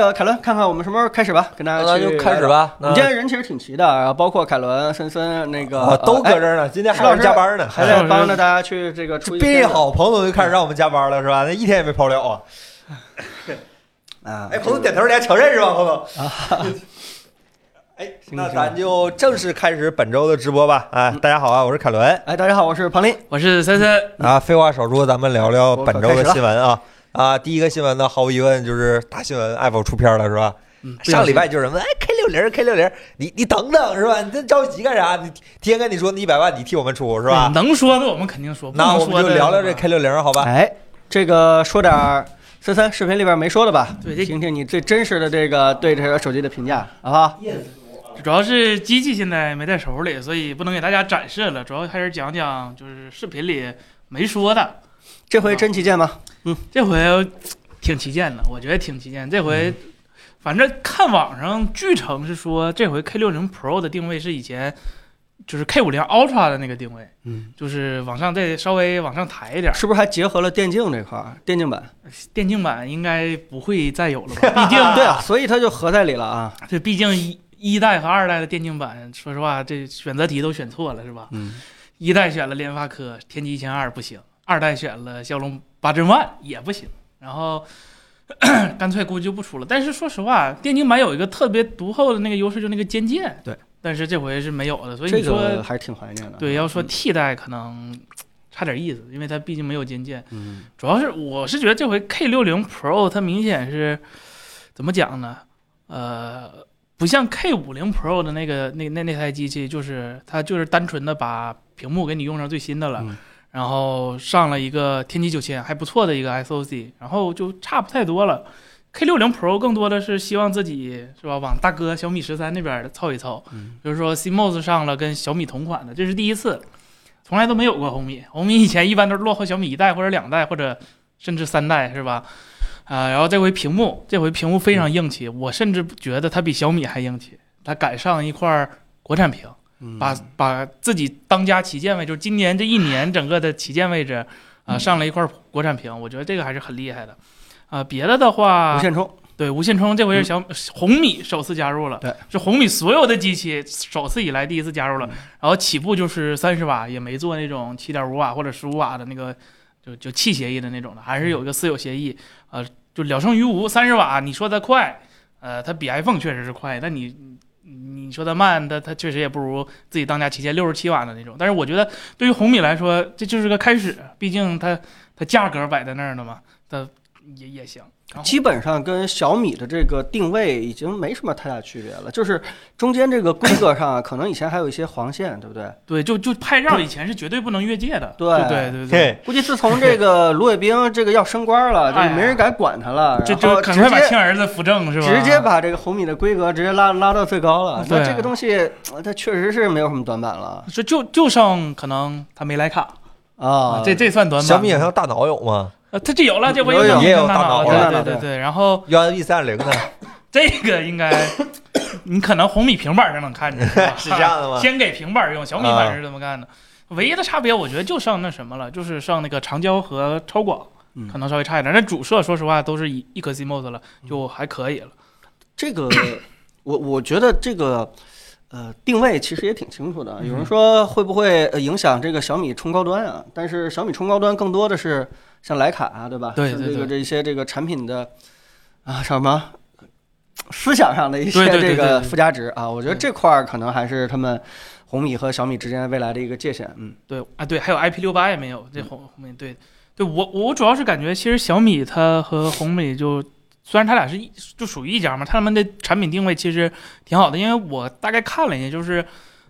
个凯伦，看看我们什么时候开始吧，跟大家去就开始吧。 我们今天人其实挺齐的，然后包括凯伦、森森那个都搁这儿呢。今天还有加班呢， 还在帮着大家去这个出。 编好，彭总就开始让我们加班了，是吧？那一天也没跑了啊。哎，彭总点头，你还承认是吧，彭总？哎，那咱就正式开始本周的直播吧。哎，大家好啊，我是凯伦。 哎，大家好，我是庞林， 我是森森。 啊，废话少说，咱们聊聊本周的新闻啊。第一个新闻呢，毫无疑问就是大新闻 ，Apple 出片了，是吧？上礼拜就有人问，哎 ，K60，你等等是吧？你这着急干啥？你提前跟你说你100万，你替我们出是吧？ 能说的我们肯定说， 那我们就聊聊这 K60好吧？ 哎，这个说点森森视频里边没说的吧？ 对， 听听你最真实的这个对这个手机的评价，好不好？ 主要是机器现在没在手里，所以不能给大家展示了。主要还是讲讲就是视频里没说的。 这回真旗舰吗？ 这回挺旗舰的，我觉得挺旗舰。这回反正看网上据称是说，这回 K60 Pro 的定位是以前就是 K50 Ultra 的那个定位，就是往上再稍微往上抬一点。 是不是还结合了电竞这块？电竞版？ 电竞版应该不会再有了吧？毕竟对啊，所以它就合在里了啊。 这毕竟一代和2代的电竞版，说实话，这选择题都选错了，是吧？一代选了联发科天玑1200不行，2代选了骁龙8 Gen One 也不行，然后干脆估计就不出了。但是说实话，电竞版有一个特别独厚的那个优势，就那个肩键。 对， 但是这回是没有的，所以你说、 这个还是挺怀念的。 对，要说替代可能差点意思，因为它毕竟没有肩键。主要是我是觉得这回 K60 Pro 它明显是怎么讲呢？不像 K50 Pro 的那台机器，就是它就是单纯的把屏幕给你用上最新的了，然后上了一个天玑9000还不错的一个 SoC， 然后就差不太多了。K60 Pro 更多的是希望自己是吧往大哥小米13那边凑一凑，比如说 CMOS 上了跟小米同款的，这是第一次，从来都没有过红米以前一般都是落后小米1代或者2代或者甚至3代是吧？然后这回屏幕非常硬气，我甚至觉得它比小米还硬气，它赶上一块国产屏，把自己当家旗舰位，就是今年这一年整个的旗舰位置上了一块国产屏，我觉得这个还是很厉害的。别的的话， 无线充， 对，无线充这回是红米首次加入了， 对， 是红米所有的机器首次以来第一次加入了，然后起步就是30瓦，也没做那种7.5瓦或者15瓦的那个就气协议的那种的，还是有一个私有协议，就了胜于无。30瓦，你说它快，它比 iPhone 确实是快，但你说它慢，它确实也不如自己当家旗舰67瓦的那种。但是我觉得对于红米来说，这就是个开始，毕竟它价格摆在那儿了嘛，它也行。 基本上跟小米的这个定位已经没什么太大区别了，就是中间这个规格上可能以前还有一些黄线，对不对？ 对，就拍照以前是绝对不能越界的。 对。估计自从这个卢伟冰这个要升官了，这没人敢管他了， 就赶快把亲儿子扶正是吧？ 直接把这个红米的规格直接拉到最高了。那这个东西它确实是没有什么短板了。 就剩可能它没徕卡啊，这算短板。 小米好像大脑有吗？ 它这有了，这回也有大脑， 对，然后 USB 3.0呢， 这个应该你可能红米平板上能看见， 是这样的吗？ 先给平板用，小米版是这么干的。唯一的差别，我觉得就剩那什么了，就是剩那个长焦和超广，可能稍微差一点。但主摄说实话都是一颗 CMOS 了，就还可以了。 这个我觉得这个。定位其实也挺清楚的。有人说会不会影响这个小米冲高端啊？但是小米冲高端更多的是像徕卡啊，对吧？ 对， 这些这个产品的什么思想上的一些这个附加值啊，我觉得这块可能还是他们红米和小米之间未来的一个界限。 对，还有 IP68也没有，这红米对我主要是感觉其实小米它和红米虽然他俩就属于一家嘛，他们的产品定位其实挺好的，因为我大概看了一下，就是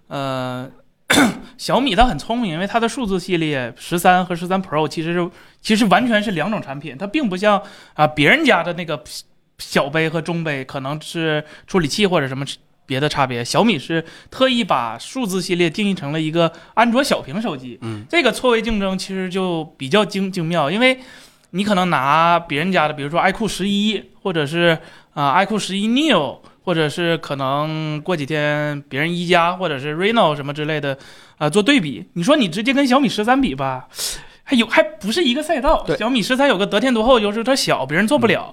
小米它很聪明，因为它的数字系列13和13 Pro 其实完全是两种产品，它并不像别人家的那个小杯和中杯可能是处理器或者什么别的差别，小米是特意把数字系列定义成了一个安卓小屏手机，这个错位竞争其实就比较精妙，因为你可能拿别人家的，比如说 iQOO 11，或者是iQOO 11 Neo， 或者是可能过几天别人一加或者是 Reno 什么之类的做对比，你说你直接跟小米13比吧，还不是一个赛道。小米13有个得天独厚优势，它小，别人做不了。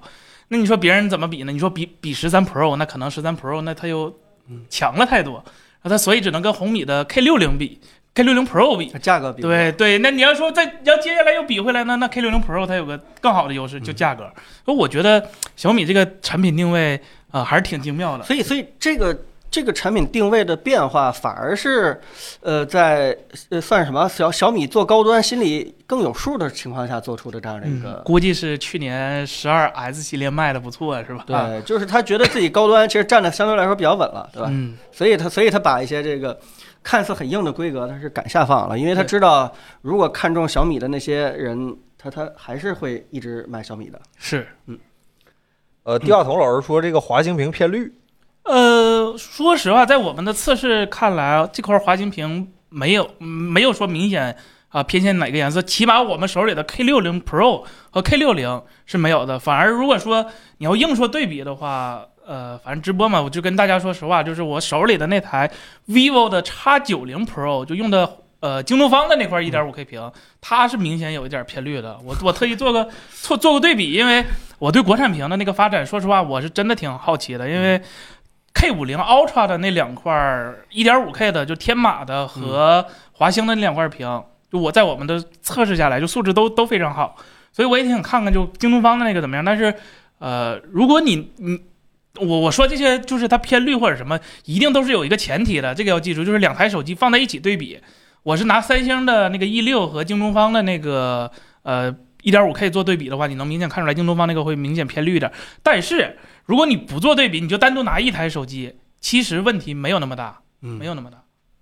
那你说别人怎么比呢？你说比13 Pro， 那可能13 Pro 那它又强了太多，它所以只能跟红米的 K60 比，K60 Pro 比， 价格比。 对，那你要说要接下来又比回来呢，那 K60 Pro 它有个更好的优势，就价格。所以我觉得小米这个产品定位还是挺精妙的。 所以这个产品定位的变化，反而是，在算什么小米做高端心里更有数的情况下做出的这样的一个， 估计是去年12S 系列卖的不错，是吧？ 对，就是他觉得自己高端其实站的相对来说比较稳了，对吧？所以他把一些这个看似很硬的规格，他是敢下放了，因为他知道如果看中小米的那些人，他还是会一直买小米的。 是， 地话筒老师说这个华星屏偏绿。 说实话，在我们的测试看来，这块华星屏没有说明显偏向哪个颜色，起码我们手里的 K60 Pro 和 K60是没有的。反而如果说你要硬说对比的话，反正直播嘛，我就跟大家说实话，就是我手里的那台 vivo 的 X90 Pro 就用的京东方的那块 1.5K 屏，它是明显有一点偏绿的。我特意做个对比，因为我对国产屏的那个发展，说实话我是真的挺好奇的，因为K50 Ultra 的那2块 1.5K 的，就天马的和华星的那2块屏，就我在我们的测试下来，就素质都非常好，所以我也挺想看看就京东方的那个怎么样。但是如果我说这些就是它偏绿或者什么，一定都是有一个前提的，这个要记住，就是2台手机放在一起对比，我是拿三星的那个 E6 和京东方的那个1.5K 做对比的话，你能明显看出来京东方那个会明显偏绿一点。但是如果你不做对比，你就单独拿一台手机，其实问题没有那么大，没有那么大。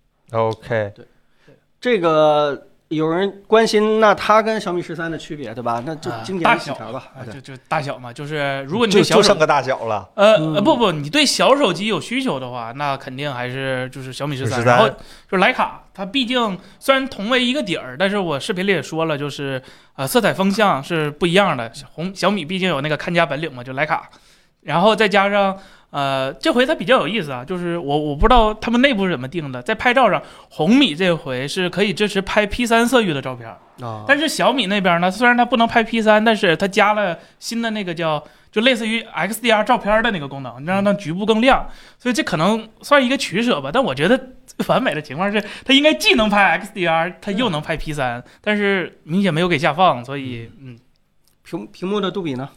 OK， 对，这个有人关心，那它跟小米13的区别，对吧？那就经典几条吧， 就大小嘛，就是如果你对小手就剩个大小了。 不，你对小手机有需求的话，那肯定还是就是小米13。然后就是徕卡，它毕竟虽然同为一个底儿，但是我视频里也说了，就是色彩风向是不一样的。小米毕竟有那个看家本领嘛，就徕卡，然后再加上这回它比较有意思啊，就是我不知道他们内部是怎么定的，在拍照上，红米这回是可以支持拍 P3 色域的照片，但是小米那边呢，虽然它不能拍 P3，但是它加了新的那个就类似于 XDR 照片的那个功能，让它局部更亮，所以这可能算一个取舍吧。但我觉得完美的情况是，它应该既能拍 XDR， 它又能拍 P3，但是明显没有给下放，所以屏幕的杜比呢？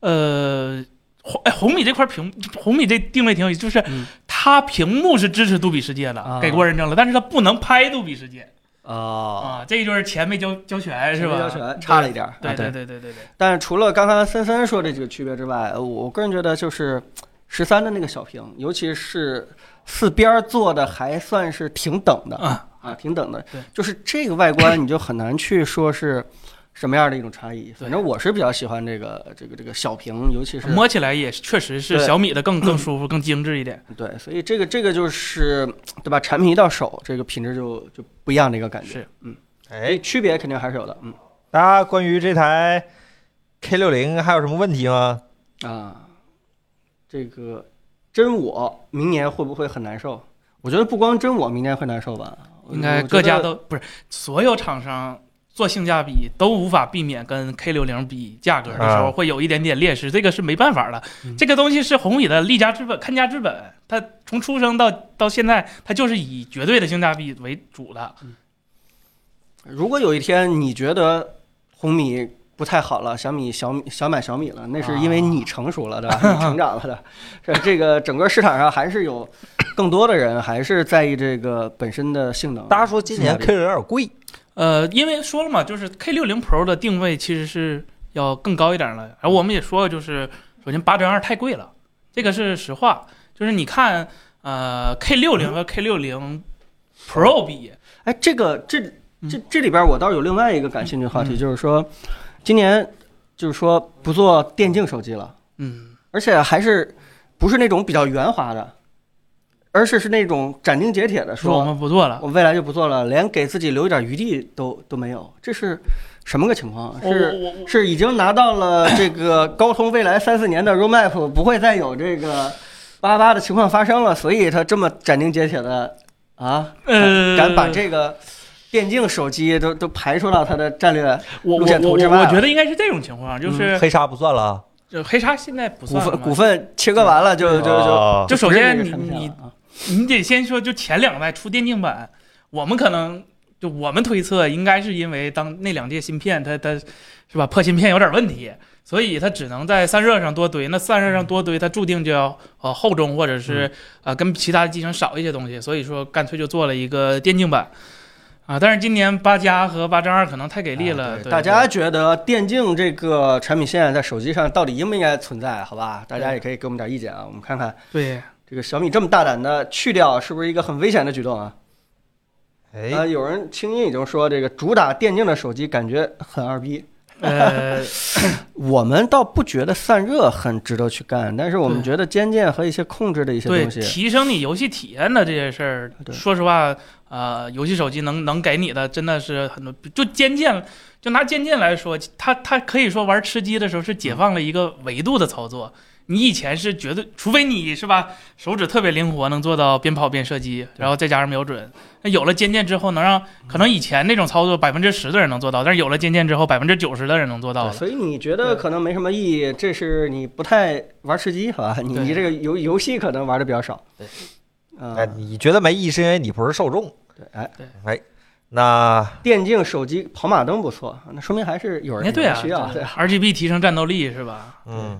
红米这块红米这定位挺有意思，就是它屏幕是支持杜比世界的，给过认证了，但是它不能拍杜比世界。这个就是钱没交全是吧？ 交全差了一点。 对。 但是除了刚才森森说这几个区别之外，我个人觉得就是13的那个小屏，尤其是4边做的还算是挺等的挺等的。 对， 就是这个外观你就很难去说是什么样的一种差异？反正我是比较喜欢这个小屏，尤其是摸起来也确实是小米的更舒服、更精致一点。 对，所以这个就是对吧？产品一到手，这个品质就不一样的一个感觉。 是， 区别肯定还是有的。 大家关于这台 K60还有什么问题吗？ 这个真我明年会不会很难受？我觉得不光真我明年会难受吧， 应该各家都不是所有厂商。做性价比都无法避免跟 K60比价格的时候会有一点点劣势，这个是没办法的。这个东西是红米的立家之本、看家之本，它从出生到现在，它就是以绝对的性价比为主的。 如果有一天你觉得红米不太好了，想买小米了，那是因为你成熟了的，你成长了的。这个整个市场上还是有更多的人还是在意这个本身的性能。 大家说今年 K60 有点贵。 因为说了嘛，就是 K60 Pro 的定位其实是要更高一点了。然后我们也说了，就是首先8.2太贵了，这个是实话。就是你看K60和 K60 Pro 比， 这里边我倒是有另外一个感兴趣的话题，就是说今年就是说不做电竞手机了，而且还是不是那种比较圆滑的。而是那种斩钉截铁的说我们不做了， 我未来就不做了，连给自己留一点余地都没有，这是什么个情况？是已经拿到了这个高通未来3-4年的 roadmap， 不会再有这个888的情况发生了，所以他这么斩钉截铁的敢把这个电竞手机都排除到他的战略路线图之外。 我觉得应该是这种情况，就是黑鲨不算了。 这黑鲨现在不算股份切割完了就首先啊你得先说，就前2代出电竞版，我们可能就我们推测应该是因为当那2届芯片它是吧破芯片有点问题，所以它只能在散热上多堆。那散热上多堆，它注定就要厚重或者是跟其他的机型少一些东西，所以说干脆就做了一个电竞版。但是今年8加和8.2可能太给力了， 大家觉得电竞这个产品线在手机上到底应不应该存在？好吧，大家也可以给我们点意见啊，我们看看。 对， 这个小米这么大胆的去掉，是不是一个很危险的举动啊？有人轻音已经说，这个主打电竞的手机感觉很二逼。我们倒不觉得散热很值得去干，但是我们觉得尖键和一些控制的一些东西， 提升你游戏体验的这些事儿，说实话，游戏手机能给你的真的是很多。就尖键，就拿尖键来说，它可以说玩吃鸡的时候是解放了一个维度的操作。你以前是绝对，除非你是吧，手指特别灵活，能做到边跑边射击，然后再加上瞄准。那有了尖键之后，能让可能以前那种操作10%的人能做到，但是有了尖键之后，90%的人能做到了。 所以你觉得可能没什么意义，这是你不太玩吃鸡，好吧？你这个游戏可能玩的比较少。 对，你觉得没意义是因为你不是受众。 对， 那电竞手机跑马灯不错，那说明还是有人需要。对 RGB 提升战斗力是吧？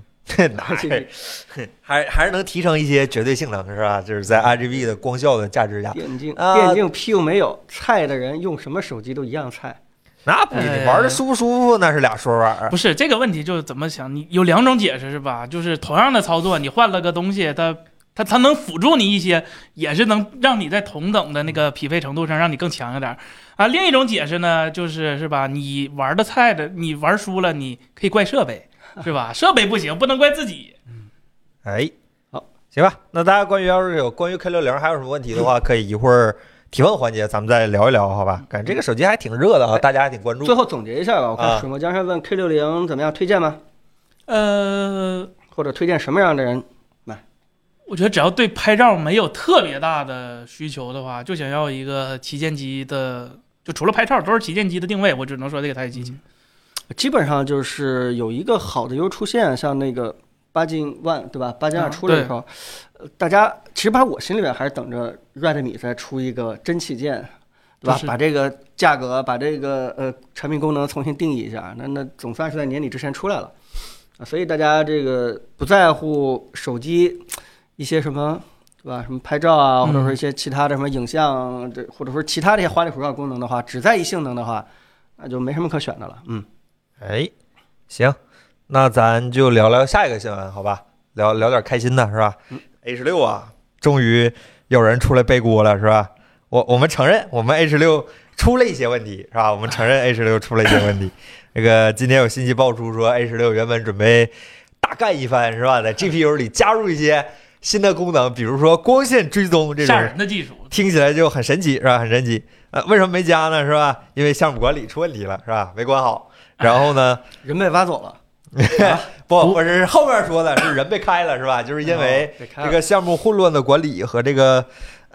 还是能提升一些绝对性能是吧？就是在 RGB 的光效的价值下， 电竞屁用没有，菜的人用什么手机都一样菜。 那不一定，玩的舒不舒服那是俩说法。 不是这个问题，就是怎么想？你有2种解释是吧？就是同样的操作，你换了个东西，它能辅助你一些，也是能让你在同等的那个匹配程度上让你更强一点啊。另一种解释呢，是吧？你玩的菜的，你玩输了，你可以怪设备。是吧？设备不行，不能怪自己。 好，行吧。那大家要是有关于 K60还有什么问题的话，可以一会儿提问环节咱们再聊一聊，好吧？感觉这个手机还挺热的啊，大家还挺关注。 最后总结一下吧，我看水墨江山问 K60怎么样，推荐吗？或者推荐什么样的人买？ 我觉得只要对拍照没有特别大的需求的话，就想要一个旗舰机的，就除了拍照都是旗舰机的定位，我只能说这个台机器。 基本上就是有一个好的优出现，像那个8Gen1对吧？8Gen2出来的时候，大家其实把我心里面还是等着 Redmi 再出一个真旗舰，对吧？把这个价格，把这个产品功能重新定义一下，那总算是在年底之前出来了啊。所以大家这个不在乎手机一些什么，对吧？什么拍照啊，或者说一些其他的什么影像，或者说其他这些花里胡哨功能的话，只在意性能的话，那就没什么可选的了。 行，那咱就聊聊下一个新闻，好吧？聊点开心的是吧？H6啊，终于有人出来背锅了，是吧？我们承认我们 H6 出了一些问题，是吧？我们承认 H6 出了一些问题。这个今天有信息爆出说 H6 原本准备大干一番，是吧？在 GPU 里加入一些新的功能，比如说光线追踪这种吓人的技术， 听起来就很神奇，是吧？很神奇。为什么没加呢？是吧？因为项目管理出问题了，是吧？没管好。然后呢， 人被挖走了。 不，我是后面说的，是人被开了，是吧？就是因为这个项目混乱的管理和这个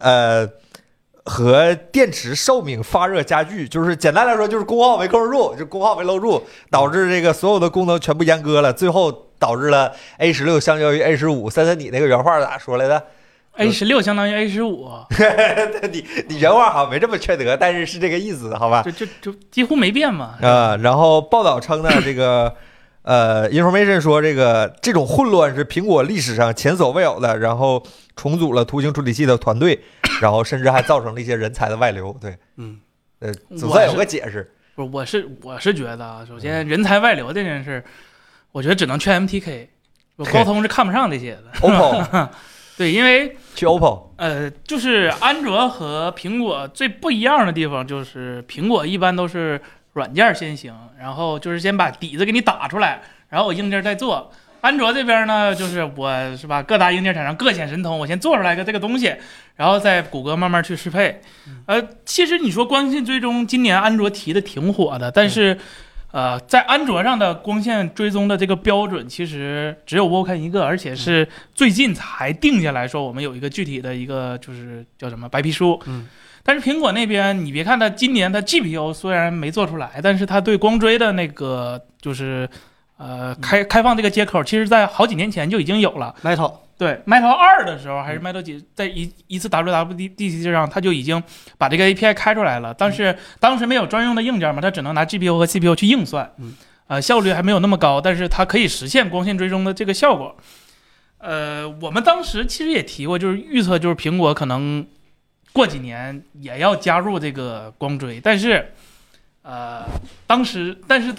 和电池寿命发热加剧，就是简单来说就是功耗没控制住，就功耗没搂住，导致这个所有的功能全部阉割了，最后导致了 A16相较于 A15。森森，你那个原话咋说来的 ？A16相当于 A15， 你原话好像没这么缺德，但是这个意思，好吧？ 就几乎没变嘛。 然后报道称呢，这个information 说这种混乱是苹果历史上前所未有的，然后重组了图形处理器的团队，然后甚至还造成了一些人才的外流。对，总算有个解释。 不是，我是觉得啊，首先人才外流这件事，我觉得只能劝 MTK， 高通是看不上这些的。 OPPO 对，因为去 OPPO， 就是安卓和苹果最不一样的地方，就是苹果一般都是软件先行，然后就是先把底子给你打出来，然后我硬件再做。安卓这边呢，就是我是吧，各大硬件厂商各显神通，我先做出来个这个东西，然后在谷歌慢慢去适配。其实你说光线追踪，今年安卓提的挺火的，但是在安卓上的光线追踪的这个标准，其实只有 Vulkan 一个，而且是最近才定下来说，我们有一个具体的一个就是叫什么白皮书。但是苹果那边，你别看它今年它 GPU 虽然没做出来，但是它对光追的那个就是开放这个接口，其实在好几年前就已经有了。 Metal 对 Metal 2的时候，还是 Metal 几，在一次 WWDC 上，它就已经把这个 API 开出来了。但是当时没有专用的硬件嘛，它只能拿 GPU 和 CPU 去硬算，效率还没有那么高，但是它可以实现光线追踪的这个效果。我们当时其实也提过，就是预测就是苹果可能过几年也要加入这个光追，但是当时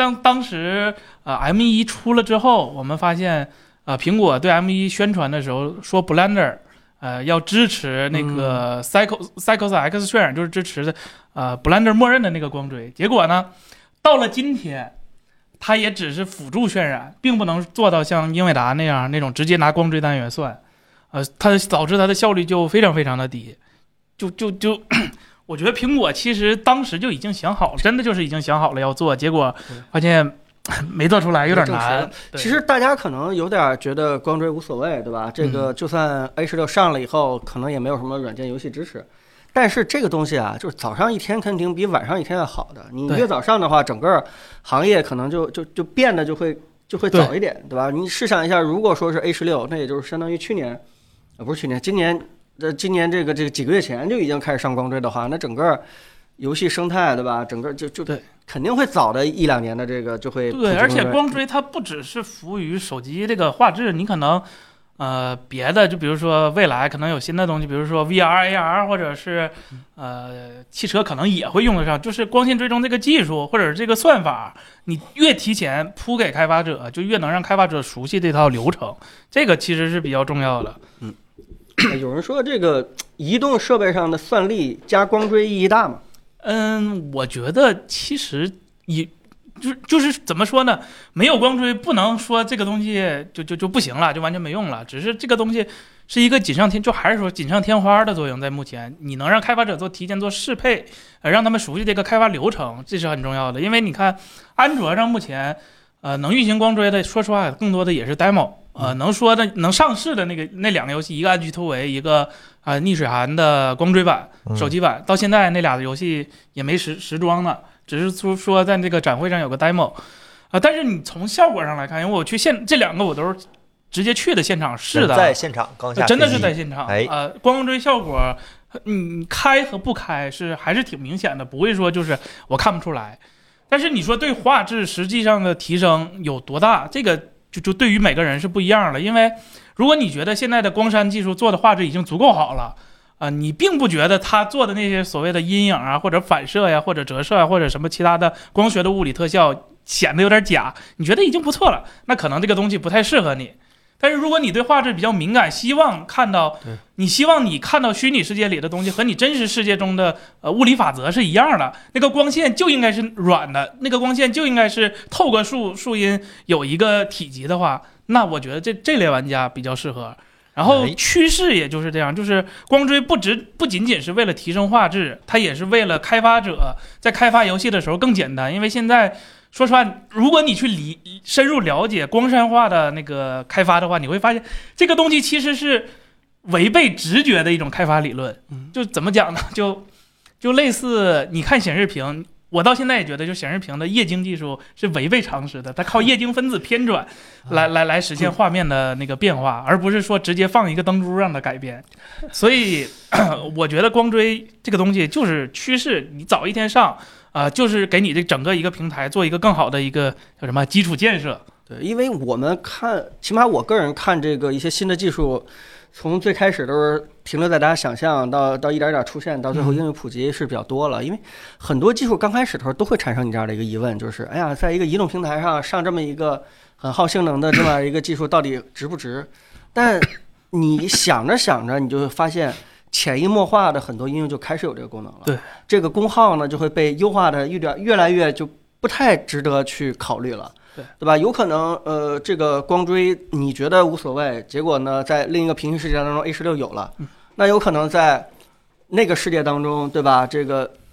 M1 出了之后，我们发现苹果对 M1 宣传的时候说 Blender 要支持那个 Cycles X 渲染，就是支持的Blender 默认的那个光追。结果呢，到了今天，它也只是辅助渲染，并不能做到像英伟达那种直接拿光追单元算，它导致它的效率就非常非常的低，我觉得苹果其实当时就已经想好了，真的就是已经想好了要做，结果发现没做出来，有点难。 其实大家可能有点觉得光追无所谓，对吧？这个就算 A16 上了以后，可能也没有什么软件游戏支持。但是这个东西啊，就是早上一天肯定比晚上一天要好的。你越早上的话，整个行业可能就变得就会早一点，对吧？你试想一下，如果说是 A16，那也就是相当于去年，不是去年，今年这个几个月前就已经开始上光追的话，那整个游戏生态，对吧？整个就对， 肯定会早的一两年的这个就会对，而且光追它不只是服务于手机这个画质，你可能别的就比如说未来可能有新的东西，比如说 VR、AR 或者是汽车可能也会用得上，就是光线追踪这个技术或者是这个算法，你越提前铺给开发者，就越能让开发者熟悉这套流程，这个其实是比较重要的。 有人说这个移动设备上的算力加光追意义大吗？ 我觉得其实就是怎么说呢？没有光追，不能说这个东西就不行了，就完全没用了。只是这个东西是一个还是说锦上添花的作用。在目前，你能让开发者提前做适配，让他们熟悉这个开发流程，这是很重要的。因为你看，安卓上目前能运行光追的，说实话，更多的也是 demo。能说的能上市的那两个游戏，一个暗区突围，一个逆水寒的光追版手机版，到现在那俩的游戏也没实装呢，只是说在这个展会上有个 demo，但是你从效果上来看，因为我去这两个我都是直接去的现场试的， 在现场刚下， 真的是在现场，光追效果，你开和不开还是挺明显的，不会说就是我看不出来，但是你说对画质实际上的提升有多大，这个。就对于每个人是不一样的，因为如果你觉得现在的光栅技术做的画质已经足够好了，你并不觉得他做的那些所谓的阴影啊，或者反射呀，或者折射啊，或者什么其他的光学的物理特效显得有点假，你觉得已经不错了，那可能这个东西不太适合你。但是如果你对画质比较敏感，希望你看到虚拟世界里的东西和你真实世界中的物理法则是一样的，那个光线就应该是软的，那个光线就应该是透过树荫有一个体积的话，那我觉得这类玩家比较适合。然后趋势也就是这样，就是光追不仅仅是为了提升画质，它也是为了开发者在开发游戏的时候更简单，因为现在。说实话，如果你去深入了解光栅化的那个开发的话，你会发现这个东西其实是违背直觉的一种开发理论。就怎么讲呢？就类似你看显示屏，我到现在也觉得，就显示屏的液晶技术是违背常识的，它靠液晶分子偏转来实现画面的那个变化，而不是说直接放一个灯珠让它改变。所以我觉得光追这个东西就是趋势，你早一天上。就是给你这整个一个平台做一个更好的一个叫什么基础建设。 对，因为我们看，起码我个人看这个一些新的技术，从最开始都是停留在大家想象，到一点点出现，到最后应用普及是比较多了。因为很多技术刚开始的时候都会产生你这样的一个疑问，就是哎呀，在一个移动平台上这么一个很耗性能的这么一个技术，到底值不值？但你想着想着，你就会发现。潜移默化的很多应用就开始有这个功能了， 对， 这个功耗呢就会被优化的越来越就不太值得去考虑了，对吧？有可能这个光追你觉得无所谓，结果呢在另一个平行世界当中 A16 有了，那有可能在那个世界当中，对吧？这个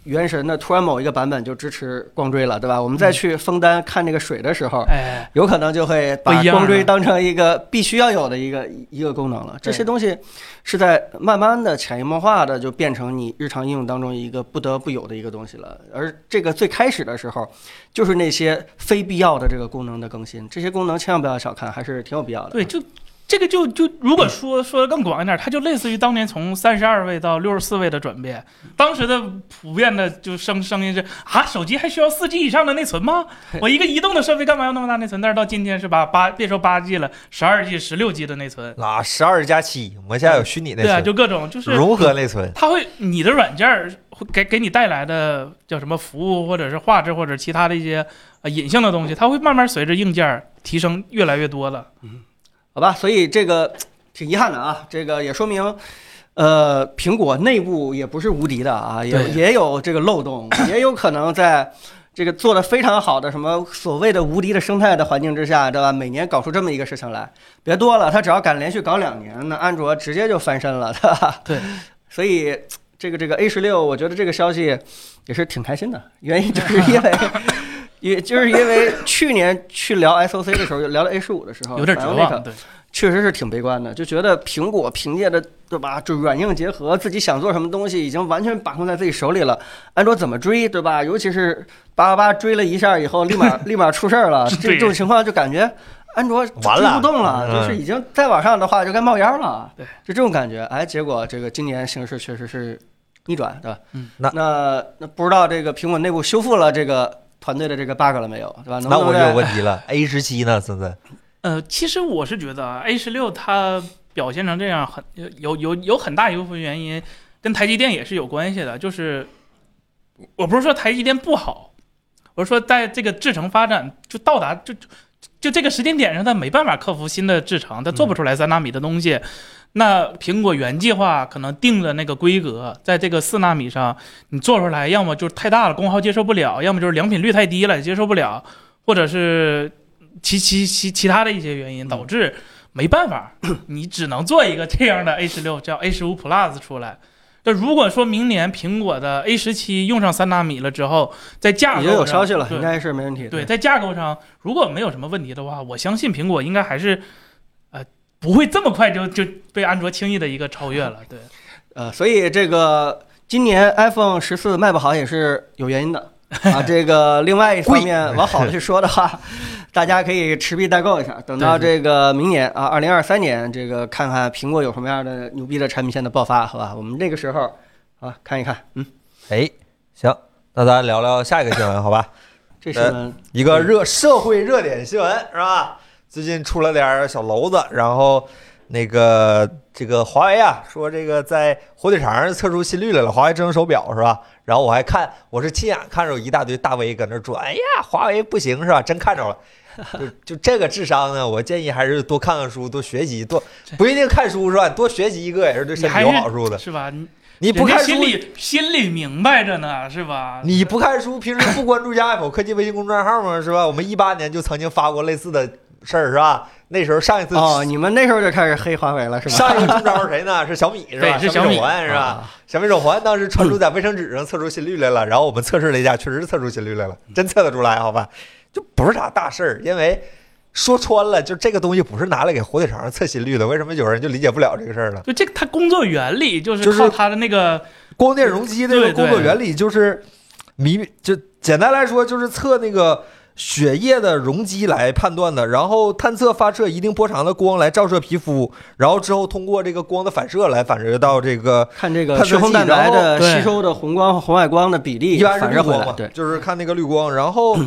原神的突然某一个版本就支持光追了，对吧？我们再去枫丹看那个水的时候，有可能就会把光追当成一个必须要有的一个功能了。这些东西是在慢慢的潜移默化的就变成你日常应用当中一个不得不有的一个东西了。而这个最开始的时候，就是那些非必要的这个功能的更新，这些功能千万不要小看，还是挺有必要的。 对，这个就如果说的更广一点，它就类似于当年从32位到64位的转变。当时的普遍的就声音是手机还需要4G 以上的内存吗？我一个移动的设备干嘛要那么大内存？但是到今天是把别说8G 了，12G、16G 的内存。 12+7，我们现在有虚拟内存。 对啊，就各种就是融合内存。 它会你的软件会给你带来的叫什么服务或者是画质或者其他的一些隐性的东西，它会慢慢随着硬件提升越来越多了。 好吧，所以这个挺遗憾的啊，这个也说明，苹果内部也不是无敌的啊，也有这个漏洞，也有可能在这个做的非常好的什么所谓的无敌的生态的环境之下，对吧？每年搞出这么一个事情来，别多了，他只要敢连续搞2年，那安卓直接就翻身了，对吧？ 对， 所以这个 A16，我觉得这个消息也是挺开心的，原因就是因为去年去聊 SOC 的时候，聊到 A15的时候， 有点绝望，对， 确实是挺悲观的，就觉得苹果凭借着对吧，就软硬结合，自己想做什么东西已经完全把控在自己手里了。安卓怎么追，对吧？尤其是888追了一下以后，立马出事儿了。这种情况就感觉安卓追不动了，就是已经再往上的话就该冒烟了。 对， 就这种感觉。哎，结果这个今年形势确实是逆转，对吧？那不知道这个苹果内部修复了这个团队的这个 bug 了没有，对吧？ 那我就有问题了。A17 呢，森森？ 其实我是觉得 A16 它表现成这样有很大一部分原因跟台积电也是有关系的。就是我不是说台积电不好，我是说在这个制程发展就到达就这个时间点上，它没办法克服新的制程，它做不出来3纳米的东西。那苹果原计划可能定的那个规格，在这个4纳米上你做出来，要么就是太大了，功耗接受不了；要么就是良品率太低了，接受不了，或者是其他的一些原因导致没办法，你只能做一个这样的 A16，叫 A15 Plus 出来。那如果说明年苹果的 A17 用上3纳米了之后，在架构上已经有消息了，应该是没问题。 对，在架构上如果没有什么问题的话，我相信苹果应该还是不会这么快就被安卓轻易的一个超越了。对， 所以这个今年 iPhone 14卖不好也是有原因的啊。这个另外一方面往好的去说的话，大家可以持币代购一下，等到这个明年啊，2023年，这个看看苹果有什么样的牛逼的产品线的爆发，好吧？我们那个时候啊看一看。 行，那咱聊聊下一个新闻，好吧？ 这新闻一个社会热点新闻是吧？最近出了点小篓子，然后这个华为啊说这个在火腿肠上测出心率来了，华为智能手表是吧？然后我是亲眼看着一大堆大 V 搁那转，哎呀，华为不行是吧？真看着了。就这个智商呢，我建议还是多看看书，多学习，不一定看书是吧？多学习一个也是对身体有好处的， 是吧？ 你不看书， 心里明白着呢，是吧？ 你不看书，平时不关注加 Apple 科技微信公众号吗？是吧？我们18年就曾经发过类似的事儿，是吧？那时候上一次你们那时候就开始黑华为了，是吧？ 上一个中招是谁呢？是小米，是吧？ 是小米手环，是吧？小米手环当时传输在卫生纸上测出心率来了，然后我们测试了一下，确实测出心率来了，真测得出来，好吧？就不是啥大事儿，因为说穿了，就这个东西不是拿来给火腿肠测心率的，为什么有人就理解不了这个事儿了？ 就这个它工作原理就是靠它的那个光电容积这个工作原理就是就简单来说就是测那个血液的容积来判断的，然后探测发射一定波长的光来照射皮肤，然后之后通过这个光的反射来反射到这个看这个血红蛋白的吸收的红光和红外光的比例， 一般是绿光嘛，对，就是看那个绿光，然后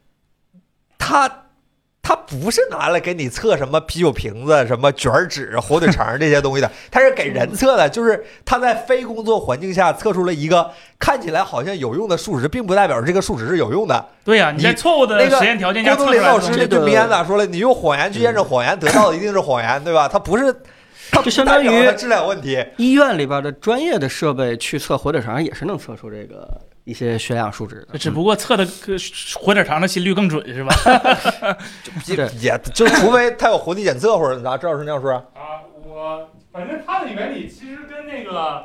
它不是拿来给你测什么啤酒瓶子、什么卷纸、火腿肠这些东西的，它是给人测的，就是它在非工作环境下测出了一个看起来好像有用的数值，并不代表这个数值是有用的。 对呀，你在错误的实验条件下测出来的。 郭冬临老师那句名言咋说了？你用谎言去验证谎言，得到的一定是谎言，对吧？它不是。它就相当于质量问题， 医院里边的专业的设备去测火腿肠也是能测出这个一些血氧数值的， 只不过测的火腿肠的心率更准，是吧？ 也就除非它有活体检测或者啥，赵老师你要说我反正它的原理其实跟那个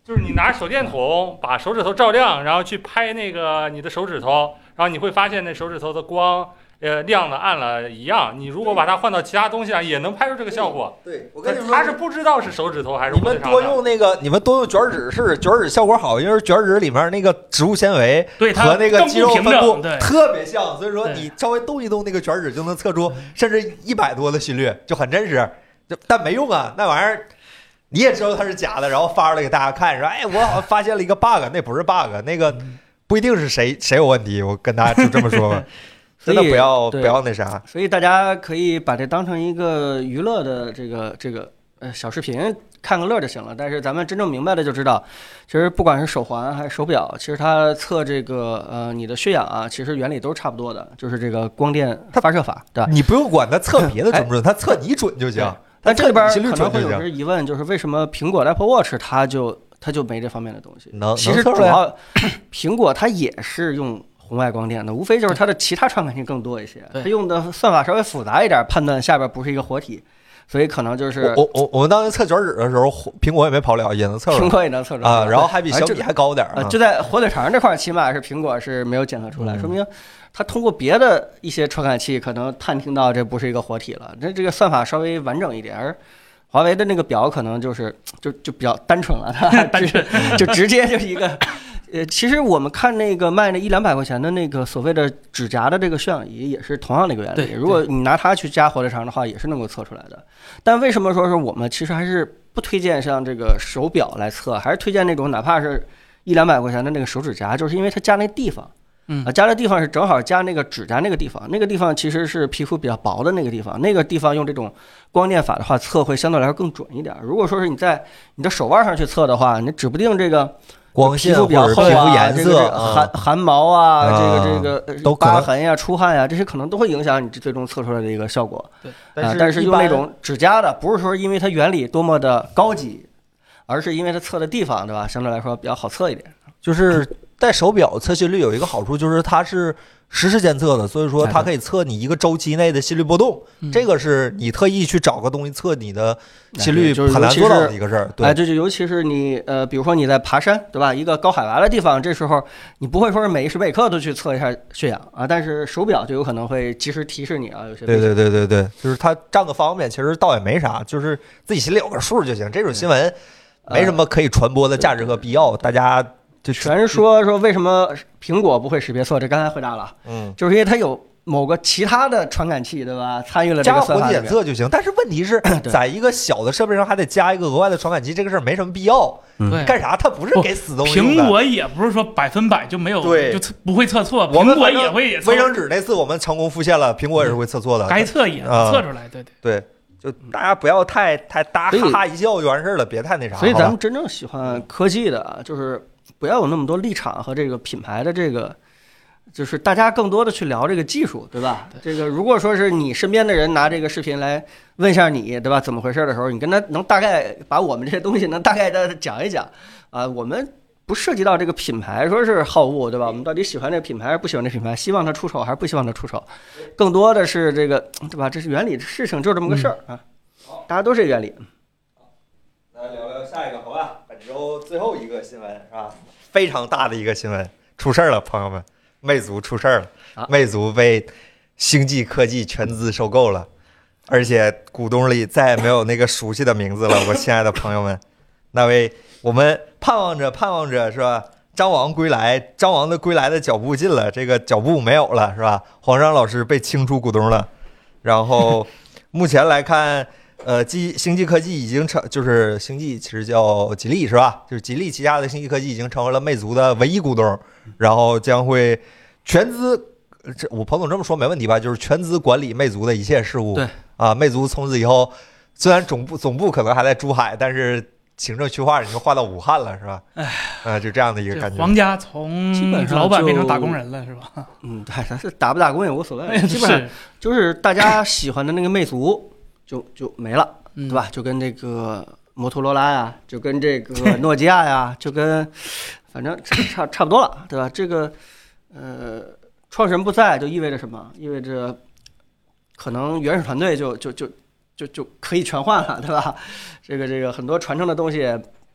就是你拿手电筒把手指头照亮，然后去拍那个你的手指头，然后你会发现那手指头的光，亮了暗了一样。你如果把它换到其他东西上，也能拍出这个效果。 对，我跟你说， 他是不知道是手指头还是你们多用那个，你们多用卷纸是卷纸效果好，因为卷纸里面那个植物纤维和那个肌肉分布特别像，所以说你稍微动一动那个卷纸就能测出甚至100多的心率，就很真实。但没用啊，那玩意儿。你也知道它是假的，然后发出来给大家看，说：“哎，我好像发现了一个 bug， 那不是 bug， 那个不一定是谁有问题。”我跟大家就这么说吧，真的不要那啥。 所以大家可以把这当成一个娱乐的这个小视频看个乐就行了。但是咱们真正明白的就知道，其实不管是手环还是手表，其实它测这个你的血氧啊，其实原理都是差不多的，就是这个光电发射法，对吧？ 你不用管它测别的准不准，它测你准就行。 但这里边可能会有个疑问，就是为什么苹果的 Apple Watch 它就没这方面的东西？其实主要苹果它也是用红外光电的，无非就是它的其他传感器更多一些，它用的算法稍微复杂一点，判断下边不是一个活体，所以可能就是我们当时测卷纸的时候，苹果也没跑了，也能测出来， 苹果也能测出来啊，然后还比小米还高点就在火腿肠这块，起码是苹果是没有检测出来，说明。它通过别的一些传感器可能探听到这不是一个活体了，这个算法稍微完整一点。而华为的那个表可能就比较单纯了，单纯就直接就是一个其实我们看那个卖那100-200块钱的那个所谓的指甲的这个血氧仪也是同样的一个原理，如果你拿它去加火腿肠的话，也是能够测出来的。但为什么说是我们其实还是不推荐像这个手表来测，还是推荐那种哪怕是100-200块钱的那个手指甲，就是因为它加那地方。加的地方是正好加那个指甲那个地方，那个地方其实是皮肤比较薄的那个地方，那个地方用这种光电法的话测会相对来说更准一点。如果说是你在你的手腕上去测的话，你指不定这个光线皮肤比较厚啊， 颜色、 这个汗毛啊，这个疤痕呀、出汗呀，这些可能都会影响你最终测出来的一个效果。 对， 但是用那种指甲的，不是说因为它原理多么的高级，而是因为它测的地方，对吧？相对来说比较好测一点。 就是戴手表测心率有一个好处，就是它是实时监测的，所以说它可以测你一个周期内的心率波动。这个是你特意去找个东西测你的心率很难做到的一个事儿。对， 这就尤其是你比如说你在爬山，对吧？一个高海拔的地方，这时候你不会说是每时每刻都去测一下血氧啊，但是手表就有可能会及时提示你啊，有些对，就是它占个方便，其实倒也没啥，就是自己心里有个数就行。这种新闻没什么可以传播的价值和必要，大家。就全说为什么苹果不会识别错，这刚才回答了，就是因为它有某个其他的传感器，对吧？参与了这个算法， 加混检测就行。但是问题是在一个小的设备上还得加一个额外的传感器，这个事儿没什么必要。 对， 干啥？它不是给死东西。 苹果也不是说100%就没有，就不会测错。 苹果也会卫生纸那次我们成功复现了，苹果也是会测错的。 该测也能测出来， 对。就大家不要太大哈哈一笑就完事儿了，别太那啥。 所以咱们真正喜欢科技的，就是不要有那么多立场和这个品牌的这个，就是大家更多的去聊这个技术，对吧？这个如果说是你身边的人拿这个视频来问一下你，对吧？怎么回事的时候，你跟他能大概把我们这些东西能大概的讲一讲啊，我们不涉及到这个品牌说是好恶，对吧？我们到底喜欢这个品牌还是不喜欢这个品牌？希望它出手还是不希望它出手？更多的是这个，对吧？这是原理，事情就这么个事儿啊，大家都是原理。 来聊聊下一个，好吧？本周最后一个新闻是吧？非常大的一个新闻，出事儿了，朋友们，魅族出事儿了，魅族被星际科技全资收购了，而且股东里再也没有那个熟悉的名字了，我亲爱的朋友们，那位我们盼望着是吧？张王归来，张王的归来的脚步近了，这个脚步没有了是吧？黄章老师被清出股东了，然后目前来看。星际科技已经就是星际其实叫吉利是吧？就是吉利旗下的星际科技已经成为了魅族的唯一股东，然后将会全资，我彭总这么说没问题吧？就是全资管理魅族的一切事务。 对啊，魅族从此以后虽然总部可能还在珠海，但是行政区划已经划到武汉了，是吧？就这样的一个感觉。 皇家从老板变成打工人了，是吧？ 对，咱是打不打工也无所谓，基本上就是大家喜欢的那个魅族。就没了，对吧？就跟这个摩托罗拉呀，就跟这个诺基亚呀，就跟反正差不多了，对吧？这个创始人不在，就意味着什么？意味着可能原始团队就可以全换了，对吧？这个很多传承的东西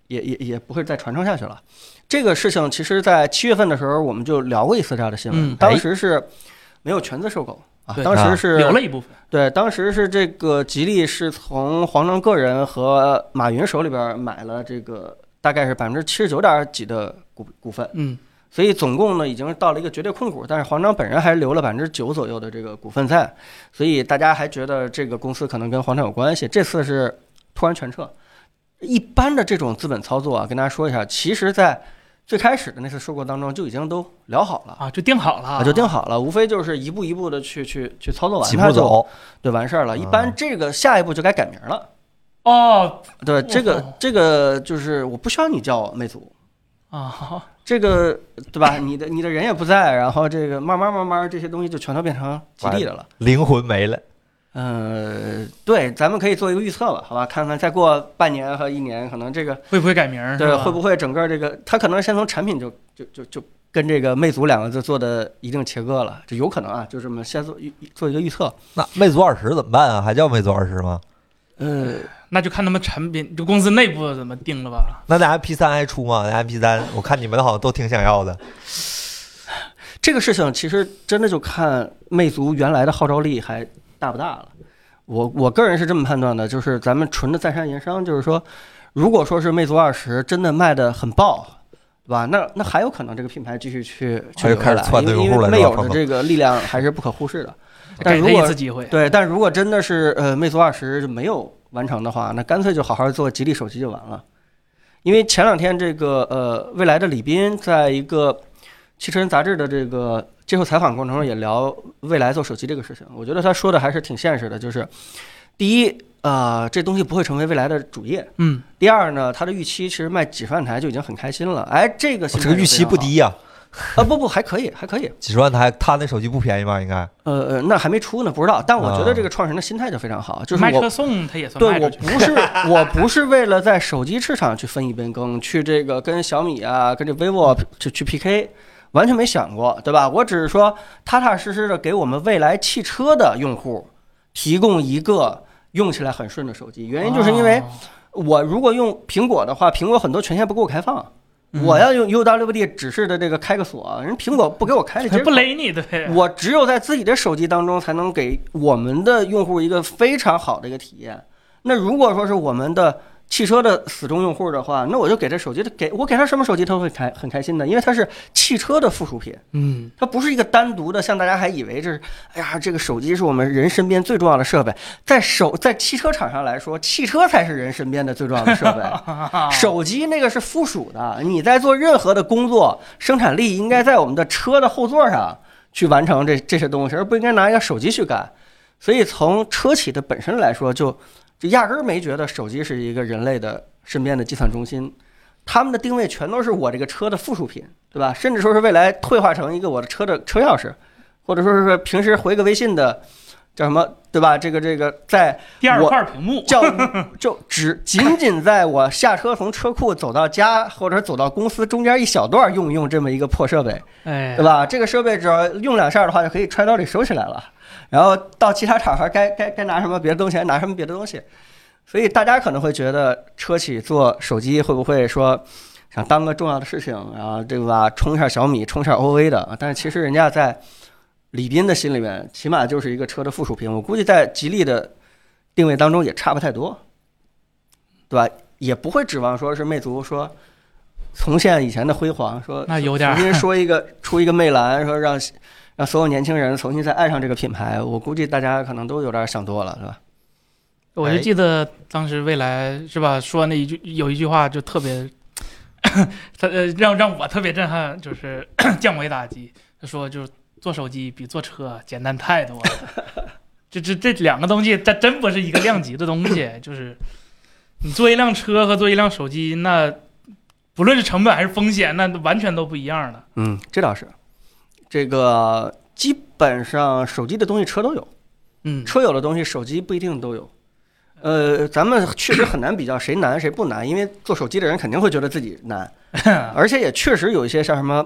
也不会再传承下去了。这个事情其实在7月份的时候我们就聊过一次这样的新闻，当时是没有全资收购啊，当时是留了一部分。 对，当时是这个吉利是从黄峥个人和马云手里边买了这个大概是79%几的股份，所以总共呢已经到了一个绝对控股，但是黄峥本人还是留了9%左右的这个股份在，所以大家还觉得这个公司可能跟黄峥有关系。这次是突然全撤。一般的这种资本操作啊，跟大家说一下，其实在最开始的那次收购当中就已经都聊好了啊，就定好了， 就定好了，无非就是一步一步的去操作完， 几步走， 对，完事儿了。一般这个下一步就该改名了。 哦， 对，这个就是我不需要你叫魅族啊， 这个对吧？你的人也不在，然后这个慢慢这些东西就全都变成吉利的了， 灵魂没了。 对，咱们可以做一个预测吧，好吧？看看再过半年和1年，可能这个会不会改名？ 对，会不会整个这个他可能先从产品就跟这个魅族2个字做的一定切割了，这有可能啊，就这么先做一个预测。 那魅族20怎么办啊？还叫魅族20吗？ 那就看他们产品就公司内部怎么定了吧。 那 MP3 还出吗？那 MP3 我看你们好像都挺想要的。 这个事情其实真的就看魅族原来的号召力还大不大了。我个人是这么判断的，就是咱们纯的在商言商，就是说，如果说是魅族20真的卖得很爆，对吧？那还有可能这个品牌继续去开始窜因为魅友的这个力量还是不可忽视的。但如果对，但如果真的是魅族20就没有完成的话，那干脆就好好做吉利手机就完了。因为前2天这个蔚来的李斌在一个汽车人杂志的这个接受采访过程中也聊蔚来做手机这个事情，我觉得他说的还是挺现实的，就是第一这东西不会成为蔚来的主业，第二呢，他的预期其实卖几十万台就已经很开心了，哎，这个预期不低呀。 不，还可以， 几十万台，他那手机不便宜吧？应该那还没出呢，不知道。但我觉得这个创始人的心态就非常好，就是卖车送他也算卖出去。对，我不是为了在手机市场去分一杯羹，去这个跟小米啊，跟这 vivo 去 PK， 完全没想过，对吧？我只是说踏踏实实的给我们蔚来汽车的用户提供一个用起来很顺的手机。原因就是因为我如果用苹果的话，苹果很多权限不给我开放。我要用 UWD 指示的这个开个锁，人苹果不给我开这接口， 不勒你，对。 我只有在自己的手机当中才能给我们的用户一个非常好的一个体验。那如果说是我们的汽车的死忠用户的话，那我就给这手机给他什么手机他会很开心的，因为它是汽车的附属品，它不是一个单独的，像大家还以为这是，哎呀，这个手机是我们人身边最重要的设备，在汽车厂商来说，汽车才是人身边的最重要的设备，手机那个是附属的，你在做任何的工作，生产力应该在我们的车的后座上去完成这些东西，而不应该拿一个手机去干。所以从车企的本身来说，就压根儿没觉得手机是一个人类的身边的计算中心，他们的定位全都是我这个车的附属品，对吧？甚至说是未来退化成一个我的车的车钥匙，或者说是平时回个微信的叫什么，对吧？这个在第2块屏幕就仅仅在我下车从车库走到家或者走到公司中间一小段用这么一个破设备，对吧？这个设备只要用2下的话就可以揣兜里收起来了。然后到其他厂商该拿什么别的东西，拿什么别的东西，所以大家可能会觉得车企做手机会不会说想当个重要的事情，然后对吧，冲一下小米，冲一下 OV 的，但是其实人家在李斌的心里面，起码就是一个车的附属品。我估计在吉利的定位当中也差不太多，对吧？也不会指望说是魅族说重现以前的辉煌，说那有点重新出一个魅蓝，说让所有年轻人重新再爱上这个品牌，我估计大家可能都有点想多了，是吧？ 我就记得当时蔚来是吧，说有一句话就特别，让我特别震撼，就是降维打击。他说就是做手机比做车简单太多了。这2个东西，它真不是一个量级的东西。就是你做一辆车和做一辆手机，那不论是成本还是风险，那完全都不一样的。 这倒是。这个基本上手机的东西车都有，车有的东西手机不一定都有。咱们确实很难比较谁难谁不难，因为做手机的人肯定会觉得自己难，而且也确实有一些像什么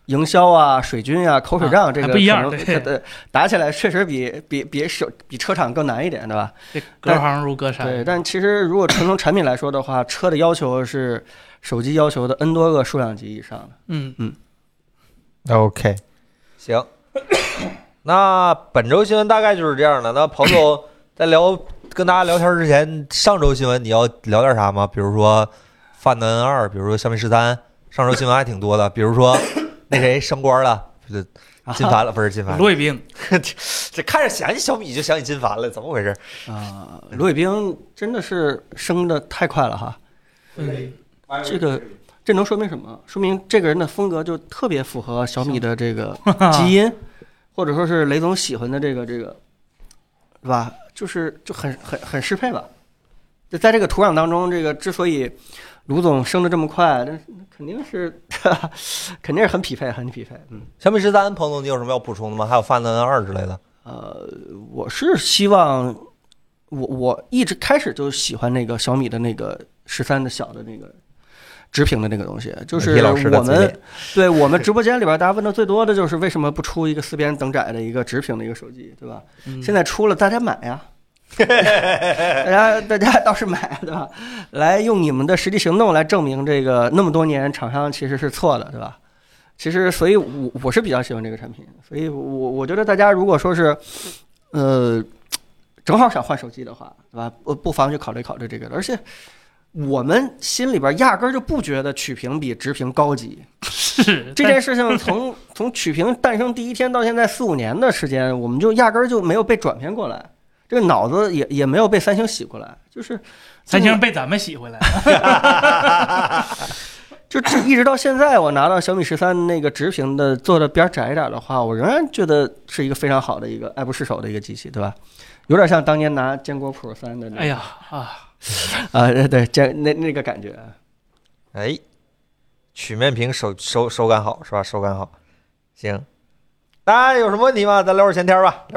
营销啊、水军啊、口水仗这个不一样， 对，打起来确实比车厂更难一点，对吧？ 隔行如隔山。 对，但其实如果纯从产品来说的话，车的要求是手机要求的 N 多个数量级以上的。 OK， 行。那本周新闻大概就是这样的。那彭总在跟大家聊天之前，上周新闻你要聊点啥吗？比如说范德 N2，比如说小米13，上周新闻还挺多的。比如说那谁升官了，金凡了，不是金凡， 卢伟冰。 这看着想起小米就想起金凡了，怎么回事啊？卢伟冰真的是升的太快了哈。这能说明什么？说明这个人的风格就特别符合小米的这个基因。或者说是雷总喜欢的这个，是吧？就很适配吧。就在这个土壤当中，这个之所以卢总升得这么快，那肯定是很匹配，很匹配。 小米13，彭总你有什么要补充的吗？还有范德 N2之类的？ 我是希望我一直开始就喜欢那个小米的那个13的小的那个。直屏的那个东西，就是我们直播间里边大家问的最多的就是为什么不出一个4边等窄的一个直屏的一个手机，对吧？现在出了，大家买呀，大家倒是买，对吧？来用你们的实际行动来证明这个那么多年厂商其实是错的，对吧？其实，所以我是比较喜欢这个产品，所以我觉得大家如果说是正好想换手机的话，对吧？不妨去考虑考虑这个，而且。我们心里边压根儿就不觉得曲屏比直屏高级， 是这件事情从曲屏诞生第一天到现在4、5年的时间，我们就压根儿就没有被转变过来，这个脑子也没有被三星洗过来，就是三星被咱们洗回来， 就一直到现在，我拿到小米13那个直屏的做的边窄一点的话，我仍然觉得是一个非常好的一个爱不释手的一个机器，对吧？有点像当年拿坚果 Pro 3的那个。 哎呀对，那个感觉。 哎，曲面屏手感好是吧？手感好，行。大家有什么问题吗？咱聊会儿闲天吧，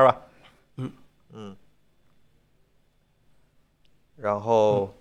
然后，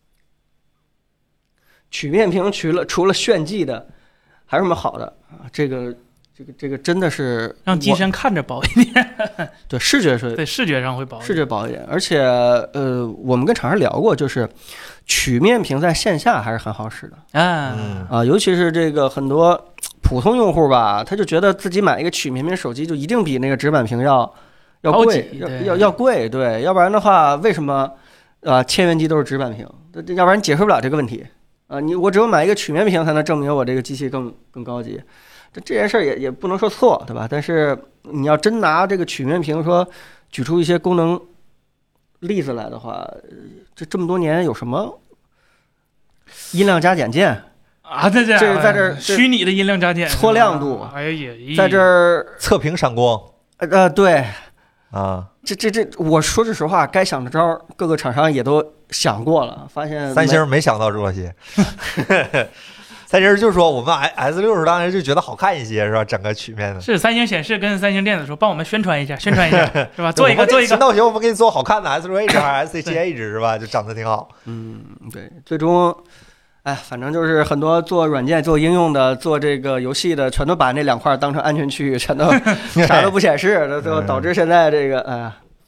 曲面屏除了炫技的，还有什么好的啊？这个真的是让机身看着薄一点， 对视觉是， 对视觉上会薄一点， 视觉薄一点。而且我们跟厂商聊过，就是曲面屏在线下还是很好使的尤其是这个很多普通用户吧，他就觉得自己买一个曲面屏手机就一定比那个直板屏要贵，要贵，对，要不然的话为什么千元机都是直板屏？要不然解释不了这个问题我只有买一个曲面屏才能证明我这个机器更高级。这件事儿也不能说错，对吧？但是你要真拿这个曲面屏说举出一些功能例子来的话，这么多年有什么音量加减键啊？这在这虚拟的音量加减， 搓亮度， 哎呀， 在这儿侧屏闪光， 对啊， 这，我说句实话，该想的招儿各个厂商也都想过了，发现三星没想到这些。三星就说我们 S60当时就觉得好看一些，是吧？整个曲面的是三星显示跟三星电子说，帮我们宣传一下，是吧？做一个。 那行，我们给你做好看的 S6H 还是 S7H 是吧？就长得挺好。 对，最终，反正就是很多做软件、做应用的、做这个游戏的，全都把那2块当成安全区域，全都啥都不显示，最后导致现在这个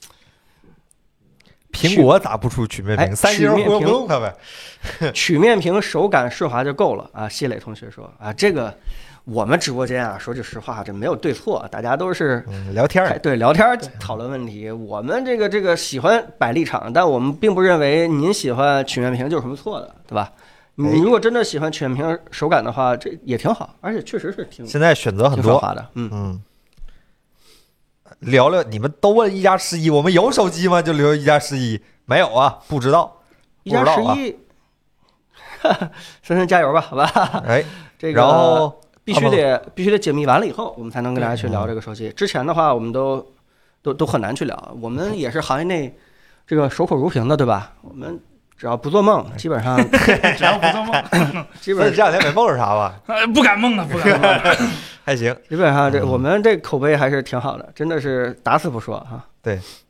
苹果打不出曲面屏，三星不用它呗。 曲面屏手感顺滑就够了啊！谢磊同学说这个我们直播间说句实话，这没有对错，大家都是聊天， 对聊天讨论问题。我们这个喜欢摆立场，但我们并不认为您喜欢曲面屏就有什么错的，对吧？你如果真的喜欢曲面屏手感的话，这也挺好，而且确实是现在选择很多的。 聊聊你们都问1+11，我们有手机吗？就留1+11，没有啊？不知道 1+11。深深加油吧，好吧？这个然后必须得解密完了以后，我们才能跟大家去聊这个手机。之前的话，我们都很难去聊。我们也是行业内这个守口如瓶的，对吧？我们只要不做梦，基本上只要不做梦， 基本上这2天没梦是啥吧？ 不敢梦啊，不敢梦。 还行， 基本上我们这口碑还是挺好的，真的是打死不说哈。 对。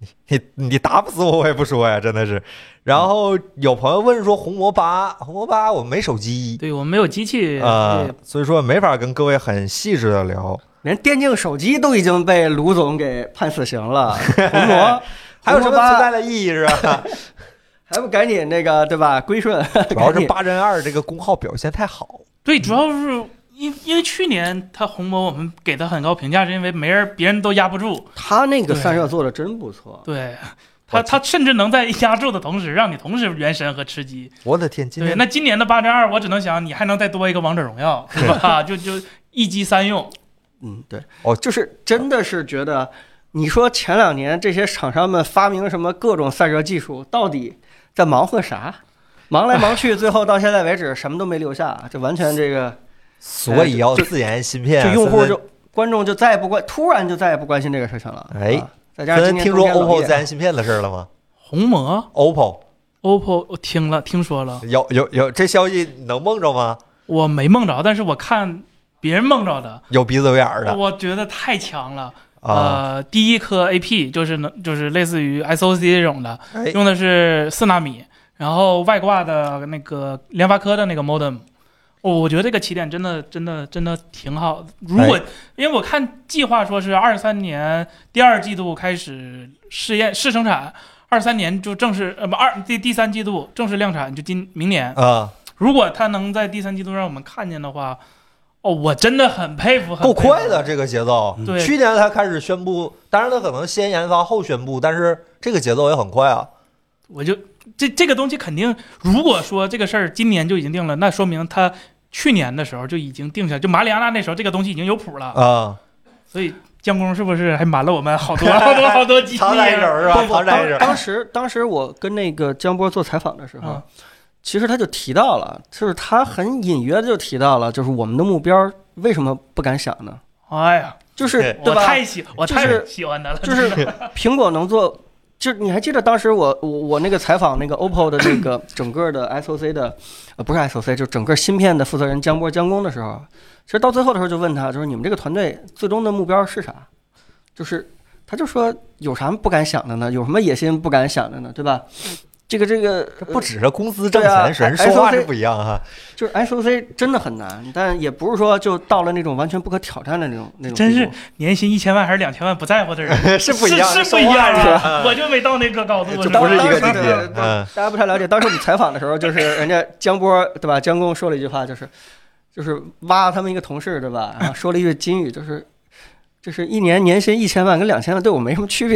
你打不死我也不说呀，真的是。然后有朋友问说红魔八我没手机对我们没有机器啊，所以说没法跟各位很细致的聊。 连电竞手机都已经被卢总给判死刑了，红魔还有什么存在的意义是吧？ 还不赶紧那个对吧？归顺， 主要是8针2这个功耗表现太好。 对，主要是因为去年他红魔我们给他很高评价，是因为别人都压不住。 他那个散热做的真不错。 对。他甚至能在压住的同时，让你同时原神和吃鸡。 我的天！ 对，那今年的8针2，我只能想你还能再多一个王者荣耀，对吧？就一机3用。 对，就是真的是觉得，你说前2年这些厂商们发明什么各种散热技术，到底在忙活啥？忙来忙去，最后到现在为止什么都没留下，这完全这个。 所以要自研芯片， 就用户观众就再也不突然就再也不关心这个事情了。 哎。 再加上今年听说 OPPO 自研芯片的事了吗？ 红魔 OPPO 我听说了， 有这消息能梦着吗？ 我没梦着，但是我看别人梦着的， 有鼻子有眼儿的， 我觉得太强了。第一颗 AP 就是类似于 SOC 这种的，用的是4纳米，然后外挂的那个联发科的那个 modem。我觉得这个起点真的挺好的。如果因为我看计划说是23年第2季度开始试生产，23年就正式第3季度正式量产，就明年啊。如果它能在第3季度让我们看见的话，我真的很佩服， 够快的这个节奏。 对， 去年才开始宣布，当然它可能先研发后宣布，但是这个节奏也很快啊。 我就这个东西肯定，如果说这个事儿今年就已经定了，那说明它去年的时候就已经定下，就马里亚纳那时候这个东西已经有谱了啊。所以江工是不是还瞒了我们好多机密？ 藏在人啊，藏在人。 当时我跟那个江波做采访的时候，其实他就提到了，就是他很隐约的就提到了，就是我们的目标为什么不敢想呢？ 哎呀， 就是对吧？ 我太喜欢他了， 就是苹果能做。就你还记得当时我那个采访那个 OPPO 的那个整个的 SOC 的不是 SOC 就整个芯片的负责人江工的时候，其实到最后的时候就问他，就是你们这个团队最终的目标是啥？就是他就说有啥不敢想的呢？有什么野心不敢想的呢？对吧？这个不只是公司挣钱，人说话是不一样哈。 就是 SOC 真的很难，但也不是说就到了那种完全不可挑战的那种。 真是年薪1000万还是2000万不在乎的人是不一样， 是不一样的。我就没到那个高度， 这不是一个级别。 大家不太了解，当时我们采访的时候，就是人家江波对吧？江工说了一句话，就是挖他们一个同事对吧？然后说了一句金语，就是一年年薪1000万跟2000万对我没什么区别。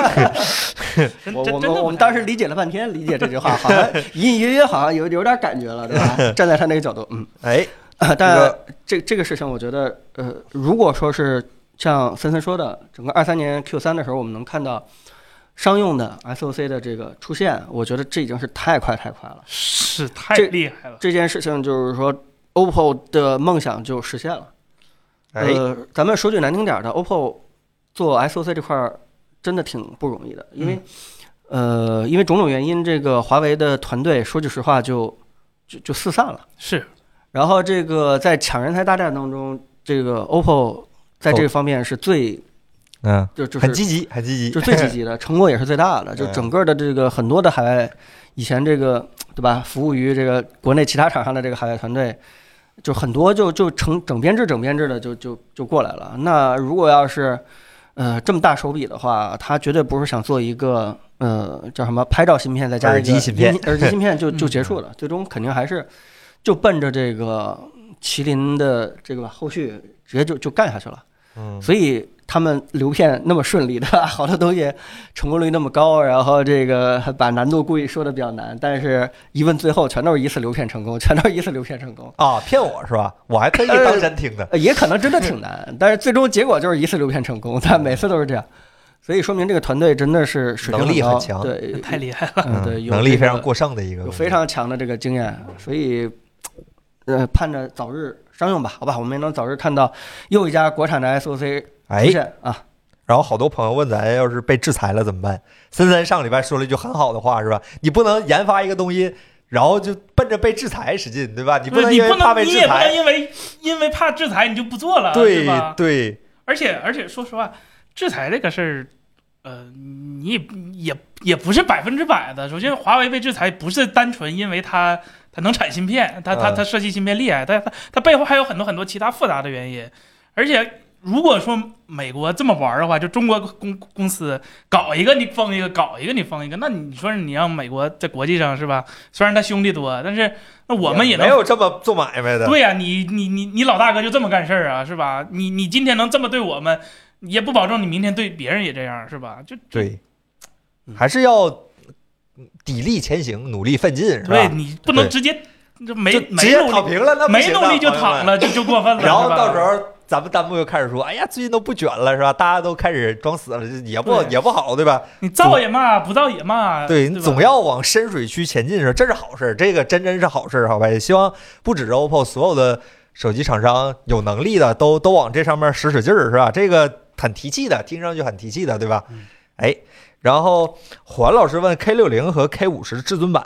我们当时理解了半天，理解这句话，好像隐隐约约好像有点感觉了，对吧？站在他那个角度，但这个事情，我觉得如果说是像森森说的，整个23年 Q3的时候，我们能看到商用的 SOC 的这个出现，我觉得这已经是太快了， 是太厉害了。 这件事情就是说 ，OPPO 的梦想就实现了。咱们说句难听点的 ，OPPO 做 SOC 这块真的挺不容易的，因为种种原因，这个华为的团队说句实话就四散了。 是， 然后这个在抢人才大战当中，这个 OPPO 在这方面是最，就是很积极， 就最积极的，成果也是最大的。就整个的这个很多的海外以前这个对吧，服务于这个国内其他厂商的这个海外团队。就很多就整编制的就过来了。那如果要是这么大手笔的话，他绝对不是想做一个叫什么拍照芯片再加一个耳机芯片就结束了，最终肯定还是就奔着这个麒麟的这个后续直接就干下去了。所以他们流片那么顺利的，好多东西成功率那么高，然后这个把难度故意说的比较难，但是一问最后全都是一次流片成功啊！骗我是吧？我还特意当真听的， 也可能真的挺难，但是最终结果就是一次流片成功，但每次都是这样，所以说明这个团队真的是水平能力很强， 对， 太厉害了， 对， 能力非常过剩的一个， 有非常强的这个经验，所以盼着早日商用吧，好吧，我们也能早日看到又一家国产的 SOC 出现啊。 然后好多朋友问咱要是被制裁了怎么办？森森上礼拜说了一句很好的话是吧？你不能研发一个东西，然后就奔着被制裁使劲，对吧？你不能因为怕被制裁， 你也不能因为怕制裁你就不做了，对吧？ 对。 而且说实话，制裁这个事你也不是100%的。首先，华为被制裁不是单纯因为它能产芯片，它设计芯片厉害，它背后还有很多很多其他复杂的原因。而且，如果说美国这么玩的话，就中国公司搞一个你封一个，搞一个你封一个，那你说你让美国在国际上是吧？虽然他兄弟多，但是那我们也能没有这么做买卖的。 对呀、你老大哥就这么干事儿啊，是吧？你今天能这么对我们，也不保证你明天对别人也这样，是吧？就对，还是要砥砺前行，努力奋进，是吧？ 对你不能直接就没直接努力躺平了，那不没行的努力就朋友们躺了，就过分了。 然后是吧到时候咱们弹幕又开始说，哎呀，最近都不卷了，是吧？大家都开始装死了，也不好，对吧？ 你造也骂，不造也骂， 对， 吧你总要往深水区前进，是这是好事，这个真是好事，好吧？也希望不只是 OPPO， 所有的手机厂商有能力的都往这上面使劲儿，是吧？这个很提气的，听上去很提气的，对吧？哎，然后环老师问 K60和 K50至尊版，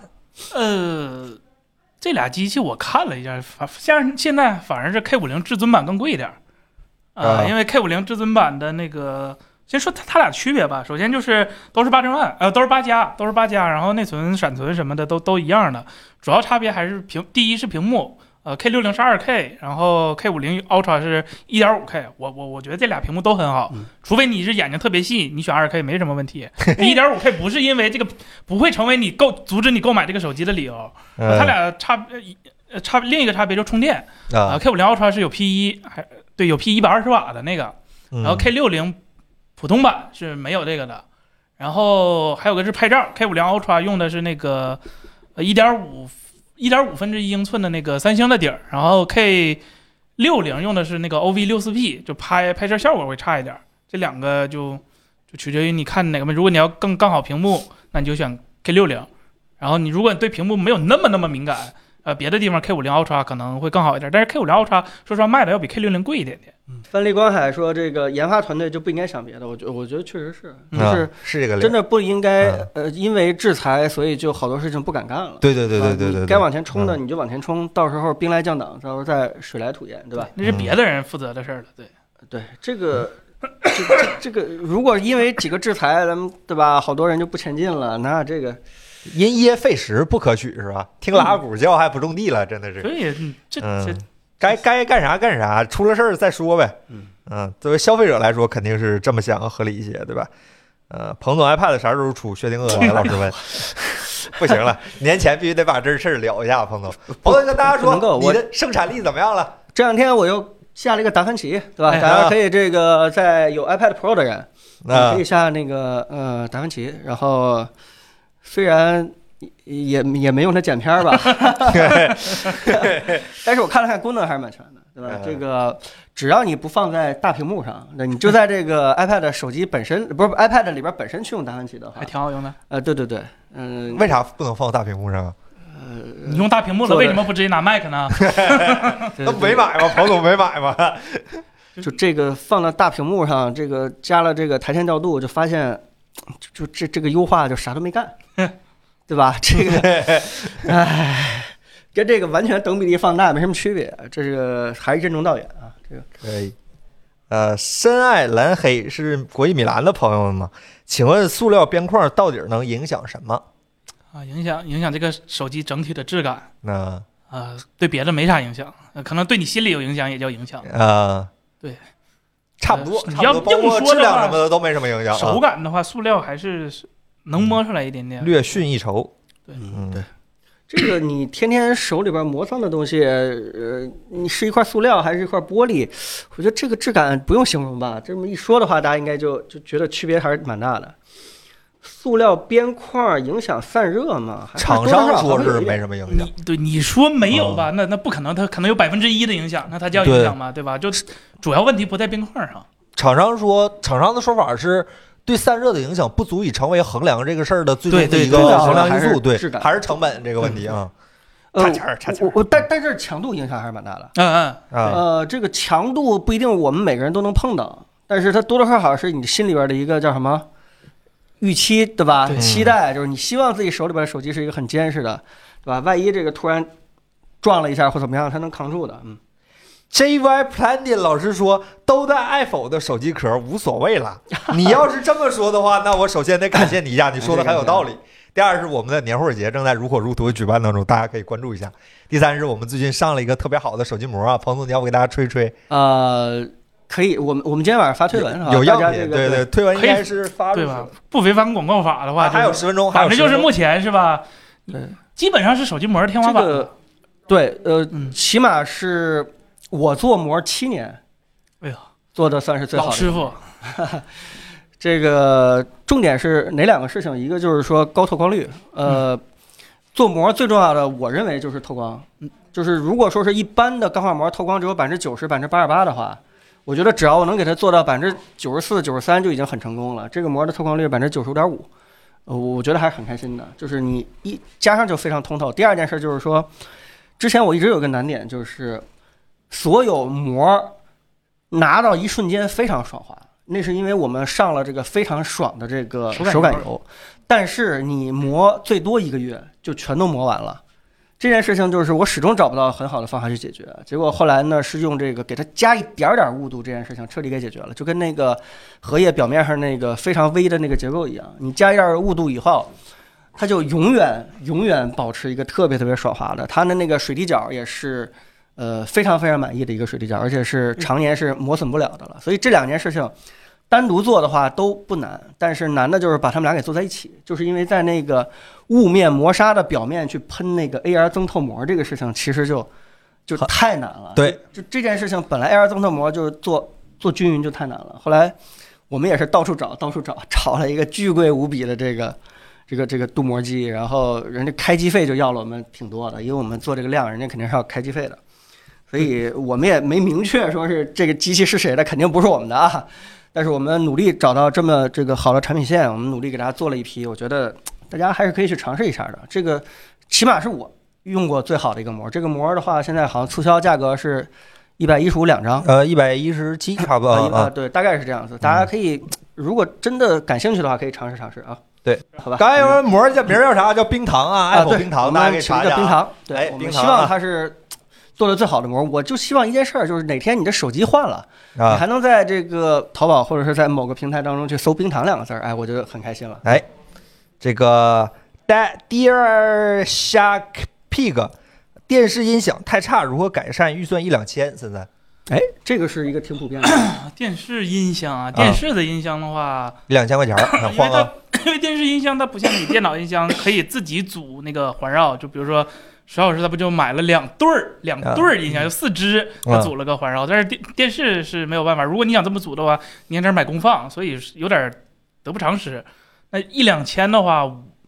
这俩机器我看了一下，像现在反而是 K50至尊版更贵一点因为 K50至尊版的那个，先说它俩区别吧。首先就是都是8000万，都是8加，然后内存、闪存什么的都一样的，主要差别还是第一是屏幕。K60是2K，然后 K50 Ultra 是 1.5K， 我觉得这俩屏幕都很好，除非你是眼睛特别细，你选 2K 没什么问题。1.5K 不是因为这个不会成为你阻止你购买这个手机的理由，它俩另一个差别就充电K50 Ultra 是有 P1，有 P120瓦的那个，然后 K60 普通版是没有这个的，然后还有个是拍照 ，K50 Ultra 用的是那个1.5分之1英寸的那个三星的底儿，然后 K60 用的是那个 OV64P， 就拍摄效果会差一点。这两个就取决于你看哪个。如果你要更好屏幕，那你就选 K60。然后你如果对屏幕没有那么敏感，别的地方 K50 Ultra 可能会更好一点。但是 K50 Ultra 说实话卖的要比 K60 贵一点点。 范立光海说这个研发团队就不应该想别的，我觉得确实是， 是这个真的不应该因为制裁所以就好多事情不敢干了。 对， 该往前冲的你就往前冲，到时候兵来将挡，到时候再水来土掩，对吧？ 那是别的人负责的事儿了。 对，这个如果因为几个制裁，咱们对吧，好多人就不前进了，那这个因噎废食不可取，是吧？听喇叭鼓叫还不种地了，真的是。 所以这该干啥干啥，出了事儿再说呗。作为消费者来说，肯定是这么想合理一些，对吧？彭总 iPad 啥时候出？薛定谔老师问。不行了，年前必须得把这事儿聊一下，彭总。彭总跟大家说，你的生产力怎么样了？ 这两天我又下了一个达芬奇，对吧？大家可以这个在有 iPad Pro 的人，可以下那个达芬奇，然后虽然也没用它剪片吧，但是我看了看功能还是蛮全的，对吧？这个只要你不放在大屏幕上，那你就在这个 iPad 手机本身不是 iPad 里边本身去用达芬奇的话， 还挺好用的。 对， 为啥不能放大屏幕上啊？ 你用大屏幕了，为什么不直接拿 Mac 呢？ 那没买吗？彭总没买吗？ 就这个放到大屏幕上，这个加了这个台前调度，就发现就这个优化就啥都没干。对吧？这个，跟这个完全等比例放大没什么区别。这是还是任重道远啊。这个可以。深爱蓝黑是国际米兰的朋友们吗？请问塑料边框到底能影响什么？ 影响这个手机整体的质感。 对别的没啥影响，可能对你心里有影响，也叫影响。对， 差不多。 你要硬说质量什么的都没什么影响。 手感的话，塑料还是能摸出来一点点， 略逊一筹。 对， 对，这个你天天手里边摩擦的东西，你是一块塑料还是一块玻璃？我觉得这个质感不用形容吧，这么一说的话，大家应该就觉得区别还是蛮大的。塑料边框影响散热吗？ 厂商说是没什么影响。 你说没有吧？那不可能，它可能有1%的影响，那它叫影响吗？对吧？就主要问题不在边框上。 厂商的说法是，对散热的影响不足以成为衡量这个事儿的最终的一个衡量因素，对，还是成本这个问题啊。差钱。 但是强度影响还是蛮大的。这个强度不一定我们每个人都能碰到，但是它多多少少是你心里边的一个叫什么预期，对吧？期待就是你希望自己手里边的手机是一个很坚实的，对吧？万一这个突然撞了一下或怎么样，它能扛住的。 JY Planet 老师说，都带 iPhone 的手机壳无所谓了。你要是这么说的话，那我首先得感谢你一下，你说的很有道理。第二是我们的年货节正在如火如荼的举办当中，大家可以关注一下。第三是我们最近上了一个特别好的手机膜啊，彭总你要不给大家吹吹？ 可以，我们今天晚上发推文是吧？ 有样品， 这个对，推文应该是发对吧？不违反广告法的话， 还有10分钟， 反正就是目前是吧？基本上是手机膜的天花板。 对，起码是我做膜7年， 哎呀， 做的算是最好的老师傅。 这个重点是哪2个事情？一个就是说高透光率，做膜最重要的，我认为就是透光。就是如果说是一般的钢化膜透光只有90%、88%的话，我觉得只要我能给它做到94%、93%就已经很成功了。这个膜的透光率95.5%，我觉得还是很开心的。就是你一加上就非常通透。第二件事就是说，之前我一直有个难点，就是所有膜拿到一瞬间非常爽滑。那是因为我们上了这个非常爽的这个手感油，但是你磨最多1个月就全都磨完了。这件事情就是我始终找不到很好的方法去解决。结果后来呢，是用这个给它加一点点雾度，这件事情彻底给解决了，就跟那个荷叶表面上那个非常微的那个结构一样，你加一点雾度以后，它就永远保持一个特别爽滑的。它的那个水滴角也是非常满意的一个水滴角，而且是常年是磨损不了的了。所以这2件事情单独做的话都不难，但是难的就是把它们俩给做在一起，就是因为在那个雾面磨砂的表面去喷那个 AR 增透膜，这个事情其实就太难了。 对， 就这件事情本来 AR 增透膜就是做均匀就太难了。后来我们也是到处找了一个巨贵无比的这个镀膜机，然后人家开机费就要了我们挺多的，因为我们做这个量，人家肯定是要开机费的。所以我们也没明确说是这个机器是谁的，肯定不是我们的啊。但是我们努力找到这么这个好的产品线，我们努力给大家做了一批，我觉得大家还是可以去尝试一下的。这个起码是我用过最好的一个膜。这个膜的话，现在好像促销价格是1152张 ，117差不多对，大概是这样子。大家可以如果真的感兴趣的话，可以尝试啊。 对， 好吧。 刚才有人膜名叫啥？叫冰糖啊，Apple 冰糖，大家可以查一下。 冰糖，对， 我们希望它是做的最好的膜。我就希望一件事儿，就是哪天你的手机换了，你还能在这个淘宝或者是在某个平台当中去搜冰糖2个字，我觉得很开心了。 这个 Dear Shark Pig， 电视音响太差，如何改善？预算1-2千，现在。 这个是一个挺普遍的。 电视音箱啊，电视的音箱的话 ，1-2千块钱很慌啊。 因为电视音箱它不像你电脑音箱可以自己组那个环绕，就比如说石老师他不就买了2对儿音箱，就4只，他组了个环绕。但是电视是没有办法，如果你想这么组的话，你还得买功放，所以有点得不偿失。那1-2千的话，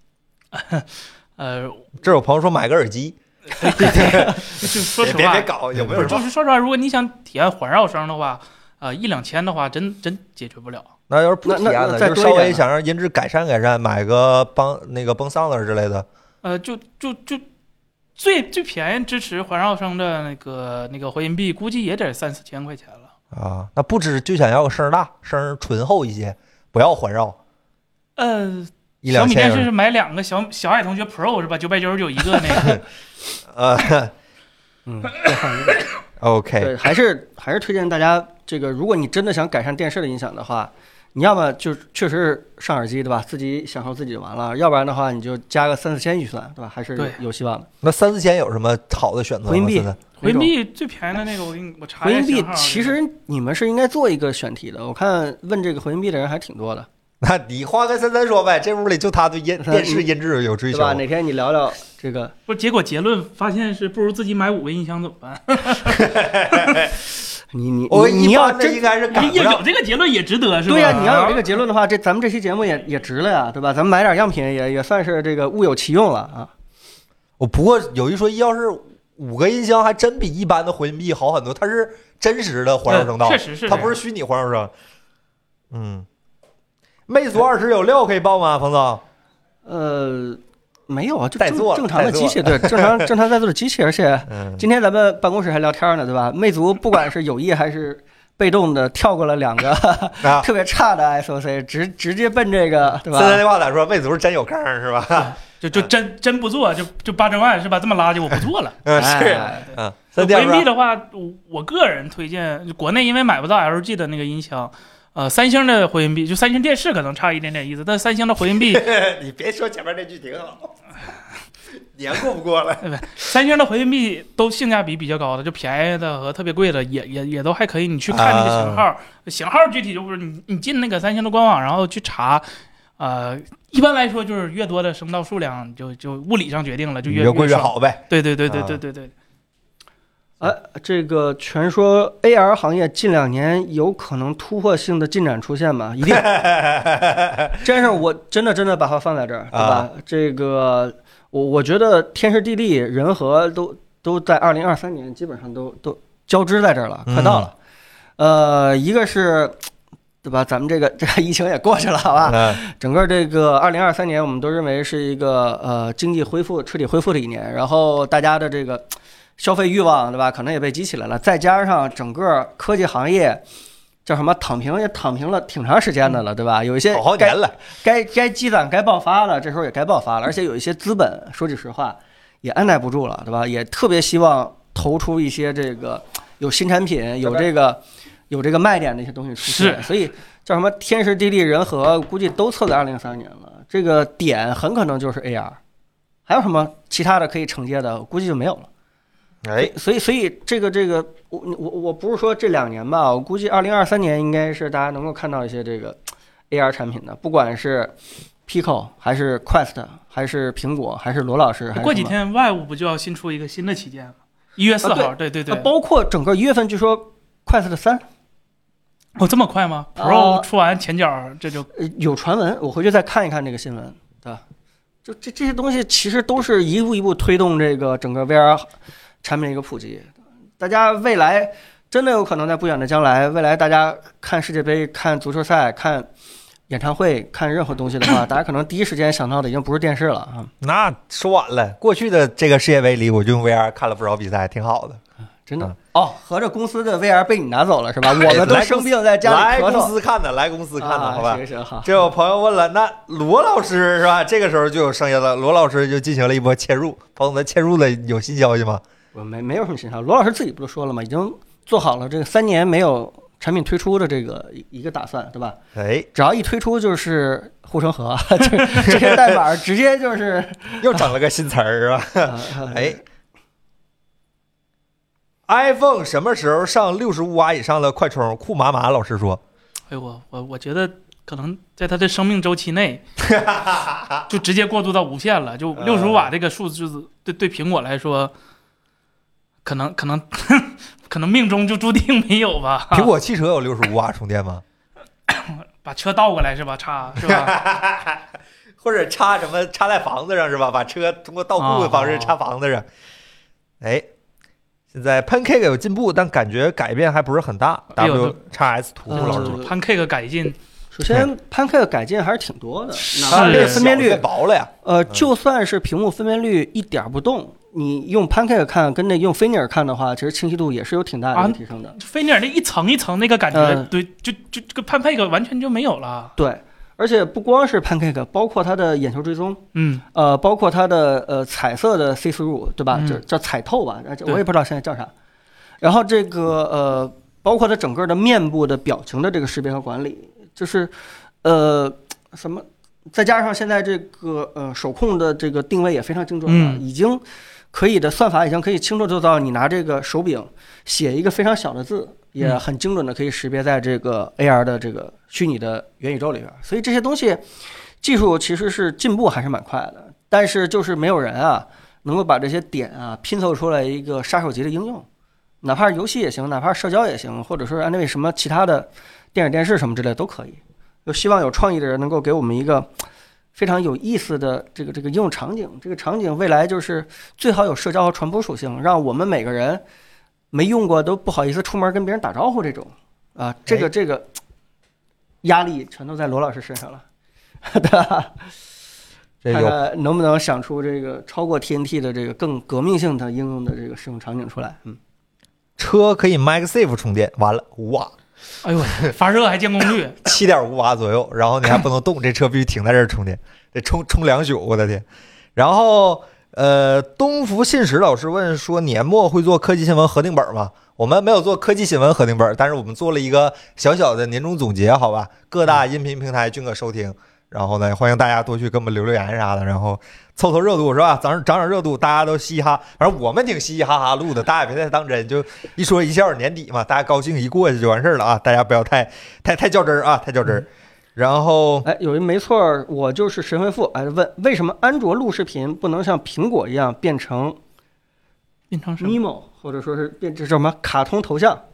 这有朋友说买个耳机。 就说实话， 别搞，有没有？ 就是说实话，如果你想体验环绕声的话，1-2千的话，真解决不了。 那要是不体验呢？就是稍微想让音质改善，买个帮sound 之类的。 就最便宜支持环绕声的那个回音壁，估计也得3-4千块钱了。 啊，那不止就想要个声大，声醇厚一些，不要环绕。 小米电视是买2个小爱同学 Pro 是吧？999一个那个。 OK， 对，还是推荐大家这个，如果你真的想改善电视的音响的话，你要么就确实是上耳机，对吧？自己享受自己就完了；要不然的话，你就加个3-4千预算，对吧？还是有希望的。 那3-4千有什么好的选择吗？ 回音壁， 回音壁最便宜的那个，我查一下。 回音壁其实你们是应该做一个选题的，我看问这个回音壁的人还挺多的。 那你话跟33说呗，这屋里就他对电视音质有追求， 对吧？哪天你聊聊这个？ 不，结果结论发现是不如自己买5个音箱怎么办？ 你要真应该是有这个结论也值得是吧？ 对呀，你要有这个结论的话，咱们这期节目也值了呀，对吧？咱们买点样品也算是这个物有其用了啊。 不过有一说一，要是5个音箱还真比一般的回音壁好很多，它是真实的环绕声道， 确实是， 它不是虚拟环绕声。魅族20有料可以报吗，彭总？ 没有啊，就正常的机器，对，正常在座的机器，而且今天咱们办公室还聊天呢，对吧？魅族不管是有意还是被动的跳过了2个特别差的 SOC， 直接奔这个，对吧？ 现在那话咋说？魅族是真有坑是吧？ 就真不做，就8000万是吧？这么垃圾我不做了。 是回音壁的话，我个人推荐，国内因为买不到 LG 的那个音箱。三星的回音壁，就三星电视可能差一点点意思，但三星的回音壁， 你别说前面那句挺好，年过不过了。 三星的回音壁都性价比比较高的，就便宜的和特别贵的也都还可以。你去看那个型号，型号具体就不是你进那个三星的官网，然后去查，一般来说就是越多的声道数量就物理上决定了，就越贵越好呗。 对。 这个全说 AR 行业近2年有可能突破性的进展出现吗？一定，这件事我真的把它放在这儿，对吧？这个我觉得天时地利人和都在2023年基本上都交织在这儿了，快到了。一个是，对吧？咱们这个疫情也过去了，好吧？整个这个2023年我们都认为是一个经济彻底恢复的一年，然后大家的这个消费欲望，对吧？可能也被激起来了，再加上整个科技行业叫什么躺平也躺平了挺长时间的了，对吧？有一些好年了， 该积攒该爆发了，这时候也该爆发了，而且有一些资本说句实话也按耐不住了，对吧？也特别希望投出一些这个有新产品、有这个卖点的一些东西出现，所以叫什么天时地利人和，估计都凑在2023年了。这个点很可能就是 AR， 还有什么其他的可以承接的，估计就没有了。所以这个我不是说这2年吧，我估计2023年应该是大家能够看到一些这个 AR 产品的，不管是 Pico 还是 Quest 还是苹果还是罗老师， 过几天 Vive 不就要新出一个新的旗舰吗？1月4号，对， 包括整个1月份据说 Quest 3。 这么快吗？Pro 出完前脚这就有传闻，我回去再看一看这个新闻，对吧？就这些东西其实都是一步一步推动这个整个 VR 产品的一个普及。大家未来真的有可能在不远的将来，未来大家看世界杯、看足球赛、看演唱会、看任何东西的话，大家可能第一时间想到的已经不是电视了啊。 那说晚了，过去的这个世界杯里，我就用 VR 看了不少比赛，挺好的。 真的合着公司的 VR 被你拿走了是吧？我们都生病在家里来公司看的，好吧？ 好。 这有朋友问了，那罗老师是吧？这个时候就有声音了，罗老师就进行了一波切入。彭总，他切入了有新消息吗？ 我没有什么新消息。罗老师自己不是说了吗？已经做好了这个3年没有产品推出的这个一个打算，对吧？只要一推出就是护城河，这些代码直接就是又整了个新词儿是吧？iPhone 什么时候上65瓦以上的快充？酷麻麻老师说：“ 我觉得可能在它的生命周期内，就直接过渡到无线了。就65瓦这个数字，对苹果来说，可能命中就注定没有吧。 苹果汽车有65瓦充电吗？ 把车倒过来是吧？插是吧？ 或者插什么？插在房子上是吧？把车通过倒库的方式插房子上。现在 Pancake 有进步，但感觉改变还不是很大。WXS 图老师说 Pancake 改进， 首先 Pancake 改进还是挺多的， 哪怕这个分辨率薄了呀。 就算是屏幕分辨率一点不动，你用 Pancake 看跟那用菲涅尔看的话，其实清晰度也是有挺大的提升的。 菲涅尔那一层一层那个感觉，对，就这个 Pancake 完全就没有了。 对。而且不光是 Pancake， 包括它的眼球追踪，包括它的彩色的 See Through， 对吧？叫彩透吧，我也不知道现在叫啥。然后这个包括它整个的面部的表情的这个识别和管理，就是什么，再加上现在这个手控的这个定位也非常精准了，已经可以的算法已经可以清楚做到，你拿这个手柄写一个非常小的字。也很精准的可以识别在这个 AR 的这个虚拟的元宇宙里边，所以这些东西技术其实是进步还是蛮快的，但是就是没有人能够把这些点拼凑出来一个杀手级的应用，哪怕是游戏也行，哪怕是社交也行，或者说那什么其他的电影电视什么之类都可以。就希望有创意的人能够给我们一个非常有意思的这个应用场景，这个场景未来就是最好有社交和传播属性，让我们每个人没用过都不好意思出门跟别人打招呼，这种这个压力全都在罗老师身上了，对吧？看看能不能想出这个超过 TNT 的这个更革命性的应用的这个使用场景出来。 车可以 MagSafe 充电，完了5瓦， 哎呦，发热还见功率 7.5瓦左右，然后你还不能动，这车必须停在这儿充电，得充2宿，我的天！ 然后东福信使老师问说，年末会做科技新闻核定本吗？我们没有做科技新闻核定本，但是我们做了一个小小的年终总结，好吧？各大音频平台均可收听。然后呢，欢迎大家多去给我们留言啥的，然后凑热度是吧？涨热度，大家都嘻哈，反正我们挺嘻嘻哈哈录的，大家别太当真，就一说一笑，年底嘛，大家高兴一过去就完事儿了啊！大家不要太较真儿啊，太较真儿。然后， 有一没错，我就是神回复，问为什么安卓录视频不能像苹果一样变成什么 Mimo， 或者说是变成什么卡通头像？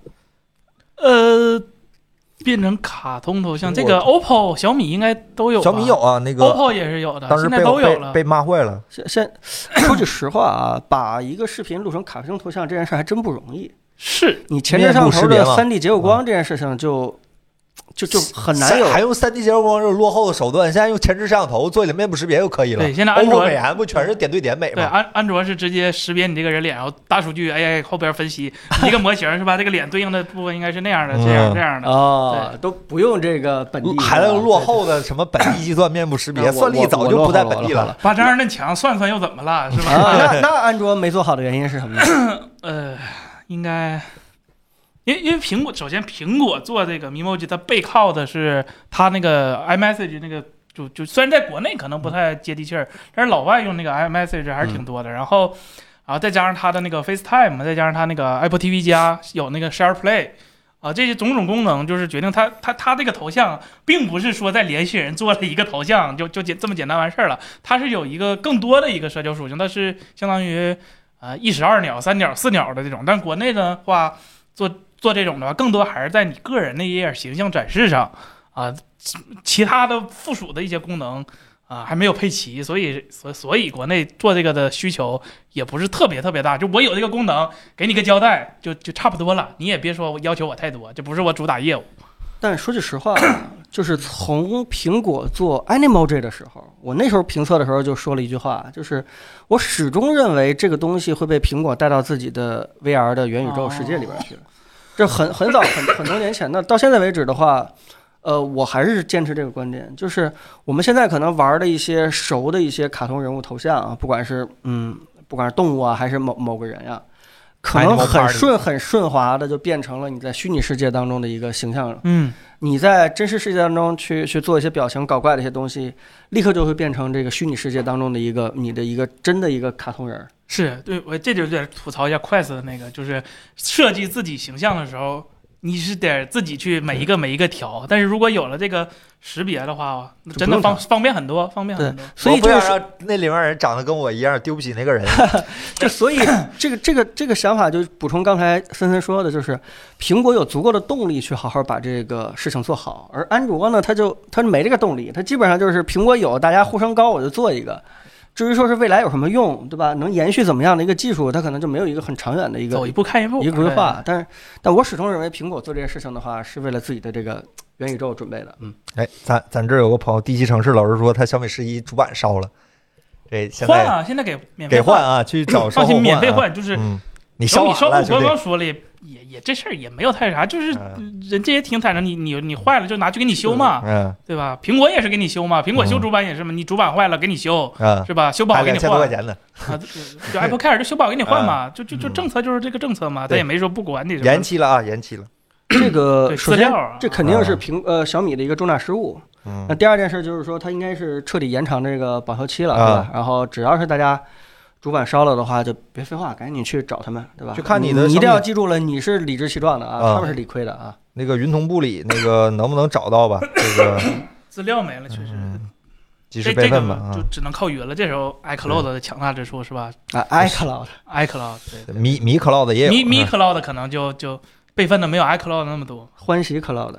变成卡通头像，这个 OPPO、小米应该都有吧。 小米有啊，那个 OPPO 也是有的， 当时现在都有了。 被骂坏了。 现说句实话啊，把一个视频录成卡通头像这件事还真不容易。 是你前置上头的3D 结构光这件事情就很难有， 还用3D 结构光这种落后的手段，现在用前置摄像头做一面部识别就可以了。 对，现在安卓美颜不全是点对点美吗？ 对，安卓是直接识别你这个人脸，然后大数据后边分析一个模型是吧？这个脸对应的部分应该是那样的，这样的哦，都不用这个本地， 还用落后的什么本地计算面部识别，算力早就不在本地了。 把这样那墙算又怎么了，是吧？ 那安卓没做好的原因是什么呢？应该。因为首先苹果做这个 Memoji， 它背靠的是它那个 iMessage 那个，就虽然在国内可能不太接地气儿，但是老外用那个 iMessage 还是挺多的。然后再加上它的那个 FaceTime， 再加上它那个 Apple TV 加有那个 SharePlay， 这些种种功能就是决定它这个头像并不是说在联系人做了一个头像就这么简单完事儿了，它是有一个更多的一个社交属性，它是相当于1时2鸟3鸟4鸟的这种，但国内的话做这种的话，更多还是在你个人的一点形象展示上其他的附属的一些功能还没有配齐，所以国内做这个的需求也不是特别大，就我有这个功能，给你个交代就差不多了，你也别说要求我太多，这不是我主打业务。 但说句实话，就是从苹果做 Animoji 的时候，我那时候评测的时候就说了一句话，就是我始终认为这个东西会被苹果带到自己的 VR 的元宇宙世界里边去。这很早很多年前的，到现在为止的话，我还是坚持这个观点，就是我们现在可能玩的一些熟的一些卡通人物头像啊，不管是动物啊，还是某个人呀，可能很顺滑的就变成了你在虚拟世界当中的一个形象。你在真实世界当中去做一些表情搞怪的一些东西，立刻就会变成这个虚拟世界当中的你的一个真的一个卡通人。 是对，我这就得吐槽一下Quest的那个，就是设计自己形象的时候，你是得自己去每一个调，但是如果有了这个识别的话，真的方便很多。 对，所以不要让那里面人长得跟我一样，丢不起那个人。 所以这个想法就补充刚才森说的，就是苹果有足够的动力去好好把这个事情做好，而安卓呢，它没这个动力，它基本上就是苹果有，大家呼声高，我就做一个。至于说是未来有什么用，对吧？能延续怎么样的一个技术，它可能就没有一个很长远的一个走一步看一步一个规划。但我始终认为，苹果做这些事情的话，是为了自己的这个元宇宙准备的。 咱这有个朋友第七城市老师说，他小米11主板烧了，现在换啊，现在给换啊，去找放心免费换，就是你烧完了， 官方说了也这事儿也没有太啥，就是人家也挺坦诚，你坏了就拿去给你修嘛，对吧？苹果也是给你修嘛，苹果修主板也是嘛，你主板坏了给你修，是吧？修不好给你换，2000 多块钱呢就 Apple Care 就修不好给你换嘛，就政策就是这个政策嘛，他也没说不管你。 延期了。 这个首先这肯定是小米的一个重大失误。那第二件事就是说，它应该是彻底延长这个保修期了，对吧？然后只要是大家主板烧了的话，就别废话，赶紧去找他们，对吧？ 就看你的， 你一定要记住了，你是理直气壮的啊，他们是理亏的啊。 那个云同步里那个能不能找到吧？这个资料没了，确实。 及时备份吧， 就只能靠云了。这时候 iCloud 的强大之处是吧 ？iCloud 对， 米 Cloud 也有， 米 Cloud 可能就备份的没有 iCloud 那么多。 欢喜 Cloud。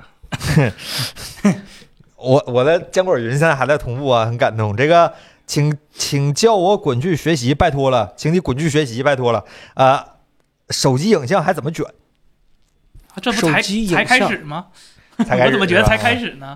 我的坚果云现在还在同步啊，很感动。这个请叫我滚去学习，拜托了，请你滚去学习，拜托了。手机影像还怎么卷？ 这不才开始吗？我怎么觉得才开始呢？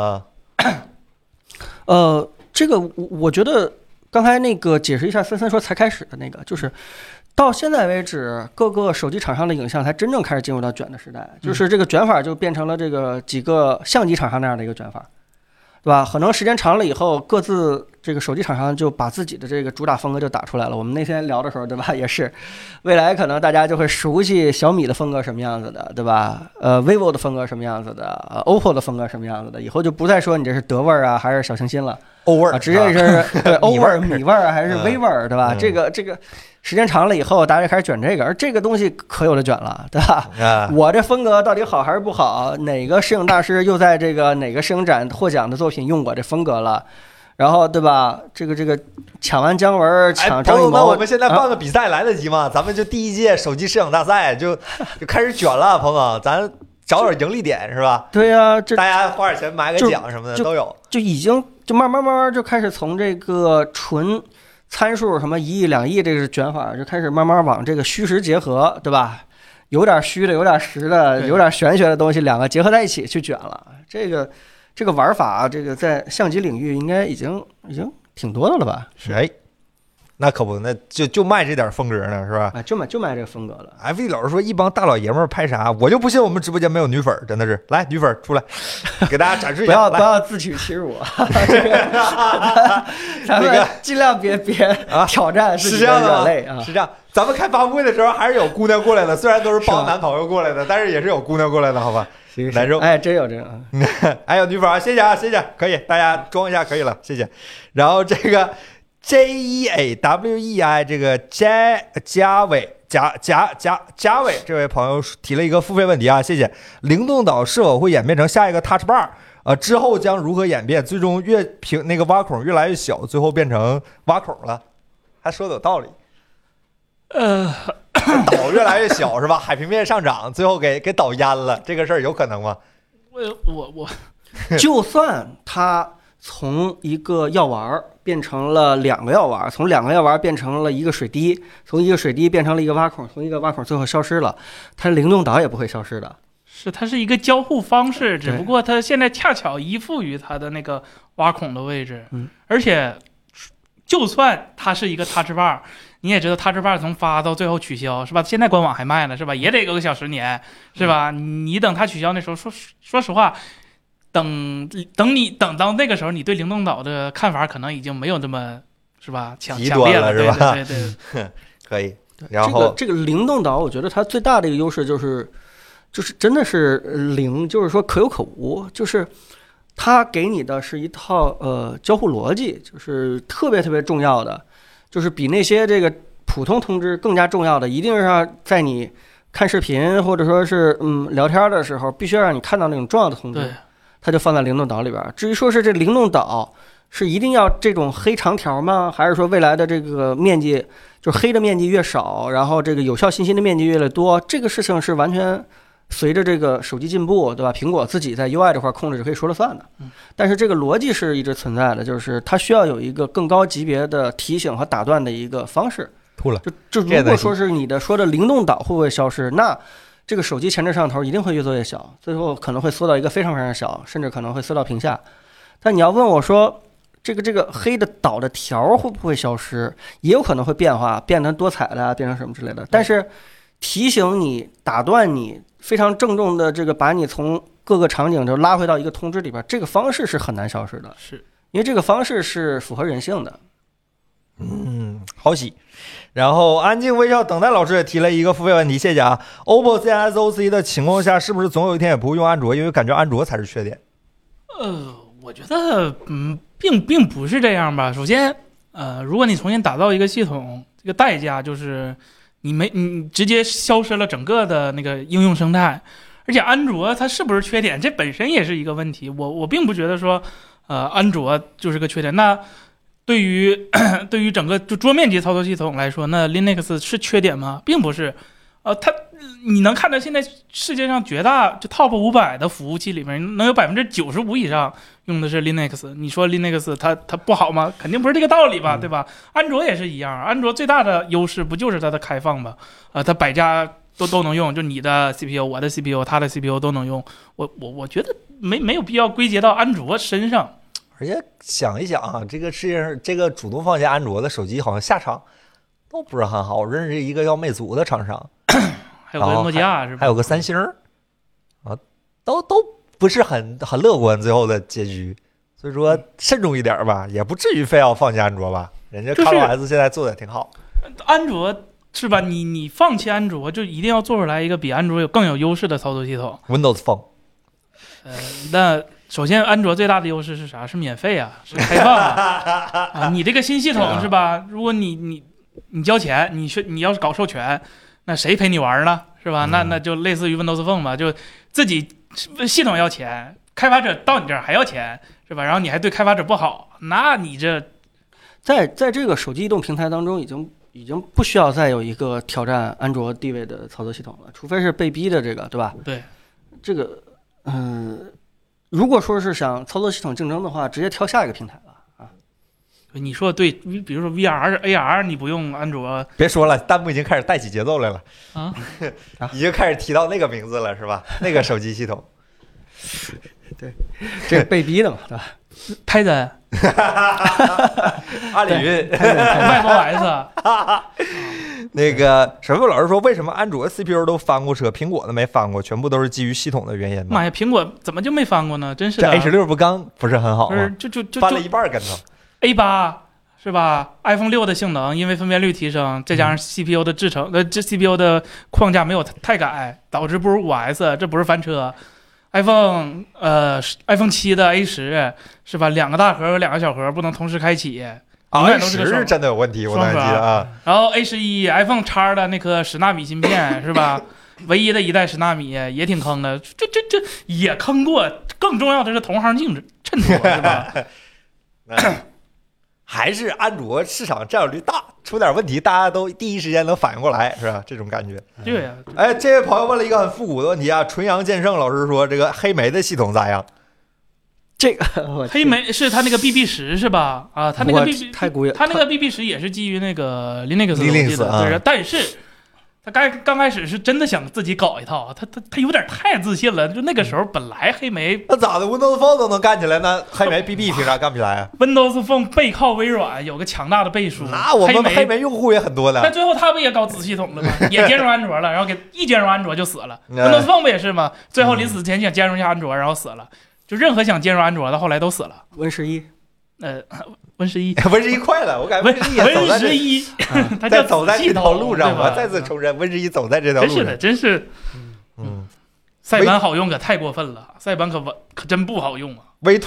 这个我觉得刚才那个解释一下，森说才开始的那个，就是到现在为止，各个手机厂商的影像才真正开始进入到卷的时代，就是这个卷法就变成了这个几个相机厂商那样的一个卷法。 对吧？可能时间长了以后，各自这个手机厂商就把自己的这个主打风格就打出来了。我们那天聊的时候，对吧？也是，未来可能大家就会熟悉小米的风格什么样子的，对吧？vivo 的风格什么样子的，OPPO 的风格什么样子的，以后就不再说你这是德味儿啊，还是小清新了， 欧味儿直接是对欧味儿、米味儿还是微味儿，对吧？ 嗯这个时间长了以后，大家就开始卷这个，而这个东西可有的卷了，对吧？我这风格到底好还是不好？哪个摄影大师又在这个哪个摄影展获奖的作品用我这风格了？然后对吧？这个抢完姜文，抢张艺谋， 那我们现在办个比赛来得及吗？咱们就第一届手机摄影大赛就开始卷了，鹏鹏，咱找点盈利点是吧？ 对呀，这大家花点钱买个奖什么的都有， 就已经就慢慢就开始从这个纯参数什么1亿2亿这个卷法，就开始慢慢往这个虚实结合，对吧？有点虚的，有点实的，有点玄学的东西，两个结合在一起去卷了。这个玩法，这个在相机领域应该已经挺多的了吧？ 哎，那可不，那就卖这点风格呢，是吧？ 啊，就卖这个风格了。 FE 老师说一帮大老爷们儿拍啥，我就不信我们直播间没有女粉儿，真的是。来，女粉儿出来，给大家展示一下。 不要自取其辱，咱们尽量别挑战自己的软肋啊。 是这样，咱们开发布会的时候还是有姑娘过来的，虽然都是帮男朋友过来的，但是也是有姑娘过来的，好吧？难受。 哎，真有这个。 还有女粉儿，谢谢啊，谢谢，可以，大家装一下可以了，谢谢。然后这个 JEAWEI 这个嘉伟这位朋友提了一个付费问题啊，谢谢。灵动岛是否会演变成下一个 Touch Bar？之后将如何演变？最终越平那个挖孔越来越小，最后变成挖孔了，还说的有道理。岛越来越小是吧？海平面上涨，最后给岛淹了，这个事儿有可能吗？ 我就算它从一个药丸变成了2个药丸，从2个药丸变成了1个水滴，从1个水滴变成了1个挖孔，从1个挖孔最后消失了，它灵动岛也不会消失的。 是，它是一个交互方式，只不过它现在恰巧依附于它的那个挖孔的位置，而且就算它是一个 Touch Bar， 你也知道 Touch Bar 从发到最后取消是吧？现在官网还卖呢是吧？也得有个小10年是吧？你等它取消那时候，说实话，等到那个时候，你对灵动岛的看法可能已经没有这么是吧强烈了是吧？ 对， 可以。然后这个灵动岛，我觉得它最大的一个优势就是真的是零，就是说可有可无，就是它给你的是一套交互逻辑，就是特别特别重要的，就是比那些这个普通通知更加重要的，一定是要在你看视频或者说是聊天的时候，必须要让你看到那种重要的通知，它就放在灵动岛里边。至于说是这灵动岛是一定要这种黑长条吗？还是说未来的这个面积就是黑的面积越少，然后这个有效信息的面积越来越多，这个事情是完全随着这个手机进步，对吧？苹果自己在 UI 这块控制是可以说了算的，但是这个逻辑是一直存在的，就是它需要有一个更高级别的提醒和打断的一个方式。 吐了， 就如果说是你的说的灵动岛会不会消失，那这个手机前置摄像头一定会越做越小，最后可能会缩到一个非常非常小，甚至可能会缩到屏下。但你要问我说，这个黑的岛的条会不会消失？也有可能会变化，变成多彩的，变成什么之类的。但是提醒你、打断你，非常郑重的这个把你从各个场景就拉回到一个通知里边，这个方式是很难消失的， 是因为这个方式是符合人性的。 好喜。然后安静微笑等待老师也提了一个付费问题，谢谢啊。OPPO ZSOC 的情况下，是不是总有一天也不会用安卓？因为感觉安卓才是缺点。 我觉得并不是这样吧。首先，如果你重新打造一个系统，这个代价就是你直接消失了整个的那个应用生态。而且安卓它是不是缺点，这本身也是一个问题。我并不觉得说，安卓就是个缺点。那对于整个就桌面级操作系统来说，那 Linux 是缺点吗？并不是。你能看到现在世界上绝大就 Top 500的服务器里面，能有95%以上用的是 Linux。你说 Linux 它不好吗？肯定不是这个道理吧，对吧？安卓也是一样，安卓最大的优势不就是它的开放吗？它百家都能用，就你的 CPU、我的 CPU、它的 CPU 都能用。我觉得没有必要归结到安卓身上。 而且想一想啊，这个世界上这个主动放下安卓的手机好像下场都不是很好。我认识一个叫魅族的厂商， 还有个诺基亚是吧？ 还有个三星啊，都不是很乐观最后的结局。 所以说慎重一点吧，也不至于非要放弃安卓吧。人家 ColorOS 现在做的挺好。 安卓是吧？你放弃安卓，就一定要做出来一个比安卓更有优势的操作系统。 Windows Phone。 那首先安卓最大的优势是啥？是免费啊，是开放啊。你这个新系统是吧？如果你交钱，你要是搞授权，那谁陪你玩呢？是吧？那就类似于 Windows Phone 吧，就自己系统要钱，开发者到你这儿还要钱，是吧？然后你还对开发者不好，那你这在这个手机移动平台当中，已经不需要再有一个挑战安卓地位的操作系统了，除非是被逼的这个，对吧？ 对， 这个如果说是想操作系统竞争的话，直接挑下一个平台吧。 你说对，比如说 VR、AR， 你不用安卓。 别说了，弹幕已经开始带起节奏来了啊， 已经开始提到那个名字了，是吧？那个手机系统， 对，这是被逼的嘛，对吧？ 泰森、 阿里云、 WebOS。 那个沈飞老师说，为什么安卓 CPU 都翻过车，苹果的没翻过？全部都是基于系统的原因吗？ 妈呀，苹果怎么就没翻过呢？真是的。 这 A16不刚不是很好吗？ 不是，就翻了一半跟头。 A8是吧 ？iPhone 6的性能因为分辨率提升，再加上 CPU 的制成，这 CPU 的框架没有太改，导致不如 5S， 这不是翻车。iPhone 7的 A10是吧？2个大核和2个小核不能同时开启，永远都是个是真的有问题，我当时记得啊。 然后 A11 iPhone X 的那颗10纳米芯片是吧？唯一的一代10纳米也挺坑的，这也坑过。更重要的是同行竞争衬托是吧？ 还是安卓市场占有率大，出点问题大家都第一时间能反应过来，是吧？这种感觉。 对呀。 哎，这位朋友问了一个很复古的问题啊，纯阳剑圣老师说，这个黑莓的系统咋样？ 这个黑莓是它那个 BB10是吧？啊，它那个 BB 太古， 它那个 BB10也是基于那个 Linux 的， 啊， 但是他刚开始是真的想自己搞一套，他有点太自信了。就那个时候本来黑莓那咋的 Windows Phone 都能干起来呢？黑莓 BB 凭啥干不起来啊 ？Windows Phone 背靠微软，有个强大的背书。 那我们黑莓用户也很多的。 但最后他不也搞子系统了吗？也兼容安卓了，然后一兼容安卓就死了。Windows Phone 不也是吗？最后临死前想兼容一下安卓，然后死了。就任何想兼容安卓的，后来都死了。 Win11， Win11 Win11快了，我感觉 Win11 也走在 Win11，它叫走在这条路上。我再次重申，Win11走在这条路上。 真是的，真是。塞班好用可太过分了，塞班可真不好用啊。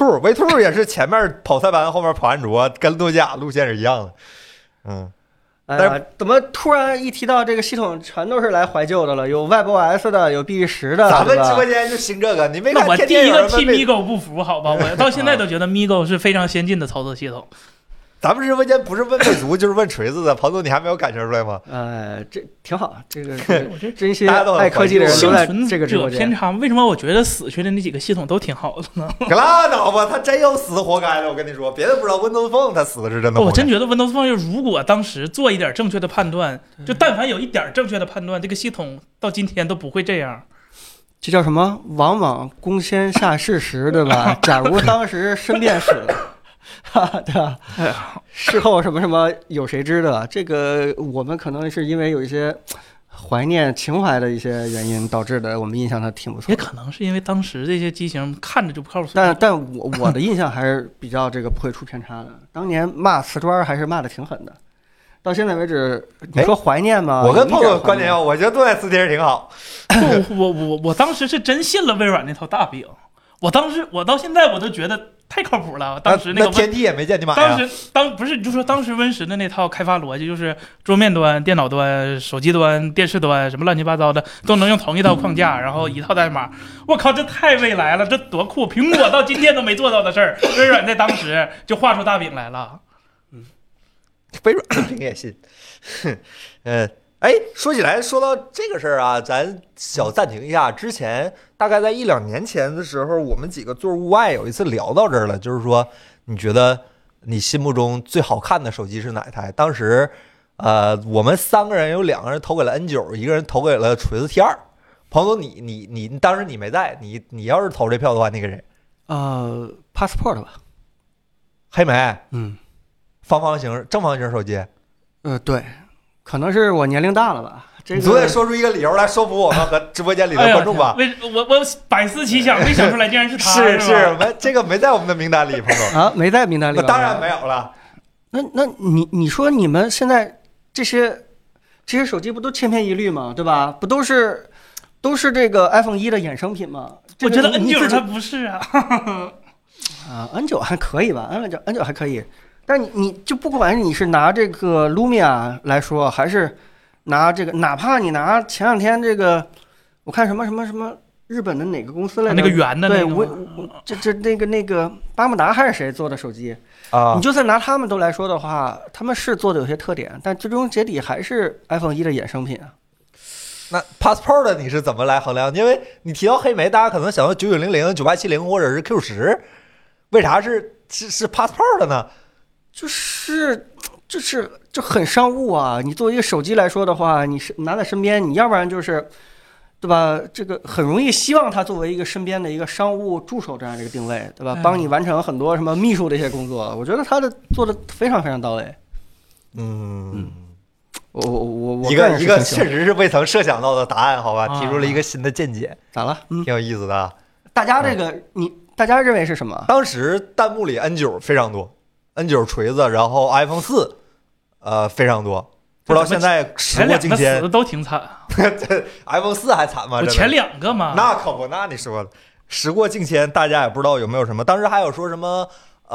V2 也是前面跑塞班，后面跑安卓，跟诺基亚路线是一样的。 哎呀，怎么突然一提到这个系统，全都是来怀旧的了？有 WebOS 的，有 BB10的。 咱们直播间就兴这个，你没看？ 我第一个替 Migo 不服，好吧？我到现在都觉得 Migo 是非常先进的操作系统。 咱们直播间不是问魅族就是问锤子的，彭总你还没有感觉出来吗？ 这挺好，这个真心大家都爱科技的人都在这个直播间。 偏差，为什么我觉得死去的那几个系统都挺好的呢？ 可拉倒吧，他真要死活该的，我跟你说，别的不知道 Windows Phone 他死的是真的。 我真觉得 Windows Phone 如果当时做一点正确的判断，就但凡有一点正确的判断，这个系统到今天都不会这样。 这叫什么？往往攻先下事实，对吧？假如当时申辩死了。对吧？事后什么有谁知道？这个我们可能是因为有一些怀念情怀的一些原因导致的，我们印象它挺不错的。 也可能是因为当时这些机型看着就不靠谱。 但我的印象还是比较这个不会出偏差的。当年骂瓷砖还是骂的挺狠的。到现在为止，你说怀念吗？ 我跟朋友观点一样，我觉得动态磁贴挺好。 我当时是真信了微软那套大饼。我到现在我都觉得太靠谱了。当时那天地也没见你买呀。 不是，就说当时 Win10的那套开发逻辑，就是桌面端、电脑端、手机端、电视端，什么乱七八糟的都能用同一套框架，然后一套代码。我靠，这太未来了，这多酷！苹果到今天都没做到的事儿，微软在当时就画出大饼来了。 微软的饼也信。哎，说起来，说到这个事儿啊，咱小暂停一下。之前大概在1-2年前的时候，我们几个做户外有一次聊到这儿了，就是说，你觉得你心目中最好看的手机是哪一台？当时，我们3个人有2个人投给了 N9， 一个人投给了锤子 T2。彭总，你当时你没在，你要是投这票的话，那个人 ，Passport 吧， 黑莓， 正方形手机， 对。 可能是我年龄大了吧。这个你总得说出一个理由来说服我们和直播间里的观众吧。 我百思齐想，没想出来，竟然是他。 是，这个没在我们的名单里，彭总啊，没在名单里。 那当然没有了。 那你说你们现在这些手机不都千篇一律吗？对吧？不都是这个 iPhone 1的衍生品吗？ 我觉得 N9 它不是啊。 啊 ，N9 还可以吧？N9 还可以，但你就不管你是拿这个 Lumia 来说，还是拿这个，哪怕你拿前两天这个，我看什么日本的哪个公司来着？ 那个圆的那个， 对，那个巴慕达还是谁做的手机啊？ 你就算拿他们都来说的话，他们是做的有些特点，但最终结底还是 iPhone 1的衍生品啊。 那 Passport 你是怎么来衡量？因为你提到黑莓，大家可能想到9900、9870或者是 Q10，为啥是 Passport 呢？就很商务啊！你作为一个手机来说的话，你是拿在身边，你要不然就是，对吧？这个很容易希望它作为一个身边的一个商务助手这样的一个定位，对吧？帮你完成很多什么秘书的一些工作，我觉得它做的非常非常到位。我一个确实是未曾设想到的答案，好吧？提出了一个新的见解， 咋了？ 挺有意思的。 大家这个大家认为是什么？ 当时弹幕里 N9 非常多，N9 锤子，然后 iPhone 4，非常多。不知道现在时过境迁， 前2个死的都挺惨。 iPhone 4还惨吗？ 不前2个嘛？ 那可不，那你说的。时过境迁，大家也不知道有没有什么。当时还有说什么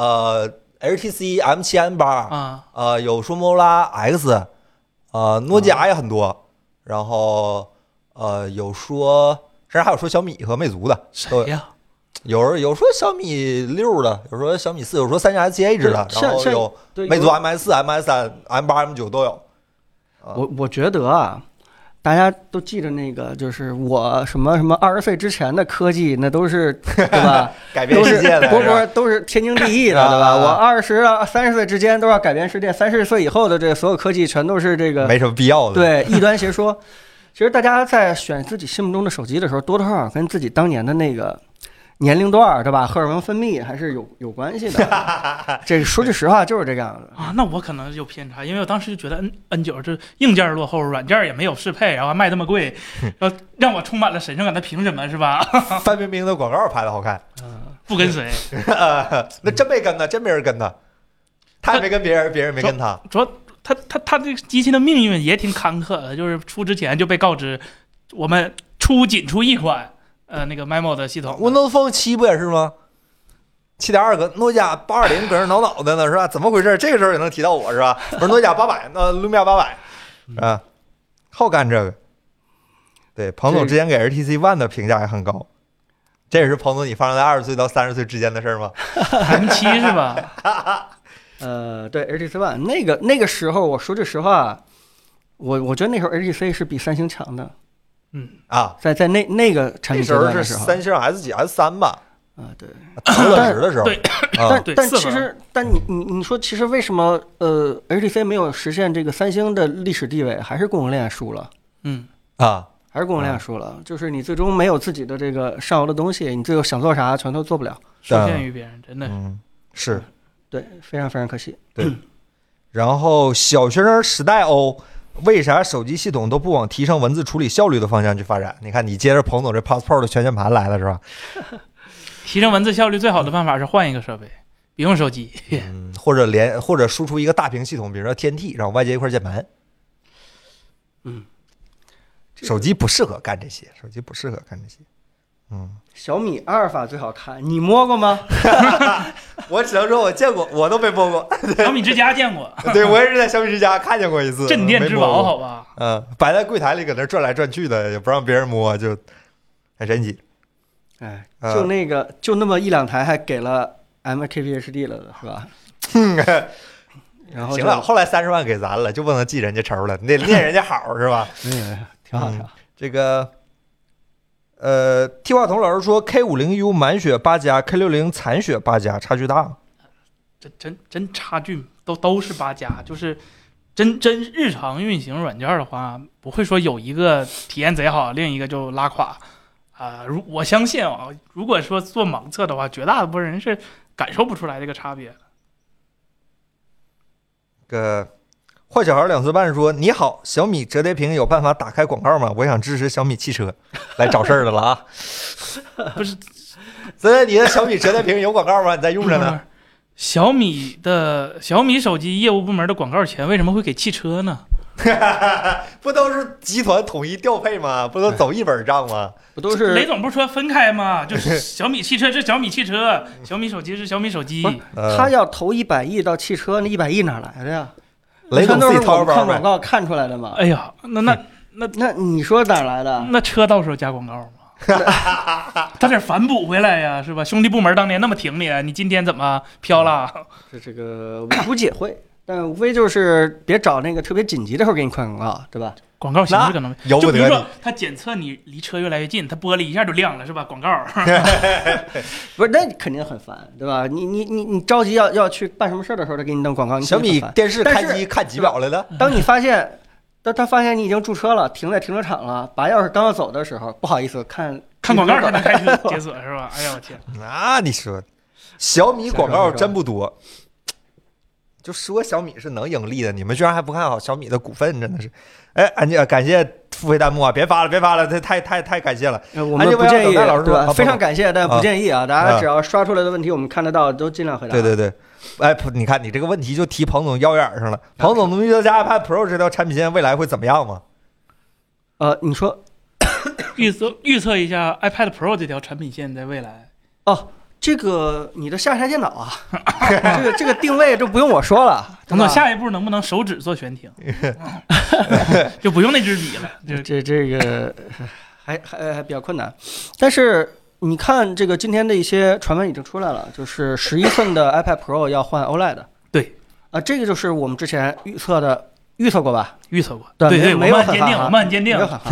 HTC M7 M8有说摩托罗拉 X，诺基亚也很多，然后有说，甚至还有说小米和魅族的。 谁呀？ 有说小米6的，有说小米4，有说三星 S7 Edge 的，然后有魅族 MS4、MS3、M8、M9 都有。 我觉得啊，大家都记着那个，就是我什么20岁之前的科技，那都是对吧？ 改变世界的， 都是天经地义的，对吧？我20到30岁之间都要改变世界，30岁以后的这所有科技全都是这个没什么必要的。 对，异端邪说。其实大家在选自己心目中的手机的时候，多多少少跟自己当年的那个年龄段，对吧？荷尔蒙分泌还是有关系的。这说句实话就是这个样子啊。那我可能有偏差，因为我当时就觉得 N9 这硬件落后，软件也没有适配，然后还卖那么贵，然后让我充满了神圣感，他凭什么是吧？ 范冰冰的广告拍的好看， 不跟随。 那真没跟他，真没人跟他，他也没跟别人，别人没跟他。 主要他这个机器的命运也挺坎坷的，就是出之前就被告知我们仅出一款那个 MIMO 的系统。 Windows Phone 7不也是吗？7.2个诺基亚820搁那挠脑袋呢是吧？怎么回事？这个时候也能提到我是吧？不是诺基亚800，Lumia 800啊，好干这个。对，彭总之前给 HTC One 的评价也很高，这也是彭总你发生在20岁到30岁之间的事吗 ？M7 是吧？ 对 HTC One 那个时候，我说句实话，我觉得那时候 HTC 是比三星强的。在那个产品阶段的时候， 是三星 S 几 S3吧？ 对， 当时的时候， 对， 但其实，你说，其实为什么HTC 没有实现这个三星的历史地位，还是供应链输了？还是供应链输了，就是你最终没有自己的这个上游的东西，你最后想做啥全都做不了， 受限于别人，真的是。 对，非常非常可惜。 对，然后小学生时代为啥手机系统都不往提升文字处理效率的方向去发展？你看，你接着彭总这 Passport 的全键盘来了是吧？ 提升文字效率最好的办法是换一个设备，别用手机， 或者输出一个大屏系统，比如说天梯，然后外接一块键盘。手机不适合干这些， 小米阿尔法最好看，你摸过吗？ 我只能说我见过，我都没摸过。 小米之家见过， 对，我也是在小米之家看见过一次。 镇店之宝，好吧？ 摆在柜台里搁那转来转去的，也不让别人摸，就很神奇。 就那么1-2台，还给了 MKBHD 了，是吧？然后行了，后来30万给咱了，就不能记人家仇了，你得念人家好是吧？ 挺好。 这个。替话筒老师说 K50U 满血8加 K60 残血8加差距大吗？ 这真差距都是8加，就是真日常运行软件的话，不会说有一个体验贼好，另一个就拉垮我相信如果说做盲测的话，绝大部分人是感受不出来这个差别的。 坏小孩2次半说：“你好，小米折叠屏有办法打开广告吗？我想支持小米汽车。”来找事儿的了啊！ 不是， 现在你的小米折叠屏有广告吗？你在用着呢。 小米手机业务部门的广告钱为什么会给汽车呢？ 不都是集团统一调配吗？不都走一本账吗？ 不都是雷总不是说分开吗？就是小米汽车是小米汽车，小米手机是小米手机。 他要投100亿到汽车，那100亿哪来的呀？ 雷总自己掏包看广告看出来的嘛。 哎呀， 那你说哪来的？ 那车到时候加广告吗？他得反哺回来呀，是吧？兄弟部门当年那么挺你今天怎么飘了？ 这个无解会，但无非就是别找那个特别紧急的时候给你快广告，对吧？ 广告形式可能由不得你。 就比如说，他检测你离车越来越近，他玻璃一下就亮了，是吧？广告不是，那肯定很烦，对吧？你着急要去办什么事的时候，他给你弄广告， 小米电视开机看几秒来了。 当你发现。他发现你已经驻车了，停在停车场了，拔钥匙刚要走的时候，不好意思，看广告才能开车解锁是吧？哎呀我天！ 那你说，小米广告真不多，就说小米是能盈利的，你们居然还不看好小米的股份，真的是。哎，感谢付费弹幕啊！别发了，这太感谢了。 我们不建议， 对吧？ 非常感谢，但不建议啊！大家只要刷出来的问题，我们看得到，都尽量回答。 对。哎，你看你这个问题就提彭总腰眼上了。彭总能预测 iPad Pro 这条产品线未来会怎么样吗？ 你说预测一下 iPad Pro 这条产品线在未来？ 哦，这个你的下一台电脑啊，这个定位就不用我说了。 彭总，下一步能不能手指做悬停？就不用那支笔了。 这个还比较困难，但是。你看，这个今天的一些传闻已经出来了，就是11寸的 iPad Pro 要换 OLED。对，这个就是我们之前预测过吧？预测过。对， 我们很坚定，我们很坚定。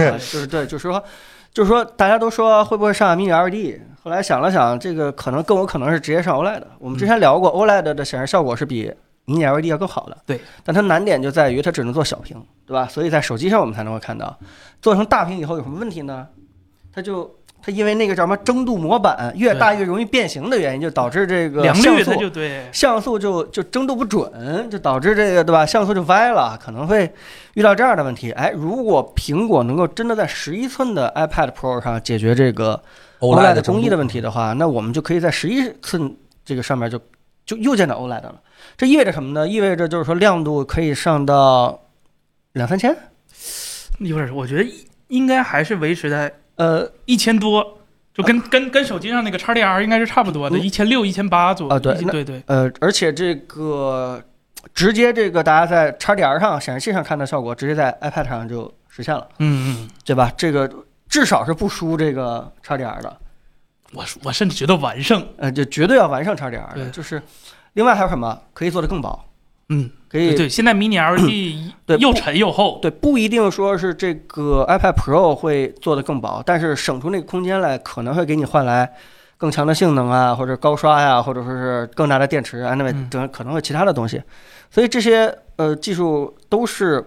就是说，大家都说会不会上 Mini LED？ 后来想了想，这个更有可能是直接上 OLED。我们之前聊过 ，OLED 的显示效果是比Mini LED 要更好的。 对， 但它难点就在于它只能做小屏，对吧？所以在手机上我们才能够看到，做成大屏以后有什么问题呢？它因为那个叫什么蒸镀模板越大越容易变形的原因，就导致这个像素就蒸镀不准，就导致这个对吧？像素就歪了，可能会遇到这样的问题。哎，如果苹果能够真的在11寸的 iPad Pro 上解决这个 OLED 工艺的问题的话，那我们就可以在11寸这个上面就又见到 OLED 了。这意味着什么呢？意味着就是说亮度可以上到2-3千。 有点，我觉得应该还是维持在。1000多，就跟手机上那个 XDR 应该是差不多的，1600、1800左右。对。 而且这个直接这个大家在 XDR 上显示器上看的效果，直接在 iPad 上就实现了。对吧？这个至少是不输这个 XDR 的。 我甚至觉得完胜。 就绝对要完胜 XDR 的。就是另外还有什么可以做得更薄？可以。 对，现在 Mini LED 又沉又厚。 对，不一定说是这个 iPad Pro 会做得更薄，但是省出那个空间来，可能会给你换来更强的性能啊，或者高刷呀，或者说是更大的电池啊，那么等可能会其他的东西。所以这些技术都是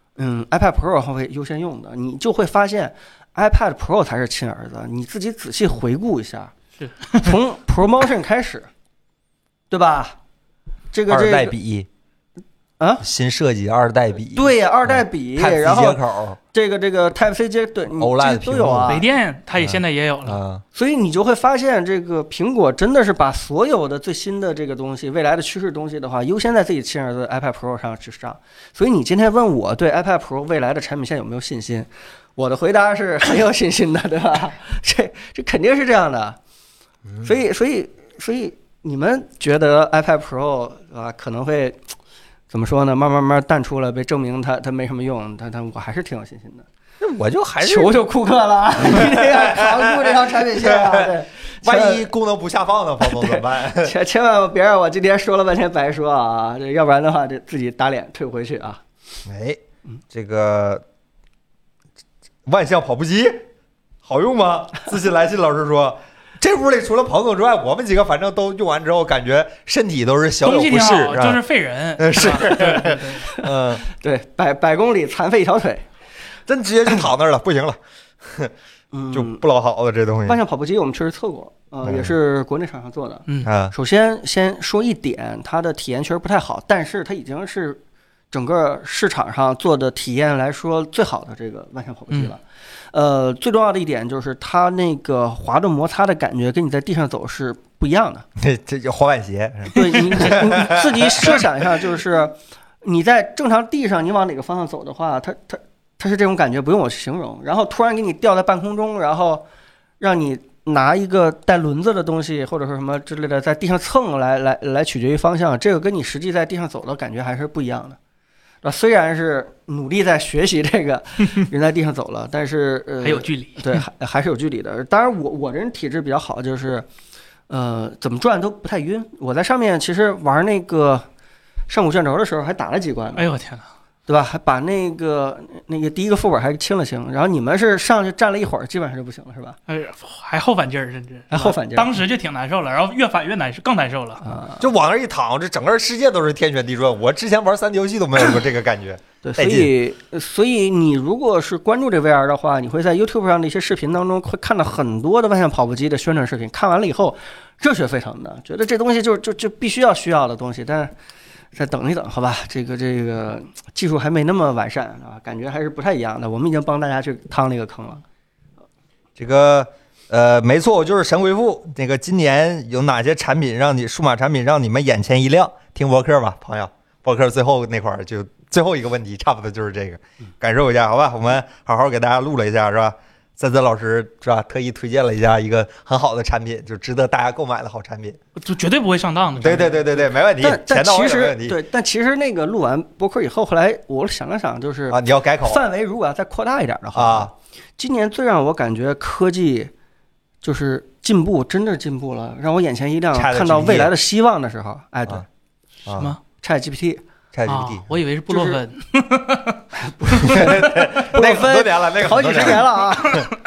iPad Pro 会优先用的。你就会发现 iPad Pro 才是亲儿子。你自己仔细回顾一下，从 Promotion 开始，对吧？这个 2代笔。新设计2代笔， 对呀，2代笔，然后接口， 这个 Type C 接，对，你这都有啊。 北电它也现在也有了， 所以你就会发现，这个苹果真的是把所有的最新的这个东西、未来的趋势东西的话，优先在自己亲儿子 iPad Pro 上之上。所以你今天问我对 iPad Pro 未来的产品线有没有信心，我的回答是很有信心的，对吧？这肯定是这样的。所以你们觉得 iPad Pro 可能会？怎么说呢？慢慢淡出了，被证明它没什么用。我还是挺有信心的。 我就还是求求库克了，你得要扛住这条产品线啊！对， 万一功能不下放呢，彭总怎么办？ 千万别让我今天说了半天白说啊！这要不然的话，这自己打脸退回去啊！ 这个万向跑步机好用吗？自信来信老师说。这屋里除了彭总之外，我们几个反正都用完之后，感觉身体都是小有不适， 就是废人。 是， 对，百公里残废一条腿， 真直接就躺那儿了，不行了，就不老好了这东西。 万向跑步机我们确实测过，也是国内厂商做的。首先说一点，它的体验确实不太好，但是它已经是整个市场上做的体验来说最好的这个万向跑步机了。最重要的一点就是它那个滑动摩擦的感觉跟你在地上走是不一样的。 这叫滑板鞋。 对你自己设想一下，就是你在正常地上，你往哪个方向走的话，它是这种感觉，不用我去形容。然后突然给你吊在半空中，然后让你拿一个带轮子的东西或者说什么之类的在地上蹭来取决于方向，这个跟你实际在地上走的感觉还是不一样的。虽然是努力在学习这个人在地上走了，但是还有距离， 对，还是有距离的。当然我这人体质比较好，就是怎么转都不太晕。我在上面其实玩那个上古卷轴的时候还打了几关呢。 哎呦我天哪， 对吧？还把那个第一个副本还清了清，然后你们是上去站了一会儿，基本上就不行了，是吧？ 哎，还后反劲儿，甚至还后反劲儿， 当时就挺难受了，然后越反越难受，更难受了啊！ 就往那一躺，这整个世界都是天旋地转。我之前玩3D 游戏都没有过这个感觉。 对，所以你如果是关注这 VR 的话，你会在 YouTube 上的一些视频当中会看到很多的万向跑步机的宣传视频，看完了以后热血沸腾的，觉得这东西就必须要的东西，但是再等一等，好吧，这个技术还没那么完善啊，感觉还是不太一样的。我们已经帮大家去趟那个坑了。 这个没错，我就是神回复。那个今年有哪些产品数码产品让你们眼前一亮？听播客吧，朋友。播客最后那块儿就最后一个问题，差不多就是这个，感受一下，好吧？我们好好给大家录了一下，是吧？森森老师是吧？特意推荐了一下一个很好的产品，就值得大家购买的好产品， 就绝对不会上当的。 对，没问题。 但其实没问题。 对，但其实那个录完播客以后，后来我想了想，就是啊，你要改口， 范围如果要再扩大一点的话啊， 今年最让我感觉科技就是进步，真的进步了，让我眼前一亮，看到未来的希望的时候，哎，对， 什么 ChatGPT。 我以为是布洛芬， 那个很多年了，那个好几十年了啊。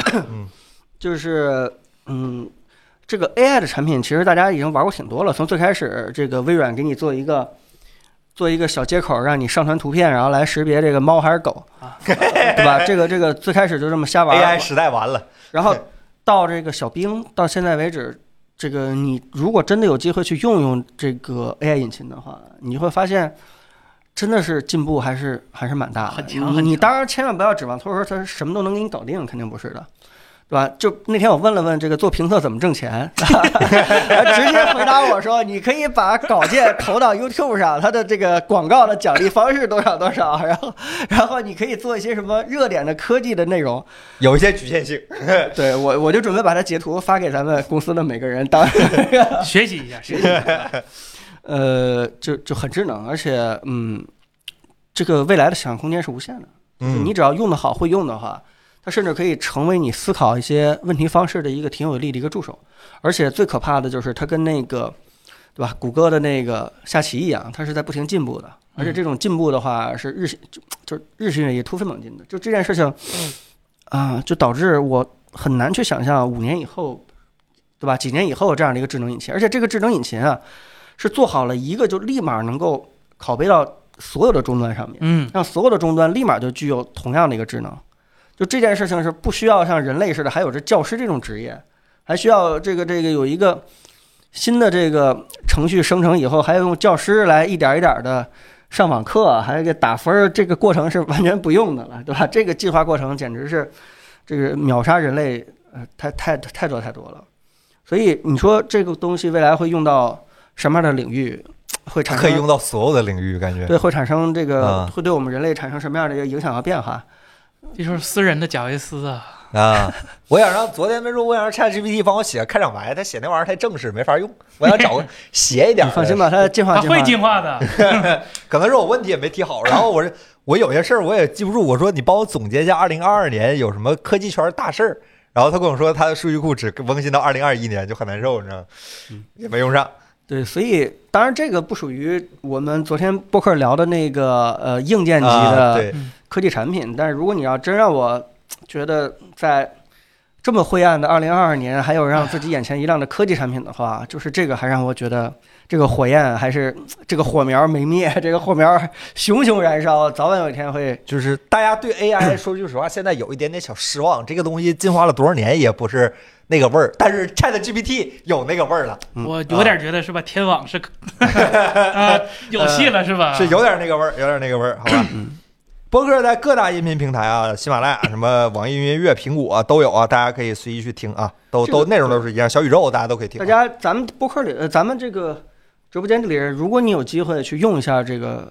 就是这个 AI 的产品，其实大家已经玩过挺多了。从最开始，这个微软给你做一个小接口，让你上传图片，然后来识别这个猫还是狗，对吧？这个最开始就这么瞎玩。 AI 时代完了， 然后到这个小冰，到现在为止，这个你如果真的有机会去用这个 AI 引擎的话，你会发现。真的是进步还是蛮大的， 很强。 你当然千万不要指望说它什么都能给你搞定，肯定不是的，对吧？就那天我问了问这个做评测怎么挣钱，直接回答我说，你可以把稿件投到 YouTube 上，它的这个广告的奖励方式多少，然后你可以做一些什么热点的科技的内容， 有一些局限性。 对我就准备把它截图发给咱们公司的每个人当学习一下。 就很智能，而且这个未来的想象空间是无限的。你只要用得好，会用的话，它甚至可以成为你思考一些问题方式的一个挺有力的一个助手。而且最可怕的就是它跟那个，对吧？谷歌的那个下棋一样，它是在不停进步的。而且这种进步的话是日新月异、突飞猛进的。就这件事情，就导致我很难去想象5年以后，对吧？几年以后这样的一个智能引擎，而且这个智能引擎啊。是做好了一个就立马能够拷贝到所有的终端上面，让所有的终端立马就具有同样的一个智能。就这件事情是不需要像人类似的，还有这教师这种职业，还需要这个有一个新的这个程序生成以后，还要用教师来一点一点的上网课，还有给打分，这个过程是完全不用的了，对吧？这个进化过程简直是这个秒杀人类，太多了。所以你说这个东西未来会用到什么样的领域，会产生可以用到所有的领域，感觉对，会产生这个会对我们人类产生什么样的一个影响和变化？ 这就是私人的贾维斯啊！ 我想让昨天没说，我想让 ChatGPT 帮我写个开场白，他写那玩意儿太正式，没法用。我想找个写一点。 你放心吧，他进化， 他会进化的。 可能是我问题也没提好，然后我有些事儿我也记不住，我说你帮我总结一下2022年有什么科技圈大事儿，然后他跟我说他的数据库只更新到2021年，就很难受，你知道吗？也没用上。 对，所以当然这个不属于我们昨天播客聊的那个硬件级的科技产品，但是如果你要真让我觉得在这么灰暗的2022年，还有让自己眼前一亮的科技产品的话，就是这个还让我觉得这个火焰还是这个火苗没灭，这个火苗熊熊燃烧，早晚有一天会。 就是大家对 AI 说句实话，现在有一点点小失望，这个东西进化了多少年也不是那个味儿，但是 ChatGPT 有那个味儿了。 我有点觉得是吧？天网是有戏了是吧？ 是有点那个味儿，有点那个味儿，好吧。播客在各大音频平台啊，喜马拉雅、什么网易云音乐、苹果都有啊，大家可以随意去听啊，都内容都是一样。小宇宙大家都可以听。 咱们播客里，咱们这个直播间里，如果你有机会去用一下这个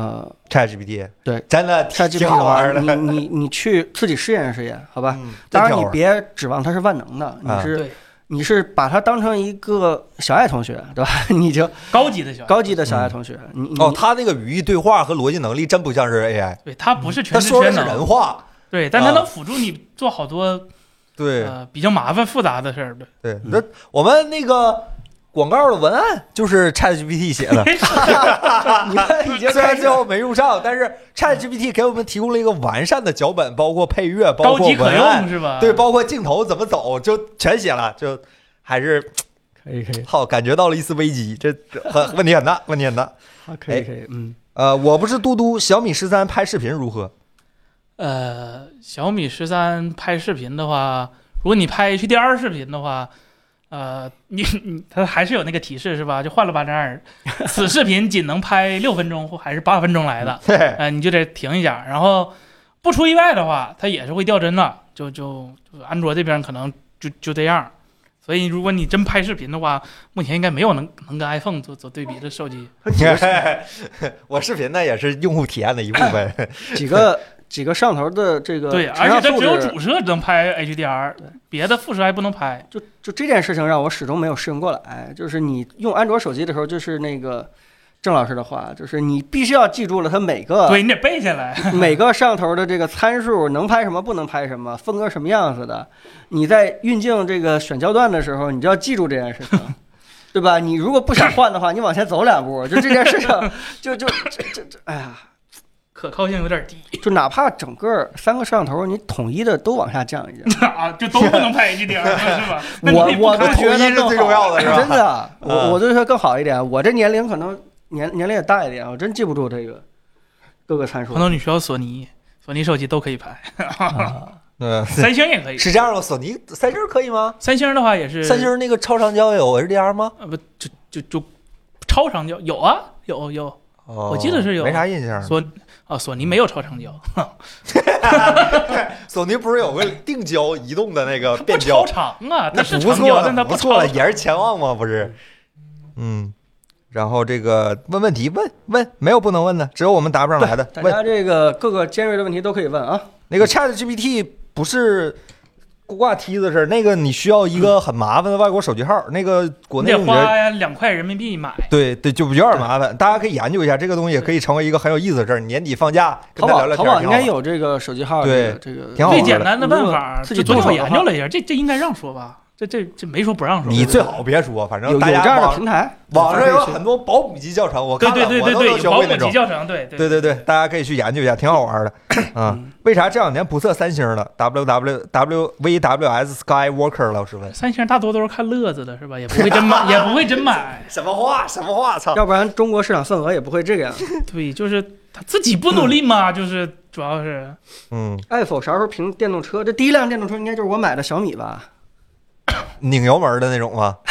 ChatGPT， 对， 真的挺好玩的。 你去自己试验试验，好吧？当然你别指望它是万能的，你是把它当成一个小爱同学，对吧？你就高级的小爱同学。 他那个语义对话和逻辑能力真不像是 AI， 对，他不是全知他说的是人话， 对，但他能辅助你做好多对比较麻烦复杂的事儿， 对。那我们那个广告的文案就是 ChatGPT 写的，虽然最后没用上，但是 ChatGPT 给我们提供了一个完善的脚本，包括配乐，包括文案， 是吧？ 对，包括镜头怎么走，就全写了，就还是可以， 好，感觉到了一丝危机，这问题很大，问题很大。 可以， 我不是嘟嘟，小米13拍视频如何？ 小米13拍视频的话，如果你拍 HDR 视频的话。它还是有那个提示是吧？就换了8.2，此视频仅能拍6分钟或还是8分钟来的，你就得停一下。然后不出意外的话，它也是会掉帧的，就安卓这边可能就这样。所以如果你真拍视频的话，目前应该没有能跟 iPhone 做对比的手机。 我视频呢也是用户体验的一部分， 几个摄像头的这个对，而且它只有主摄能拍 HDR， 别的副摄还不能拍。 就这件事情让我始终没有适应过来。就是你用安卓手机的时候，就是那个郑老师的话，就是你必须要记住了它每个， 对你得背下来每个摄像头的这个参数，能拍什么，不能拍什么，风格什么样子的。你在运镜这个选焦段的时候，你就要记住这件事情。对吧？你如果不想换的话，你往前走2步，就这件事情，哎呀。 可靠性有点低， 就哪怕整个3个摄像头你统一的都往下降一降啊，就都不能拍 HDR 是吧？ 我都觉得是最重要的，是吧？ 真的，我就觉得更好一点。我这年龄可能年龄也大一点，我真记不住这个各个参数。 可能你需要索尼手机都可以拍，三星也可以。 是这样吗？三星可以吗？ 三星的话也是。 三星那个超长焦有 HDR 吗？ 不，就超长焦有啊，有。我记得是有， 没啥印象。 索尼没有超长焦， 索尼不是有个定焦移动的那个变焦？ 超长啊，它是长焦，但它不错了，也是潜望吗？不是，然后这个问题问，没有不能问的，只有我们答不上来的。 大家这个各个尖锐的问题都可以问啊。 那个 ChatGPT 不是挂梯子事，那个你需要一个很麻烦的外国手机号，那个国内得花2块人民币买。 对，就有点麻烦。大家可以研究一下这个东西，也可以成为一个很有意思的事儿。年底放假跟他聊聊天， 淘宝应该有这个手机号， 对， 这个挺好玩的。 最简单的办法， 自己最后研究了一下，这应该让说吧？这没说不让说。 你最好别说，反正有这样的平台， 网上有很多保姆级教程，我看了， 对，保姆级教程，对， 大家可以去研究一下，挺好玩的啊。为啥这两年不测三星了 ？VWS Skywalker 老师问。 三星大多都是看乐子的，是吧？也不会真买，也不会真买。 什么话？操！ 要不然中国市场份额也不会这个样。 对，就是他自己不努力嘛，就是主要是。 iPhone 啥时候评电动车？这第一辆电动车应该就是我买的小米吧？ 拧油门的那种吗？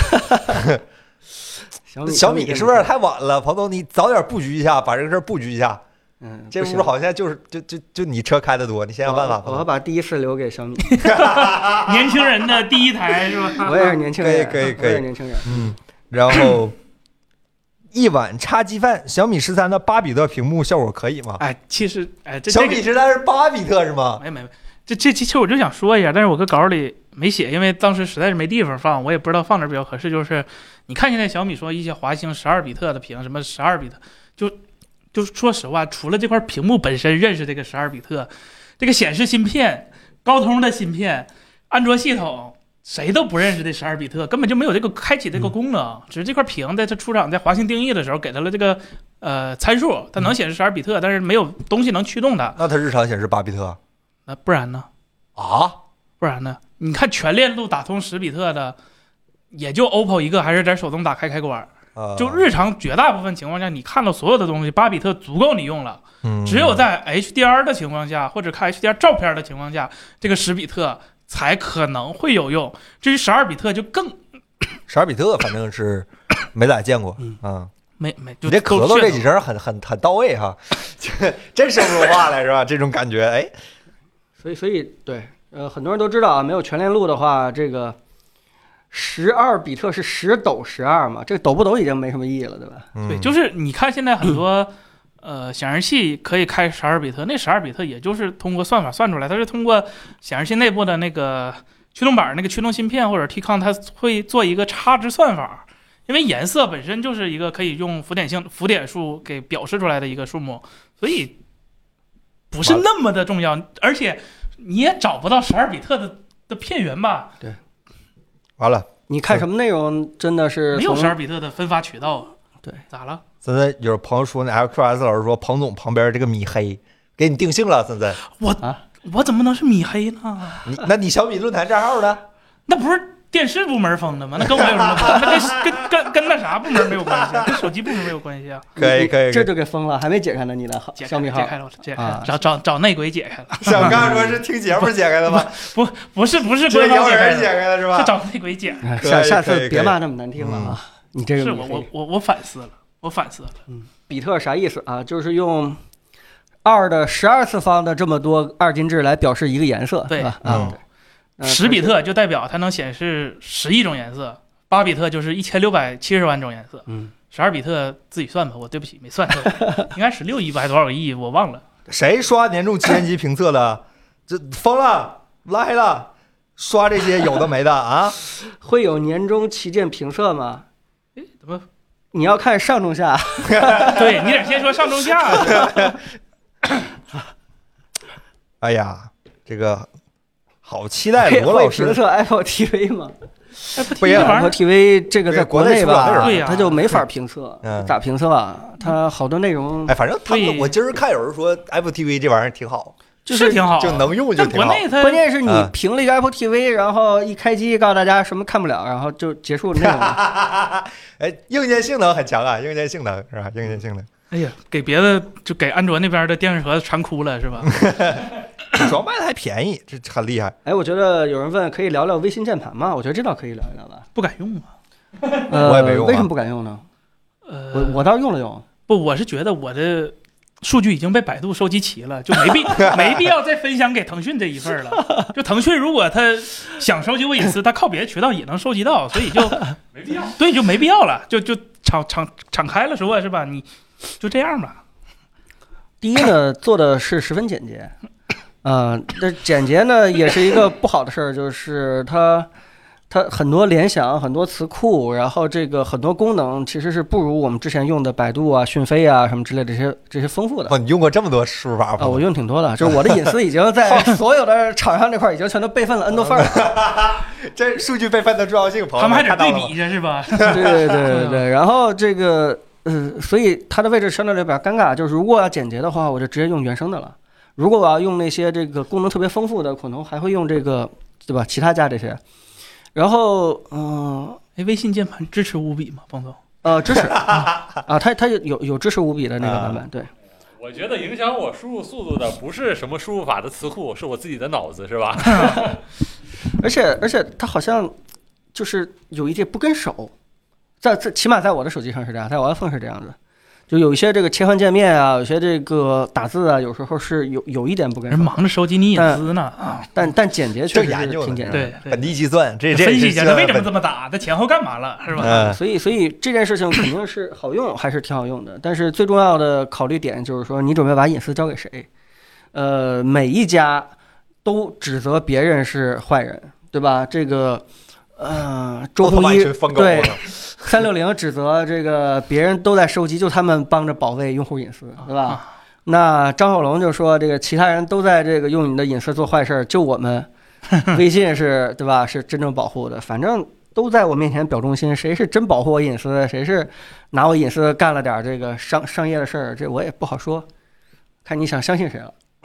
小米是不是太晚了？彭总，你早点布局一下，把这个事儿布局一下。这屋好像就是就你车开的多，你想想办法。 我要把第一次留给小米。 年轻人的第一台是吧？ 我也是年轻人， 可以， 我也是年轻人。 然后一碗叉鸡饭，小米13的8比特屏幕效果可以吗？ 其实这小米13是8比特是吗？ 没。这其实我就想说一下，但是我搁稿里没写，因为当时实在是没地方放，我也不知道放哪比较合适。就是你看现在小米说一些华星12比特的屏，什么12比特，就说实话，除了这块屏幕本身认识这个12比特，这个显示芯片、高通的芯片、安卓系统，谁都不认识这12比特，根本就没有这个开启这个功能。只是这块屏在它出厂在华星定义的时候给它了这个参数，它能显示12比特，但是没有东西能驱动它。 那它日常显示8比特？ 不然呢？ 不然呢？你看全链路打通10比特的，也就 OPPO 一个，还是在手动打开关。就日常绝大部分情况下，你看到所有的东西8比特足够你用了。只有在 HDR 的情况下，或者看 HDR 照片的情况下，这个10比特才可能会有用。至于12比特就更 ，12比特反正是没咋见过啊。 没， 你这咳嗽这几声很到位哈，真生说话了是吧？这种感觉，哎， 所以对，很多人都知道啊，没有全链路的话，这个12比特是10抖12嘛，这个抖不抖已经没什么意义了，对吧？ 对，就是你看现在很多显示器可以开12比特，那12比特也就是通过算法算出来，它是通过显示器内部的那个驱动板那个驱动芯片或者 Tcon， 它会做一个差值算法。因为颜色本身就是一个可以用浮点数给表示出来的一个数目，所以不是那么的重要，而且你也找不到12比特的片源吧？ 对， 完了， 你看什么内容真的是没有12比特的分发渠道啊？ 对， 咋了？ 森森有朋友说那 LQS 老师说彭总旁边这个米黑给你定性了，森森， 我怎么能是米黑呢？ 那你小米论坛账号呢？ 那不是电视部门封的吗？那跟我有什么关系？那跟那啥部门没有关系啊，跟手机部门没有关系啊。 可以， 这就给封了，还没解开呢，你的小米号解开了，找内鬼解开了。 想刚才说是听节目解开的吗？ 不是官方解开的是吧？ 是找内鬼解。 下次别骂那么难听了啊！你这个是我反思了。 比特啥意思啊？就是用2的12次方的这么多2进制来表示一个颜色， 对吧？ 啊。 10比特就代表它能显示10亿种颜色，8比特就是1670万种颜色。12比特自己算吧，我对不起没算出来，应该16亿吧，还多少个亿我忘了。 谁刷年终7年级评测的？这疯了，拉黑了，刷这些有的没的啊？ 会有年终旗舰评测吗？ 哎，怎么？ 你要看上中下。 对，你得先说上中下。 哎呀，这个。好期待罗老师会评测 Apple TV 吗？ 不也 Apple TV 这个在国内吧， 对呀， 它就没法评测。咋评测啊？它好多内容， 哎，反正他们我今儿看有人说 Apple TV 这玩意儿挺好， 就是挺好， 就能用就挺好。 关键是你评了一个 Apple TV，然后一开机告诉大家什么看不了，然后就结束内容了。 哎，硬件性能很强啊，硬件性能是吧？硬件性能。 哎呀，给别的就给安卓那边的电视盒子馋哭了是吧？ 主要卖的还便宜，这很厉害。 哎，我觉得有人问可以聊聊微信键盘吗？我觉得这倒可以聊一聊吧。 不敢用啊。 我也没用。 为什么不敢用呢？我倒是用了用。 不，我是觉得我的数据已经被百度收集齐了，就没必要再分享给腾讯这一份了。就腾讯如果他想收集我隐私，他靠别的渠道也能收集到，所以就没必要。 对，就没必要了，就敞开了说是吧？你就这样吧。 第一呢，做的是十分简洁。这简洁呢也是一个不好的事儿，就是它很多联想、很多词库，然后这个很多功能其实是不如我们之前用的百度啊、讯飞啊什么之类的这些丰富的。 哦，你用过这么多输入法啊？我用挺多的，就是我的隐私已经在所有的厂商这块已经全都备份了 N 多份了。 这数据备份的重要性， 他们还得对比着是吧？ 对。然后这个所以它的位置相对来比较尴尬，就是如果要简洁的话，我就直接用原生的了。如果我要用那些这个功能特别丰富的，可能还会用这个，对吧？其他家这些。然后， 微信键盘支持5笔吗，彭总？ 支持啊，它有支持5笔的那个版本，对。 我觉得影响我输入速度的不是什么输入法的词库，是我自己的脑子，是吧？ 而且它好像就是有一些不跟手，起码在我的手机上是这样，在我 iPhone 是这样的。就有一些这个切换界面啊，有些这个打字啊，有时候是有一点不跟手。 人忙着收集你隐私呢但简洁确实是挺简单。 对， 本地计算，这分析一下他为什么这么打，他前后干嘛了，是吧？ 所以这件事情肯定是好用，还是挺好用的。但是最重要的考虑点就是说，你准备把隐私交给谁？每一家都指责别人是坏人，对吧？这个周鸿祎对。360指责这个别人都在收集，就他们帮着保卫用户隐私，对吧？那张小龙就说这个其他人都在这个用你的隐私做坏事，就我们微信是对吧？是真正保护的，反正都在我面前表忠心，谁是真保护我隐私，谁是拿我隐私干了点这个商业的事儿，这我也不好说，看你想相信谁了。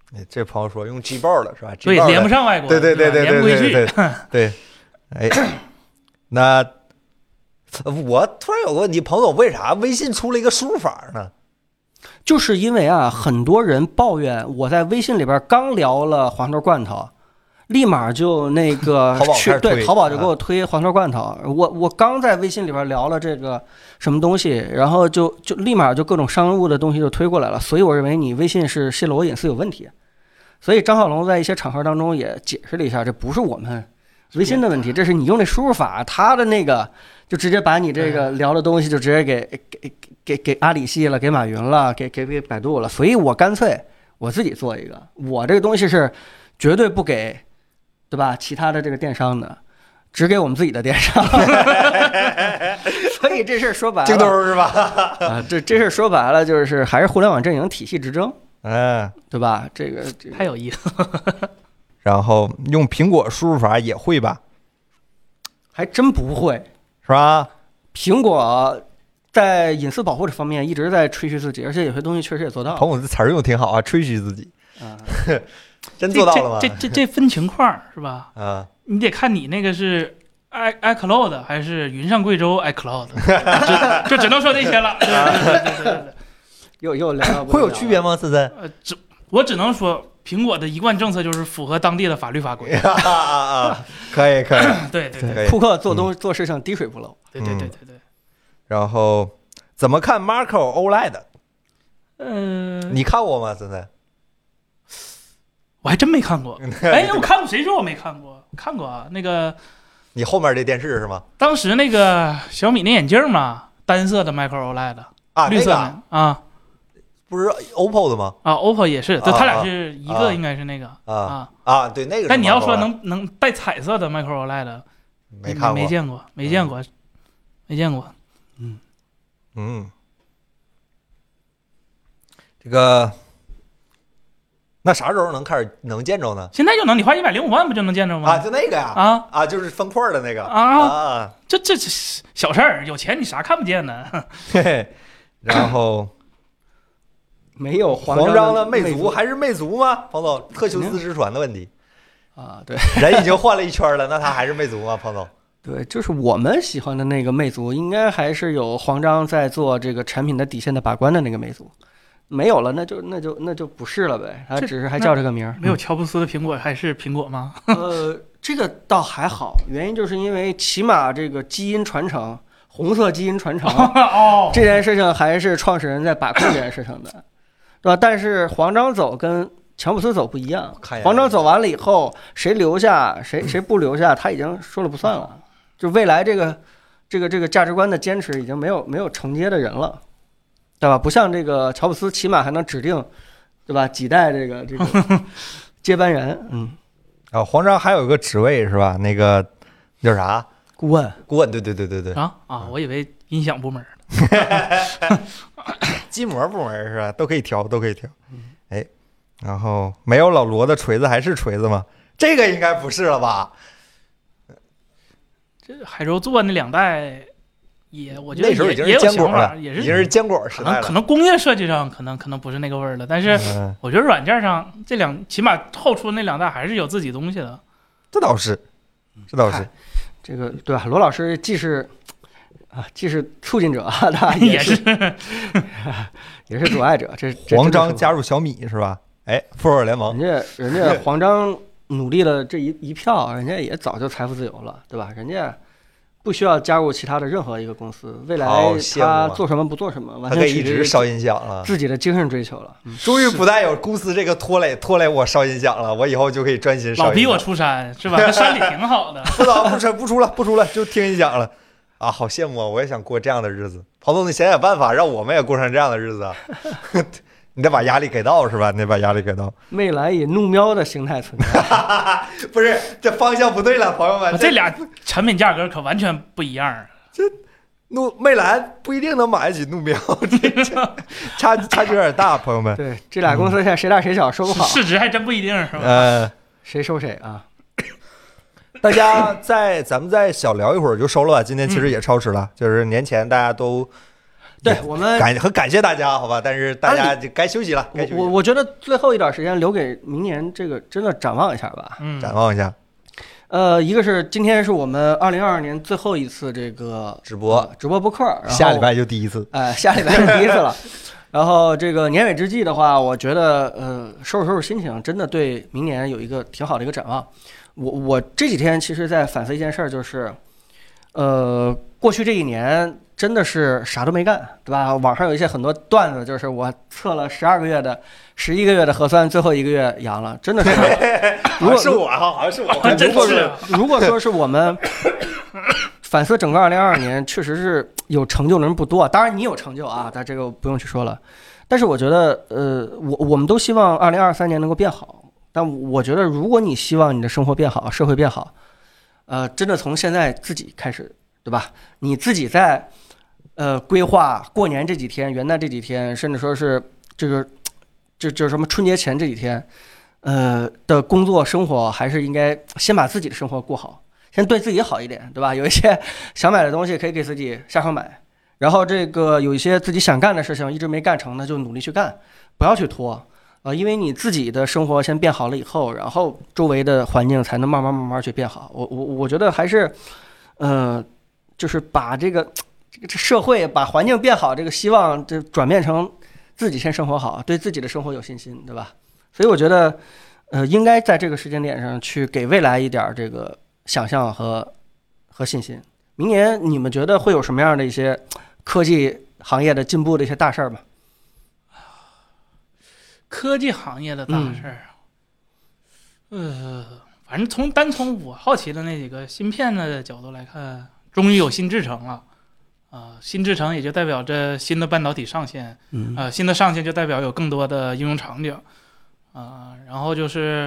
这朋友说用 G 爆了是吧？ 对，连不上外国， 对， 连不回去。 对，哎，那我突然有个问题，彭总，为啥微信出了一个输入法呢？ 就是因为啊，很多人抱怨我在微信里边刚聊了黄豆罐头，立马就那个对淘宝就给我推黄豆罐头。我刚在微信里边聊了这个什么东西，然后就立马就各种商务的东西就推过来了。所以我认为你微信是泄露我隐私有问题。所以张小龙在一些场合当中也解释了一下，这不是我们微信的问题，这是你用那输入法，他的那个就直接把你这个聊的东西就直接给阿里系了，给马云了，给百度了。所以我干脆我自己做一个，我这个东西是绝对不给，对吧？其他的这个电商的，只给我们自己的电商。所以这事说白了， 京东是吧？ 啊，这事说白了就是还是互联网阵营体系之争。对吧？这个太有意思。 然后用苹果输入法也会吧？ 还真不会， 是吧？ 苹果在隐私保护这方面一直在吹嘘自己，而且有些东西确实也做到了。 彭总这词儿用的挺好啊，吹嘘自己。真做到了吗？ 这分情况是吧？ 啊， 你得看你那个是iCloud 还是云上贵州 iCloud， 就只能说这些了。对。 又聊会有区别吗？森森？ 我只能说，苹果的一贯政策就是符合当地的法律法规。 可以。 对， 库克做事情滴水不漏。 对。 然后怎么看 Macro OLED？你看过吗？森森？ 我还真没看过。哎，我看过，谁说我没看过？看过啊，那个。 你后面这电视是吗？ 当时那个小米那眼镜嘛，单色的 Macro OLED。绿色的啊， 不是 OPPO 的吗？ 啊 ，OPPO 也是，他俩是一个，应该是那个对那个。 但你要说能带彩色的 Macro OLED， 没看过， 没见过。 这个那啥时候能见着呢？ 现在就能，你花105万不就能见着吗？ 就那个呀，就是分块的那个这小事儿，有钱你啥看不见呢？ 然后没有黄章的魅族还是魅族吗？彭总，特修斯之船的问题对， 人已经换了一圈了，那他还是魅族吗？彭总， 对，就是我们喜欢的那个魅族，应该还是有黄章在做这个产品的底线的把关的那个魅族。没有了，那就不是了呗，它只是还叫这个名儿。 没有乔布斯的苹果还是苹果吗？ 这个倒还好，原因就是因为起码这个基因传承，红色基因传承这件事情还是创始人在把控这件事情的，对吧？但是黄章走跟乔布斯走不一样，黄章走完了以后，谁留下谁不留下，他已经说了不算了，就未来这个价值观的坚持已经没有承接的人了。对吧？不像这个乔布斯，起码还能指定，对吧？几代这个接班人。 黄章还有一个职位是吧？那个叫啥？ 顾问。 对。 我以为音响部门。 机模部门是吧？都可以调。然后没有老罗的锤子还是锤子吗？这个应该不是了吧？ 这海州做那2代。我觉得那时候已经是坚果了， 已经是坚果时代了。 可能工业设计上可能不是那个味儿了，但是我觉得软件上起码后出那2代还是有自己东西的。 这倒是。 这个对吧？罗老师既是促进者，他也是阻碍者。这黄章加入小米是吧？复仇者联盟， 人家黄章努力了这一票，人家也早就财富自由了，对吧？人家。不需要加入其他的任何一个公司，未来他做什么不做什么，完全一直烧音响了， 自己的精神追求了。 终于不再有公司这个拖累我烧音响了，我以后就可以专心烧音响。 老逼我出山是吧？那山里挺好的。 不出了，就听音响了啊！好羡慕啊！我也想过这样的日子。彭总，你想想办法，让我们也过上这样的日子啊！你得把压力给到是吧？你得把压力给到。 未来以怒喵的形态存在， 不是这方向不对了，朋友们。 这俩产品价格可完全不一样。 这魅蓝不一定能买得起怒喵，差距有点大，朋友们。 对，这俩公司现在谁大谁小说不好， 市值还真不一定是吧？ 谁收谁啊？ 大家咱们再小聊一会儿就收了吧。今天其实也超时了，就是年前大家都对我们感谢大家，好吧？但是大家就该休息了，该休息了。 我觉得最后一点时间留给明年，这个真的展望一下吧。 展望一下。 一个是今天是我们2022年最后一次这个直播播客， 下礼拜就第一次。 下礼拜就第一次了。然后这个年尾之际的话，我觉得收拾心情，真的对明年有一个挺好的一个展望。我这几天其实在反思一件事儿，就是过去这一年真的是啥都没干，对吧？网上有一些很多段子，就是我测了12个月的、11个月的核酸，最后1个月阳了，真的是。 好像是我哈，好像是我。 如果说是我们反思整个2022年，确实是有成就的人不多。当然你有成就啊，但这个不用去说了。但是我觉得，我们都希望2023年能够变好。但我觉得，如果你希望你的生活变好，社会变好，真的从现在自己开始，对吧？你自己在规划过年这几天、元旦这几天，甚至说是就是什么春节前这几天，的工作生活，还是应该先把自己的生活过好，先对自己好一点，对吧？有一些想买的东西可以给自己下手买，然后这个有一些自己想干的事情一直没干成的，就努力去干，不要去拖。因为你自己的生活先变好了以后，然后周围的环境才能慢慢去变好。我觉得还是，就是把这社会把环境变好，这个希望就转变成自己先生活好，对自己的生活有信心，对吧？所以我觉得，应该在这个时间点上去给未来一点这个想象和信心。明年你们觉得会有什么样的一些科技行业的进步的一些大事儿吗？ 科技行业的大事儿，反正单从我好奇的那几个芯片的角度来看，终于有新制程了，新制程也就代表着新的半导体上线，新的上线就代表有更多的应用场景，然后就是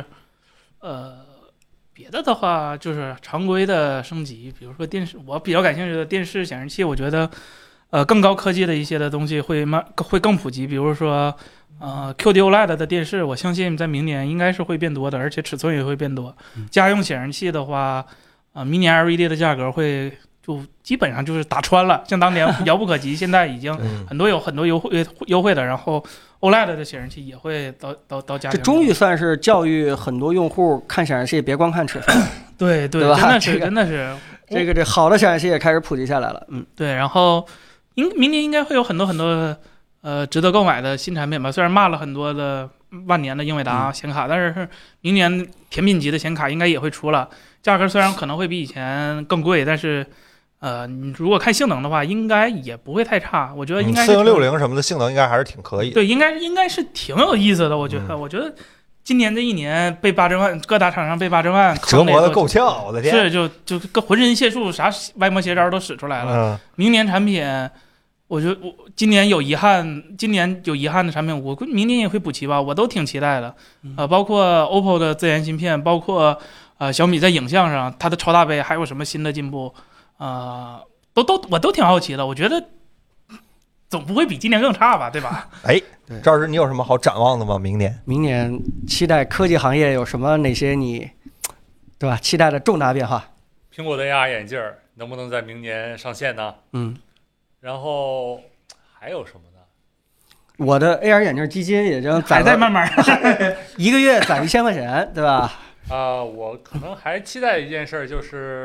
别的话就是常规的升级，比如说电视，我比较感兴趣的电视显示器，我觉得更高科技的一些的东西会更普及，比如说。QD OLED 的电视，我相信在明年应该是会变多的，而且尺寸也会变多。家用显示器的话，明年 LED 的价格会就基本上就是打穿了，像当年遥不可及，现在已经有很多优惠的。然后 OLED 的显示器也会到家。 这终于算是教育很多用户看显示器别光看尺寸， 对吧？ 真的是这好的显示器也开始普及下来了。 对，然后明年应该会有很多。值得购买的新产品吧，虽然骂了很多的万年的英伟达显卡，但是明年甜品级的显卡应该也会出了，价格虽然可能会比以前更贵，但是你如果看性能的话，应该也不会太差。我觉得应该 4060什么的性能应该还是挺可以的。 对，应该是挺有意思的。我觉得今年这一年被8000万各大厂商被8000万折磨的够呛，我的天！ 是就浑身解数，啥歪魔邪招都使出来了。明年产品。我觉得今年有遗憾的产品，我明年也会补齐吧，我都挺期待的。包括 OPPO 的自研芯片，包括小米在影像上它的超大杯还有什么新的进步，我都挺好奇的。我觉得总不会比今年更差吧，对吧？ 赵老师，你有什么好展望的吗？明年期待科技行业有什么哪些你对吧期待的重大变化？ 苹果的 AR 眼镜能不能在明年上线呢？然后还有什么呢？ 我的 AR 眼镜基金已经还在慢慢 1个月攒1000块钱，对吧？ 我可能还期待一件事，就是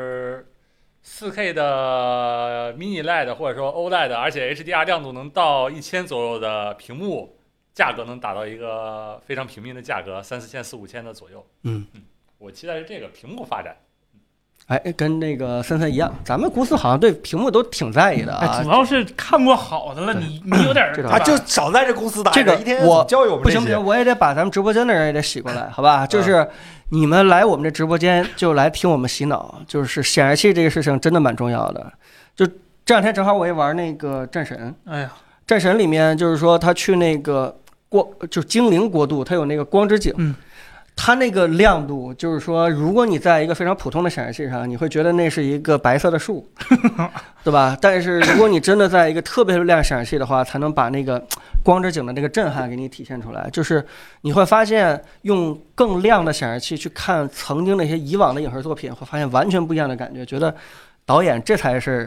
4K 的 Mini LED 或者说 OLED， 而且 HDR 亮度能到1000左右的屏幕，价格能达到一个非常平民的价格，3、4千、4、5千的左右。我期待是这个屏幕发展。 跟那个森森一样，咱们公司好像对屏幕都挺在意的啊。 主要是看过好的了，你有点就少在这公司待着。 这个一天教育我们不行，我也得把咱们直播间的人也得洗过来，好吧？就是你们来我们这直播间就来听我们洗脑，就是显示器这个事情真的蛮重要的。就这两天正好我也玩那个战神，战神里面就是说他去那个就精灵国度，他有那个光之井。它那个亮度，就是说，如果你在一个非常普通的显示器上，你会觉得那是一个白色的树，对吧？但是如果你真的在一个特别亮显示器的话，才能把那个光之井的那个震撼给你体现出来。就是你会发现，用更亮的显示器去看曾经那些以往的影视作品，会发现完全不一样的感觉。觉得导演这才是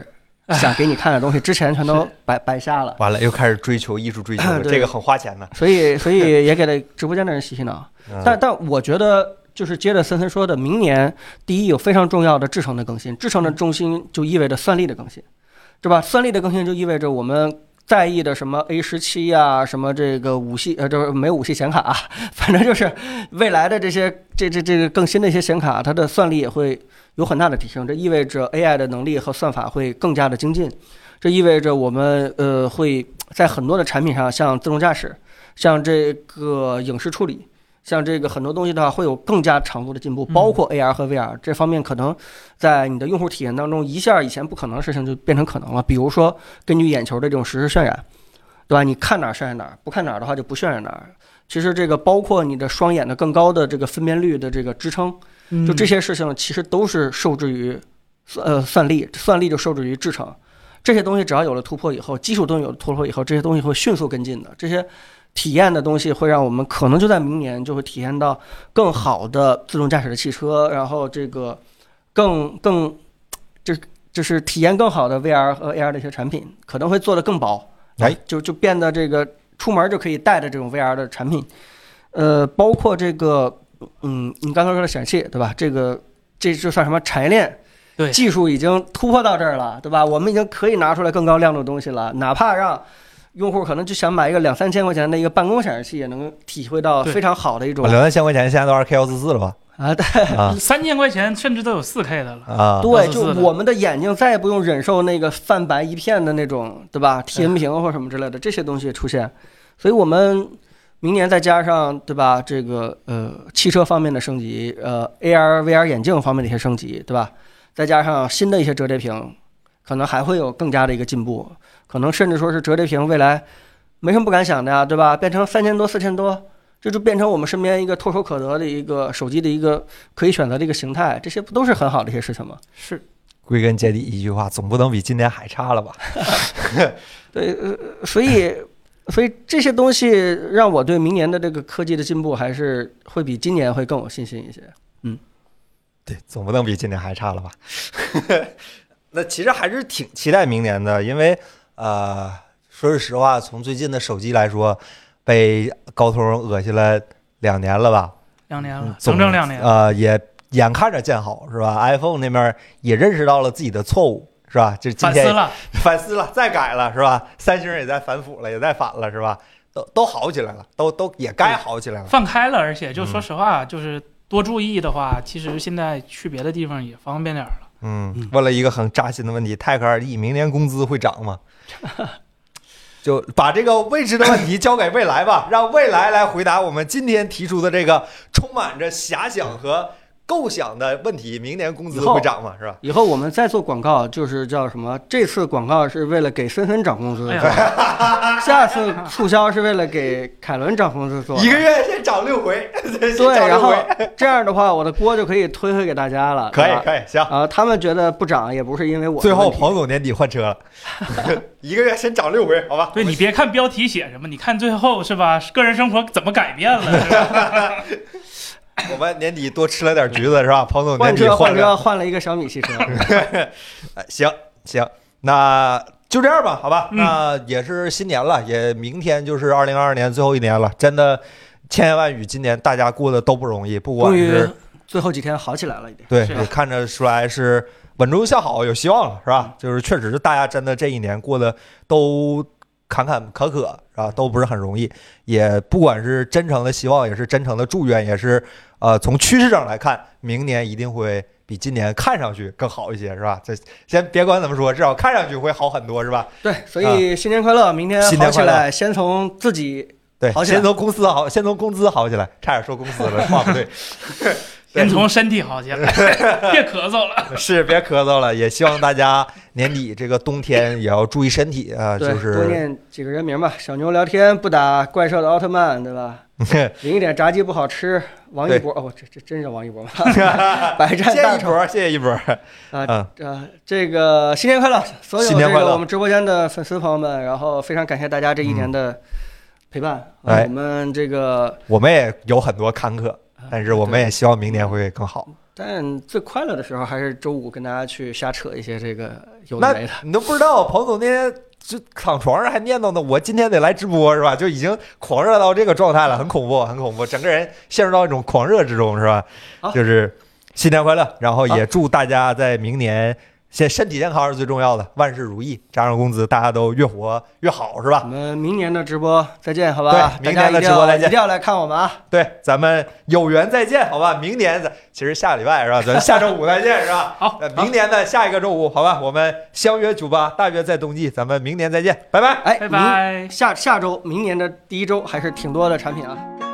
想给你看的东西，之前全都白瞎了。 完了又开始追求艺术追求了，这个很花钱的。 所以也给了直播间的人洗脑。但我觉得就是接着森森说的，明年第一有非常重要的制程的更新，制程的中心就意味着算力的更新，对吧？算力的更新就意味着我们在意的什么 A17呀，什么这个5系就是没有5系显卡啊，反正就是未来的这些这个更新的一些显卡，它的算力也会有很大的提升。这意味着 AI 的能力和算法会更加的精进，这意味着我们会在很多的产品上，像自动驾驶，像这个影视处理，像这个很多东西的话，会有更加长足的进步，包括 AR 和 VR 这方面，可能在你的用户体验当中，一下以前不可能的事情就变成可能了。比如说，根据眼球的这种实时渲染，对吧？你看哪儿渲染哪儿，不看哪儿的话就不渲染哪儿。其实这个包括你的双眼的更高的这个分辨率的这个支撑，就这些事情其实都是受制于算力就受制于制程。这些东西只要有了突破以后，技术东西有了突破以后，这些东西会迅速跟进的。这些体验的东西会让我们可能就在明年就会体验到更好的自动驾驶的汽车，然后这个就是体验更好的 VR 和 AR 的一些产品，可能会做得更薄，就变得这个出门就可以带的这种 VR 的产品，包括这个你刚才说的显示器，对吧？这就算什么产业链？ 对， 技术已经突破到这儿了，对吧？我们已经可以拿出来更高亮度的东西了，哪怕让用户可能就想买一个2-3千块钱的一个办公显示器，也能体会到非常好的一种。 2-3千块钱现在都2K144了吧？ 啊，对 ，3000块钱甚至都有4K 的了啊。 对，就我们的眼睛再也不用忍受那个泛白一片的那种，对吧？体温屏或什么之类的这些东西出现，所以我们明年再加上，对吧？这个汽车方面的升级，AR、VR 眼镜方面的一些升级，对吧？再加上新的一些折叠屏，可能还会有更加的一个进步，可能甚至说是折叠屏未来没什么不敢想的呀，对吧？变成3000多、4000多，这就变成我们身边一个唾手可得的一个手机的一个可以选择的一个形态，这些不都是很好的一些事情吗？ 是， 归根结底一句话，总不能比今年还差了吧？ 对，所以这些东西让我对明年的这个科技的进步还是会比今年会更有信心一些。 对，总不能比今年还差了吧？那其实还是挺期待明年的，因为说实话，从最近的手机来说，被高通恶心了2年了吧 ？2年了，整整2 年。也眼看着见好是吧 ？iPhone 那边也认识到了自己的错误是吧？就今天反思了，再改了是吧？三星也在反腐了，也在反了是吧？都好起来了，都也该好起来了， 放开了，而且就说实话，就是多注意的话，其实现在去别的地方也方便点了。 问了一个很扎心的问题：Tech 2D明年工资会涨吗？就把这个未知的问题交给未来吧，让未来来回答我们今天提出的这个充满着遐想和构想的问题：明年工资会涨吗？是吧？ 以后我们再做广告，就是叫什么？这次广告是为了给森森涨工资，下次促销是为了给凯伦涨工资做。 1个月先涨6回， 对，然后这样的话，我的锅就可以推回给大家了。 可以，行啊，他们觉得不涨也不是因为我。 最后彭总年底换车了，1个月先涨6回，好吧？ 对，你别看标题写什么，你看最后是吧？个人生活怎么改变了？是吧？ 我们年底多吃了点橘子是吧？彭总年底换了一个小米汽车。 行，那就这样吧，好吧？那也是新年了，也明天就是2022年最后一年了，真的千言万语，今年大家过得都不容易，不管是最后几天好起来了一点， 对，也看着出来是稳中向好，有希望了，是吧？就是确实是大家真的这一年过得都坎坎坷坷啊，都不是很容易，也不管是真诚的希望，也是真诚的祝愿，也是从趋势上来看，明年一定会比今年看上去更好一些，是吧？这先别管怎么说，至少看上去会好很多，是吧？ 对，所以新年快乐，明天好起来，先从自己对，先从公司好，先从工资好起来，差点说公司了，话不对。 先从身体好起来，别咳嗽了。 是，别咳嗽了。也希望大家年底这个冬天也要注意身体啊，就是多念几个人名吧。小牛聊天不打怪兽的奥特曼，对吧？零一点炸鸡不好吃，王一博哦，这真是王一博吗？百战大虫，谢谢一博这个新年快乐，所有这个我们直播间的粉丝朋友们，然后非常感谢大家这一年的陪伴。我们这个我们也有很多坎坷。但是我们也希望明年会更好。 但最快乐的时候还是周五跟大家去瞎扯一些这个有的没的。 你都不知道，彭总那天就躺床上还念叨呢，我今天得来直播是吧？就已经狂热到这个状态了，很恐怖，很恐怖，整个人陷入到一种狂热之中是吧？就是新年快乐，然后也祝大家在明年。现身体健康是最重要的，万事如意，加上工资，大家都越活越好，是吧？ 我们明年的直播再见，好吧？ 对，明年的直播再见， 一定要来看我们啊！ 对，咱们有缘再见，好吧？明年其实下礼拜是吧？咱下周五再见，是吧？ 好， 明年的下一个周五，好吧？我们相约酒吧，大约在冬季，咱们明年再见，拜拜。 哎， 拜拜。 下周明年的第一周还是挺多的产品啊。